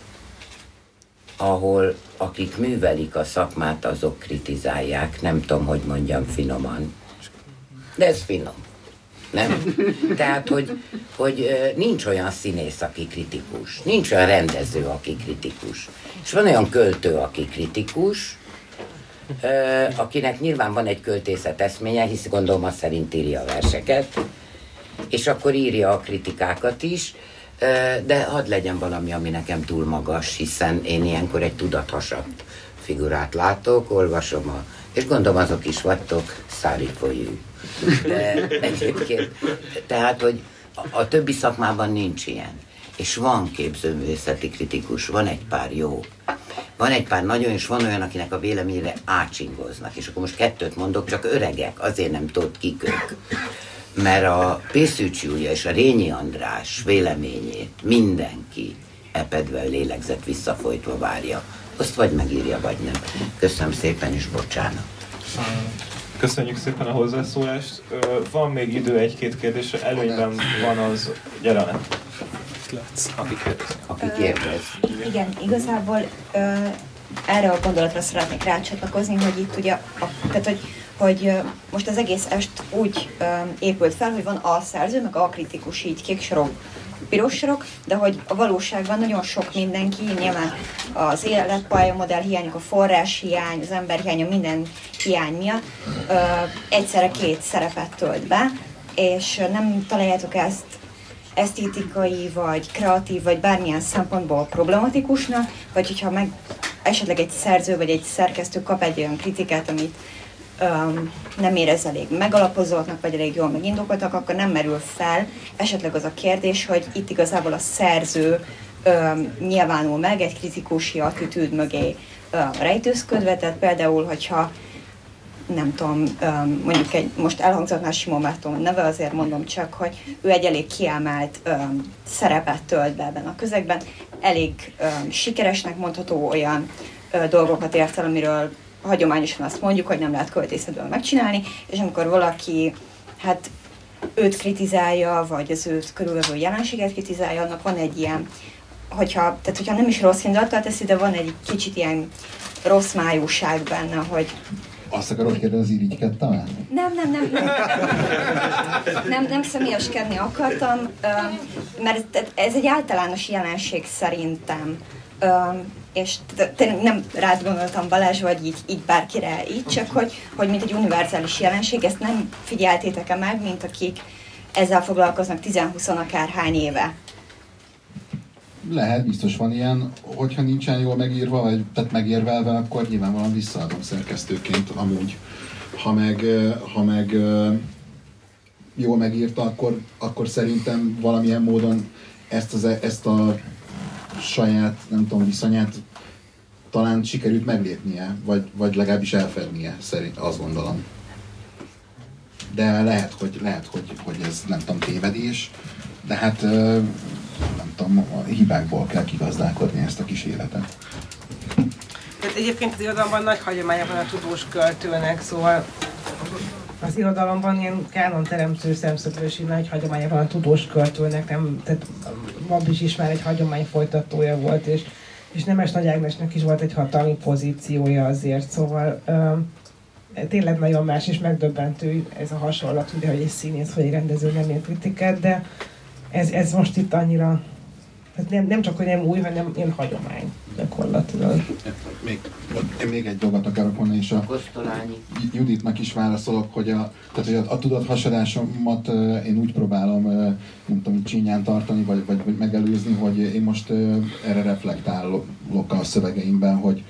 ahol akik művelik a szakmát, azok kritizálják, nem tudom, hogy mondjam finoman, de ez finom. Nem? Tehát, hogy, hogy nincs olyan színész, aki kritikus, nincs olyan rendező, aki kritikus. És van olyan költő, aki kritikus, akinek nyilván van egy költészet eszménye, hisz gondolom azt szerint írja a verseket, és akkor írja a kritikákat is, de hadd legyen valami, ami nekem túl magas, hiszen én ilyenkor egy tudathasadt figurát látok, olvasom, a, és gondolom azok is vagytok, sorry for you. De egyébként, tehát, hogy a, a többi szakmában nincs ilyen. És van képzőművészeti kritikus, van egy pár jó. Van egy pár nagyon, és van olyan, akinek a véleményére átsingoznak. És akkor most kettőt mondok, csak öregek, azért nem tudod kik ők. Mert a Pészűcs Júlia és a Rényi András véleményét mindenki epedve, lélegzett visszafolytva várja. Azt vagy megírja, vagy nem. Köszönöm szépen, és bocsánat. Köszönjük szépen a hozzászólást. Van még idő egy-két kérdésre. Előnyben van az jelenet. Aki kérdez. Aki kérdez. Uh, igen, igazából uh, erre a gondolatra szeretnék rácsatlakozni, hogy itt ugye, a, tehát hogy, hogy uh, most az egész est úgy uh, épült fel, hogy van a szerző, meg a kritikus, így kék sorok, piros sorok, de hogy a valóságban nagyon sok mindenki, nyilván az életpályamodell hiányok, a forrás hiány, az ember hiánya, minden hiány miatt uh, egyszerre két szerepet tölt be, és nem találjátok ezt esztétikai, vagy kreatív, vagy bármilyen szempontból problematikusnak, vagy hogyha meg esetleg egy szerző, vagy egy szerkesztő kap egy olyan kritikát, amit um, nem érez elég megalapozottnak, vagy elég jól megindokoltak, akkor nem merül fel esetleg az a kérdés, hogy itt igazából a szerző um, nyilvánul meg egy kritikusi attitűd mögé um, rejtőzködve, tehát például, hogyha nem tudom, mondjuk egy, most elhangzott már Simon Márton neve, azért mondom csak, hogy ő egy elég kiemelt um, szerepet tölt be ebben a közegben, elég um, sikeresnek mondható olyan uh, dolgokat ért el, amiről hagyományosan azt mondjuk, hogy nem lehet költészetből megcsinálni, és amikor valaki hát őt kritizálja, vagy az őt körülvevő jelenséget kritizálja, annak van egy ilyen, hogyha, tehát hogyha nem is rossz indulattal teszi, de van egy kicsit ilyen rossz májúság benne, hogy azt akarod kérdezni, az irigyket talán? Nem, nem, nem. Nem, nem, nem személyeskedni akartam, mert ez egy általános jelenség szerintem. És tényleg nem rád gondoltam, Balázs, vagy így, így bárkire így, csak hogy, hogy mint egy univerzális jelenség, ezt nem figyeltétek-e meg, mint akik ezzel foglalkoznak tíz-húsz akárhány éve? Lehet, biztos van ilyen, hogyha nincsen jól megírva, vagy tehát megérvelve, akkor nyilvánvalóan visszaadom szerkesztőként amúgy. Ha meg, ha meg jól megírta, akkor, akkor szerintem valamilyen módon ezt, az, ezt a saját, nem tudom, viszonyát talán sikerült meglépnie, vagy, vagy legalábbis elfednie, szerint, azt gondolom. De lehet, hogy, lehet hogy, hogy ez nem tudom, tévedés, de hát nem tudom, a hibákból kell kigazdálkodni ezt a kis életet. Tehát egyébként az irodalomban nagy hagyománya van a tudós költőnek, szóval az irodalomban ilyen kánonteremtő szemszögből is nagy hagyománya van a tudós költőnek, nem, tehát Babics is már egy hagyomány folytatója volt, és, és Nemes Nagy Ágnesnek is volt egy hatalmi pozíciója azért, szóval uh, tényleg nagyon más és megdöbbentő ez a hasonlat, ugye, hogy egy színész vagy egy rendező nem ér kritikát, de ez, ez most itt annyira, tehát nem, nem csak, hogy nem új, hanem ilyen hagyomány gyakorlatilag. Még, én még egy dolgot akarok mondani, és a Juditnak is válaszolok, hogy a, tehát, hogy a, a tudathasadásomat uh, én úgy próbálom, uh, nem tudom, csínyán tartani, vagy, vagy, vagy megelőzni, hogy én most uh, erre reflektálok a szövegeimben, hogy,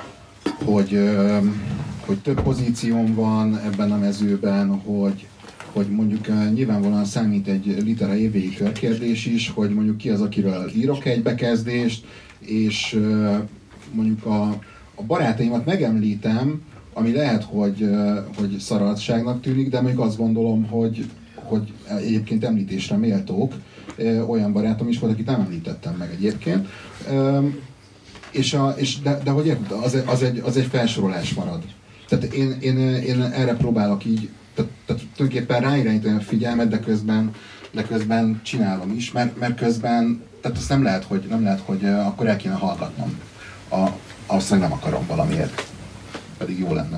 hogy, uh, hogy több pozícióm van ebben a mezőben, hogy hogy mondjuk nyilvánvalóan számít egy litera évvégi körkérdés is, hogy mondjuk ki az, akiről írok egy bekezdést, és mondjuk a, a barátaimat megemlítem, ami lehet, hogy, hogy szaraltságnak tűnik, de mondjuk azt gondolom, hogy, hogy egyébként említésre méltók. Olyan barátom is volt, akit nem említettem meg egyébként. És a, és de, de hogy az, az, egy, az egy felsorolás marad. Tehát én, én, én erre próbálok így, tehát, tehát tulajdonképpen ráirányítani a figyelmet, de közben, de közben csinálom is, mert, mert közben, tehát azt nem lehet, hogy, nem lehet, hogy akkor el kéne hallgatnom. A, azt nem akarom valamiért. Pedig jó lenne.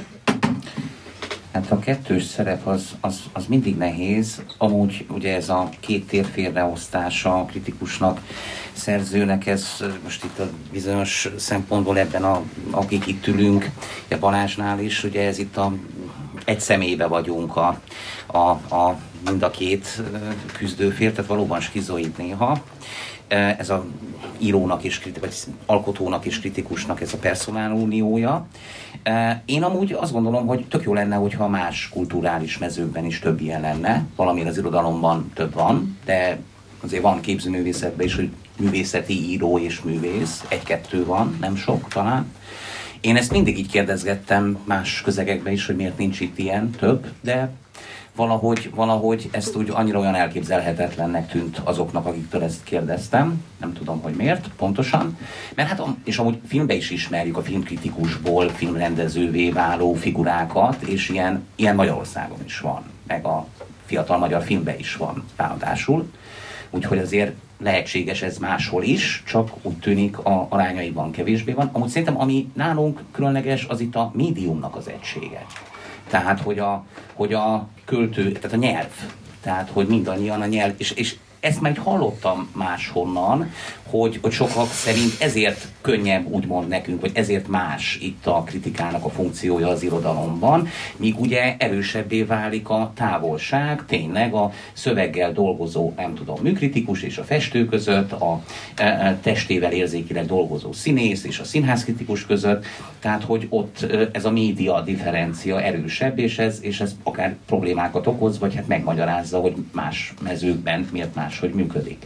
Hát a kettős szerep az, az, az mindig nehéz. Amúgy ugye ez a két tér félreosztása a kritikusnak, szerzőnek, ez most itt a bizonyos szempontból ebben, a, akik itt ülünk, a Balázsnál is, ugye ez itt a egy személybe vagyunk a, a, a mind a két küzdőfél, tehát valóban skizoid néha. Ez a írónak és vagy alkotónak és kritikusnak ez a personál uniója. Én amúgy azt gondolom, hogy tök jó lenne, hogyha más kulturális mezőkben is több ilyen lenne. Valamire az irodalomban több van, de azért van képzőművészetben is, hogy művészeti író és művész. Egy-kettő van, nem sok talán. Én ezt mindig így kérdezgettem más közegekben is, hogy miért nincs itt ilyen több, de Valahogy, valahogy ezt úgy annyira olyan elképzelhetetlennek tűnt azoknak, akiktől ezt kérdeztem. Nem tudom, hogy miért pontosan. Mert hát, és amúgy filmbe is ismerjük a filmkritikusból filmrendezővé váló figurákat, és ilyen, ilyen Magyarországon is van, meg a fiatal magyar filmben is van ráadásul. Úgyhogy azért lehetséges ez máshol is, csak úgy tűnik a arányaiban kevésbé van. Amúgy szerintem, ami nálunk különleges, az itt a médiumnak az egysége. Tehát, hogy a, hogy a költő, tehát a nyelv, tehát, hogy mindannyian a nyelv, és, és ezt már hallottam máshonnan, hogy, hogy sokak szerint ezért könnyebb úgymond nekünk, vagy ezért más itt a kritikának a funkciója az irodalomban, míg ugye erősebbé válik a távolság, tényleg a szöveggel dolgozó, nem tudom, műkritikus és a festő között, a e, testével érzékileg dolgozó színész és a színházkritikus között, tehát hogy ott ez a média differencia erősebb, és ez, és ez akár problémákat okoz, vagy hát megmagyarázza, hogy más mezőkben miért máshogy működik.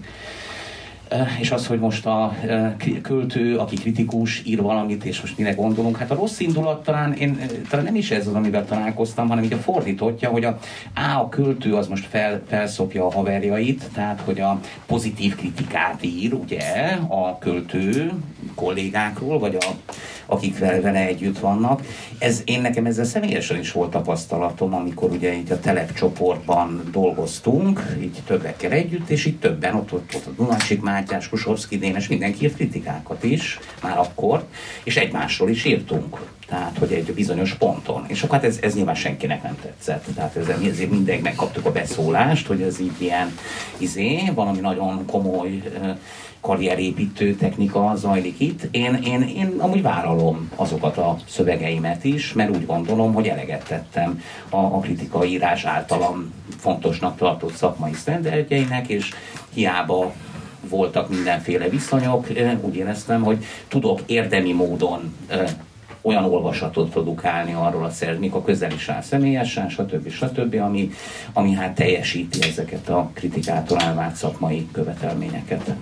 És az, hogy most a költő, aki kritikus, ír valamit, és most mire gondolunk, hát a rossz indulat talán, én, talán nem is ez az, amivel találkoztam, hanem így a fordítottja, hogy a, á, a költő az most fel, felszopja a haverjait, tehát hogy a pozitív kritikát ír, ugye, a költő kollégákról, vagy a, akik vele együtt vannak. Ez, én nekem ezzel személyesen is volt tapasztalatom, amikor ugye így a telepcsoportban dolgoztunk, így többekkel együtt, és így többen, ott volt, ott a Dunásik Mátyás, Kusovszki Dénes, mindenki írt kritikákat is, már akkor, és egymásról is írtunk. Tehát, hogy egy bizonyos ponton. És akkor hát ez, ez nyilván senkinek nem tetszett. Tehát ezzel, ezért mindenki megkaptuk a beszólást, hogy ez így ilyen izé, valami nagyon komoly karrierépítő technika zajlik itt. Én, én, én amúgy vállalom azokat a szövegeimet is, mert úgy gondolom, hogy eleget tettem a, a kritikai írás általam fontosnak tartott szakmai sztenderdjeinek, és hiába voltak mindenféle viszonyok, úgy éreztem, hogy tudok érdemi módon olyan olvasatot produkálni arról a szerzőnek, a közel is áll személyesen, stb. stb., ami, ami hát teljesíti ezeket a kritikától elvált szakmai követelményeket.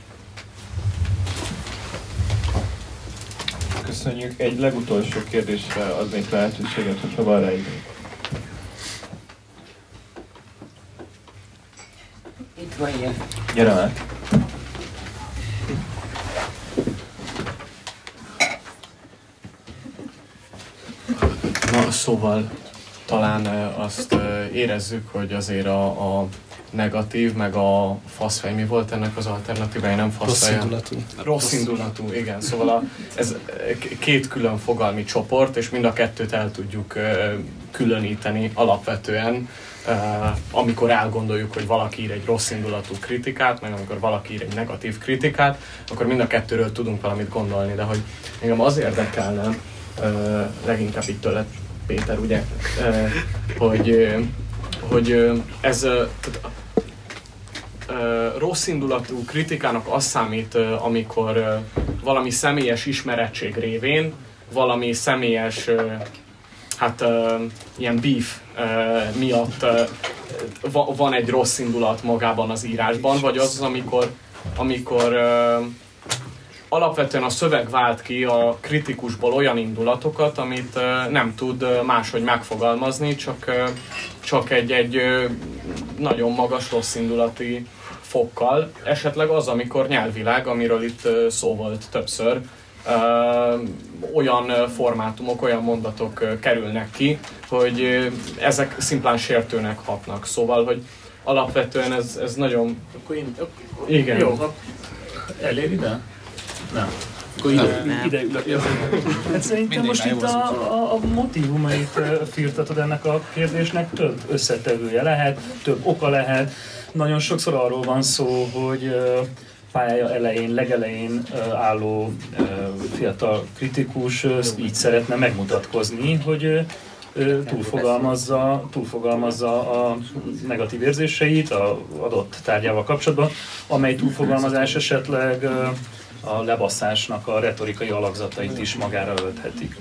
Köszönjük. Egy legutolsó kérdésre adnék lehetőséget, hogyha van rá idő. Itt van ilyen. Gyere már. Na, szóval talán azt érezzük, hogy azért a, a negatív, meg a faszfej, mi volt ennek az alternatívája, nem faszfej? Rossz indulatú. Rossz indulatú, igen. Szóval a, ez két külön fogalmi csoport, és mind a kettőt el tudjuk különíteni alapvetően, amikor elgondoljuk, hogy valaki ír egy rossz indulatú kritikát, meg amikor valaki ír egy negatív kritikát, akkor mind a kettőről tudunk valamit gondolni, de hogy engem az érdekelne, leginkább itt tőled, Péter, ugye, hogy, hogy ez tehát, rossz indulatú kritikának az számít, amikor valami személyes ismerettség révén, valami személyes hát uh, ilyen beef uh, miatt uh, va, van egy rossz indulat magában az írásban, vagy az, amikor, amikor uh, alapvetően a szöveg vált ki a kritikusból olyan indulatokat, amit uh, nem tud uh, máshogy megfogalmazni, csak, uh, csak egy, egy uh, nagyon magas rossz indulati fokkal. Esetleg az, amikor nyelvileg, amiről itt uh, szó volt többször, uh, olyan formátumok, olyan mondatok uh, kerülnek ki, hogy uh, ezek szimplán sértőnek hatnak. Szóval, hogy alapvetően ez, ez nagyon... Akkor én... Igen. Jó, elér ide? Nem. Akkor ide, ide ülök. Hát szerintem Mindig most itt a, a, a motivumait firtatod ennek a kérdésnek, több összetevője lehet, több oka lehet. Nagyon sokszor arról van szó, hogy pályája elején, legelején álló fiatal kritikus így szeretne megmutatkozni, hogy túlfogalmazza, túlfogalmazza a negatív érzéseit az adott tárgyával kapcsolatban, amely túlfogalmazás esetleg a lebasszásnak a retorikai alakzatait is magára ölthetik.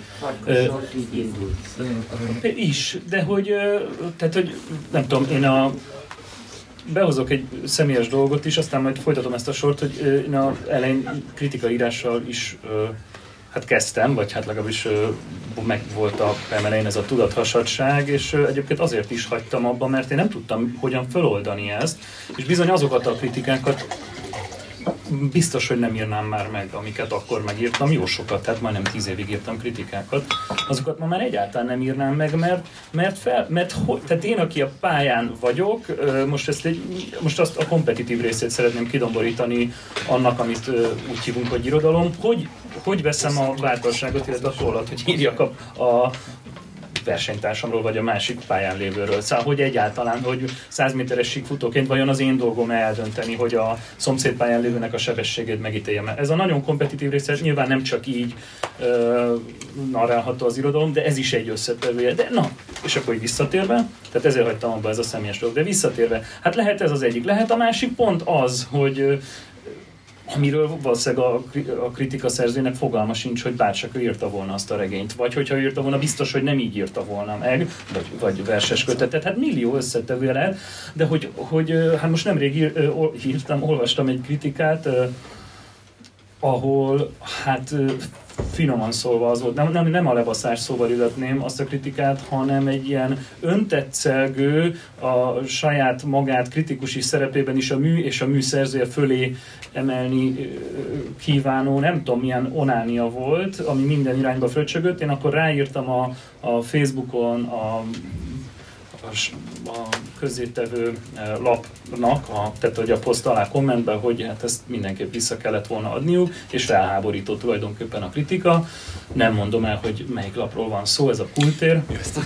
Is, de hogy, tehát, hogy nem tudom, én a behozok egy személyes dolgot is, aztán majd folytatom ezt a sort, hogy én az elején kritikaírással is hát kezdtem, vagy hát legalábbis meg volt a elején ez a tudathasadság, és egyébként azért is hagytam abba, mert én nem tudtam hogyan feloldani ezt, és bizony azokat a kritikákat biztos, hogy nem írnám már meg, amiket akkor megírtam, jó sokat, tehát majdnem tíz évig írtam kritikákat, azokat ma már egyáltalán nem írnám meg, mert, mert, fel, mert hogy, tehát én, aki a pályán vagyok, most, ezt egy, most azt a kompetitív részét szeretném kidomborítani annak, amit úgy hívunk, hogy irodalom, hogy, hogy veszem a bátorságot, illetve a tollat, hogy írjak a, a versenytársamról, vagy a másik pályán lévőről. Szóval, hogy egyáltalán, hogy száz méteres síkfutóként vajon az én dolgom eldönteni, hogy a szomszédpályán lévőnek a sebességét megítéljem. Ez a nagyon kompetitív része, nyilván nem csak így uh, narrálható az irodalom, de ez is egy összetevője. De na, és akkor így visszatérve, tehát ezért hagytam abba ez a személyes dolog, de visszatérve, hát lehet ez az egyik. Lehet a másik pont az, hogy amiről valószínűleg a, a kritika szerzőnek fogalma sincs, hogy bárcsak ő írta volna azt a regényt. Vagy hogyha ő írta volna, biztos, hogy nem így írta volna meg, vagy, vagy verses kötetet. Hát millió összetevő lehet, de hogy, hogy hát most nemrég ír, írtam, olvastam egy kritikát, ahol hát finoman szólva az volt, nem, nem, nem a lebaszás szóval illetném azt a kritikát, hanem egy ilyen öntetszelgő, a saját magát kritikusi szerepében is a mű és a mű szerzője fölé emelni kívánó, nem tudom milyen onánia volt, ami minden irányba fröccsögött. Én akkor ráírtam a, a Facebookon, a a közzétevő lapnak, a, tehát hogy a poszt alá kommentben, hogy hát ezt mindenképp vissza kellett volna adniuk, és felháborító tulajdonképpen a kritika. Nem mondom el, hogy melyik lapról van szó, ez a Kultér.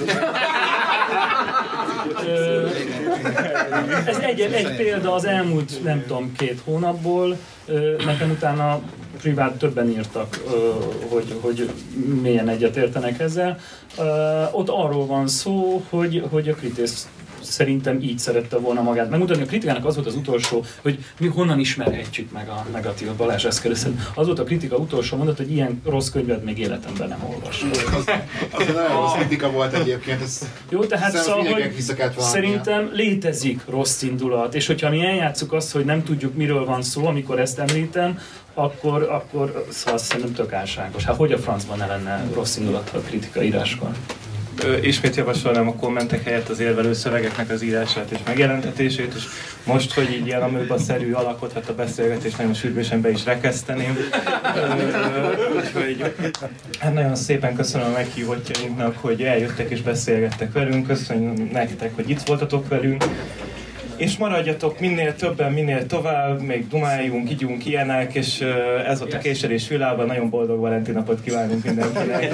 Ez egy, egy példa az elmúlt, nem tudom, két hónapból. Nekem utána privát többen írtak, hogy, hogy mélyen egyetértenek ezzel. Ott arról van szó, hogy, hogy a kritész szerintem így szerette volna magát megmutatni. A kritikának az volt az utolsó, hogy mi honnan ismerhetjük meg a negatívat. Balázs ezt kérdezte. Az volt a kritika utolsó mondat, hogy ilyen rossz könyvet még életemben nem olvastam. Az, az egy nagyon rossz kritika volt egyébként. Ez jó, tehát szóval, hogy szerintem létezik rossz indulat, és hogyha mi eljátszuk azt, hogy nem tudjuk miről van szó, amikor ezt említem, akkor, akkor szóval szerintem tök álságos. Hát hogy a francban ne lenne rossz indulat a kritika íráskor? Ö, ismét javasolnám a kommentek helyett az érvelő szövegeknek az írását és megjelentetését, és most, hogy így ilyen amőba-szerű alakot, hát a beszélgetést nagyon sürgősen be is rekeszteném. Úgyhogy hát nagyon szépen köszönöm a meghívottjainknak, hogy eljöttek és beszélgettek velünk, köszönjük nektek, hogy itt voltatok velünk. És maradjatok minél többen, minél tovább, még dumáljunk, ígyunk ilyenek, és ez volt a Késelés világban, nagyon boldog Valentin napot kívánunk mindenkinek.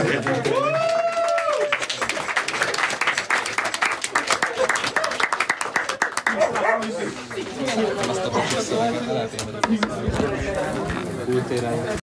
Azt a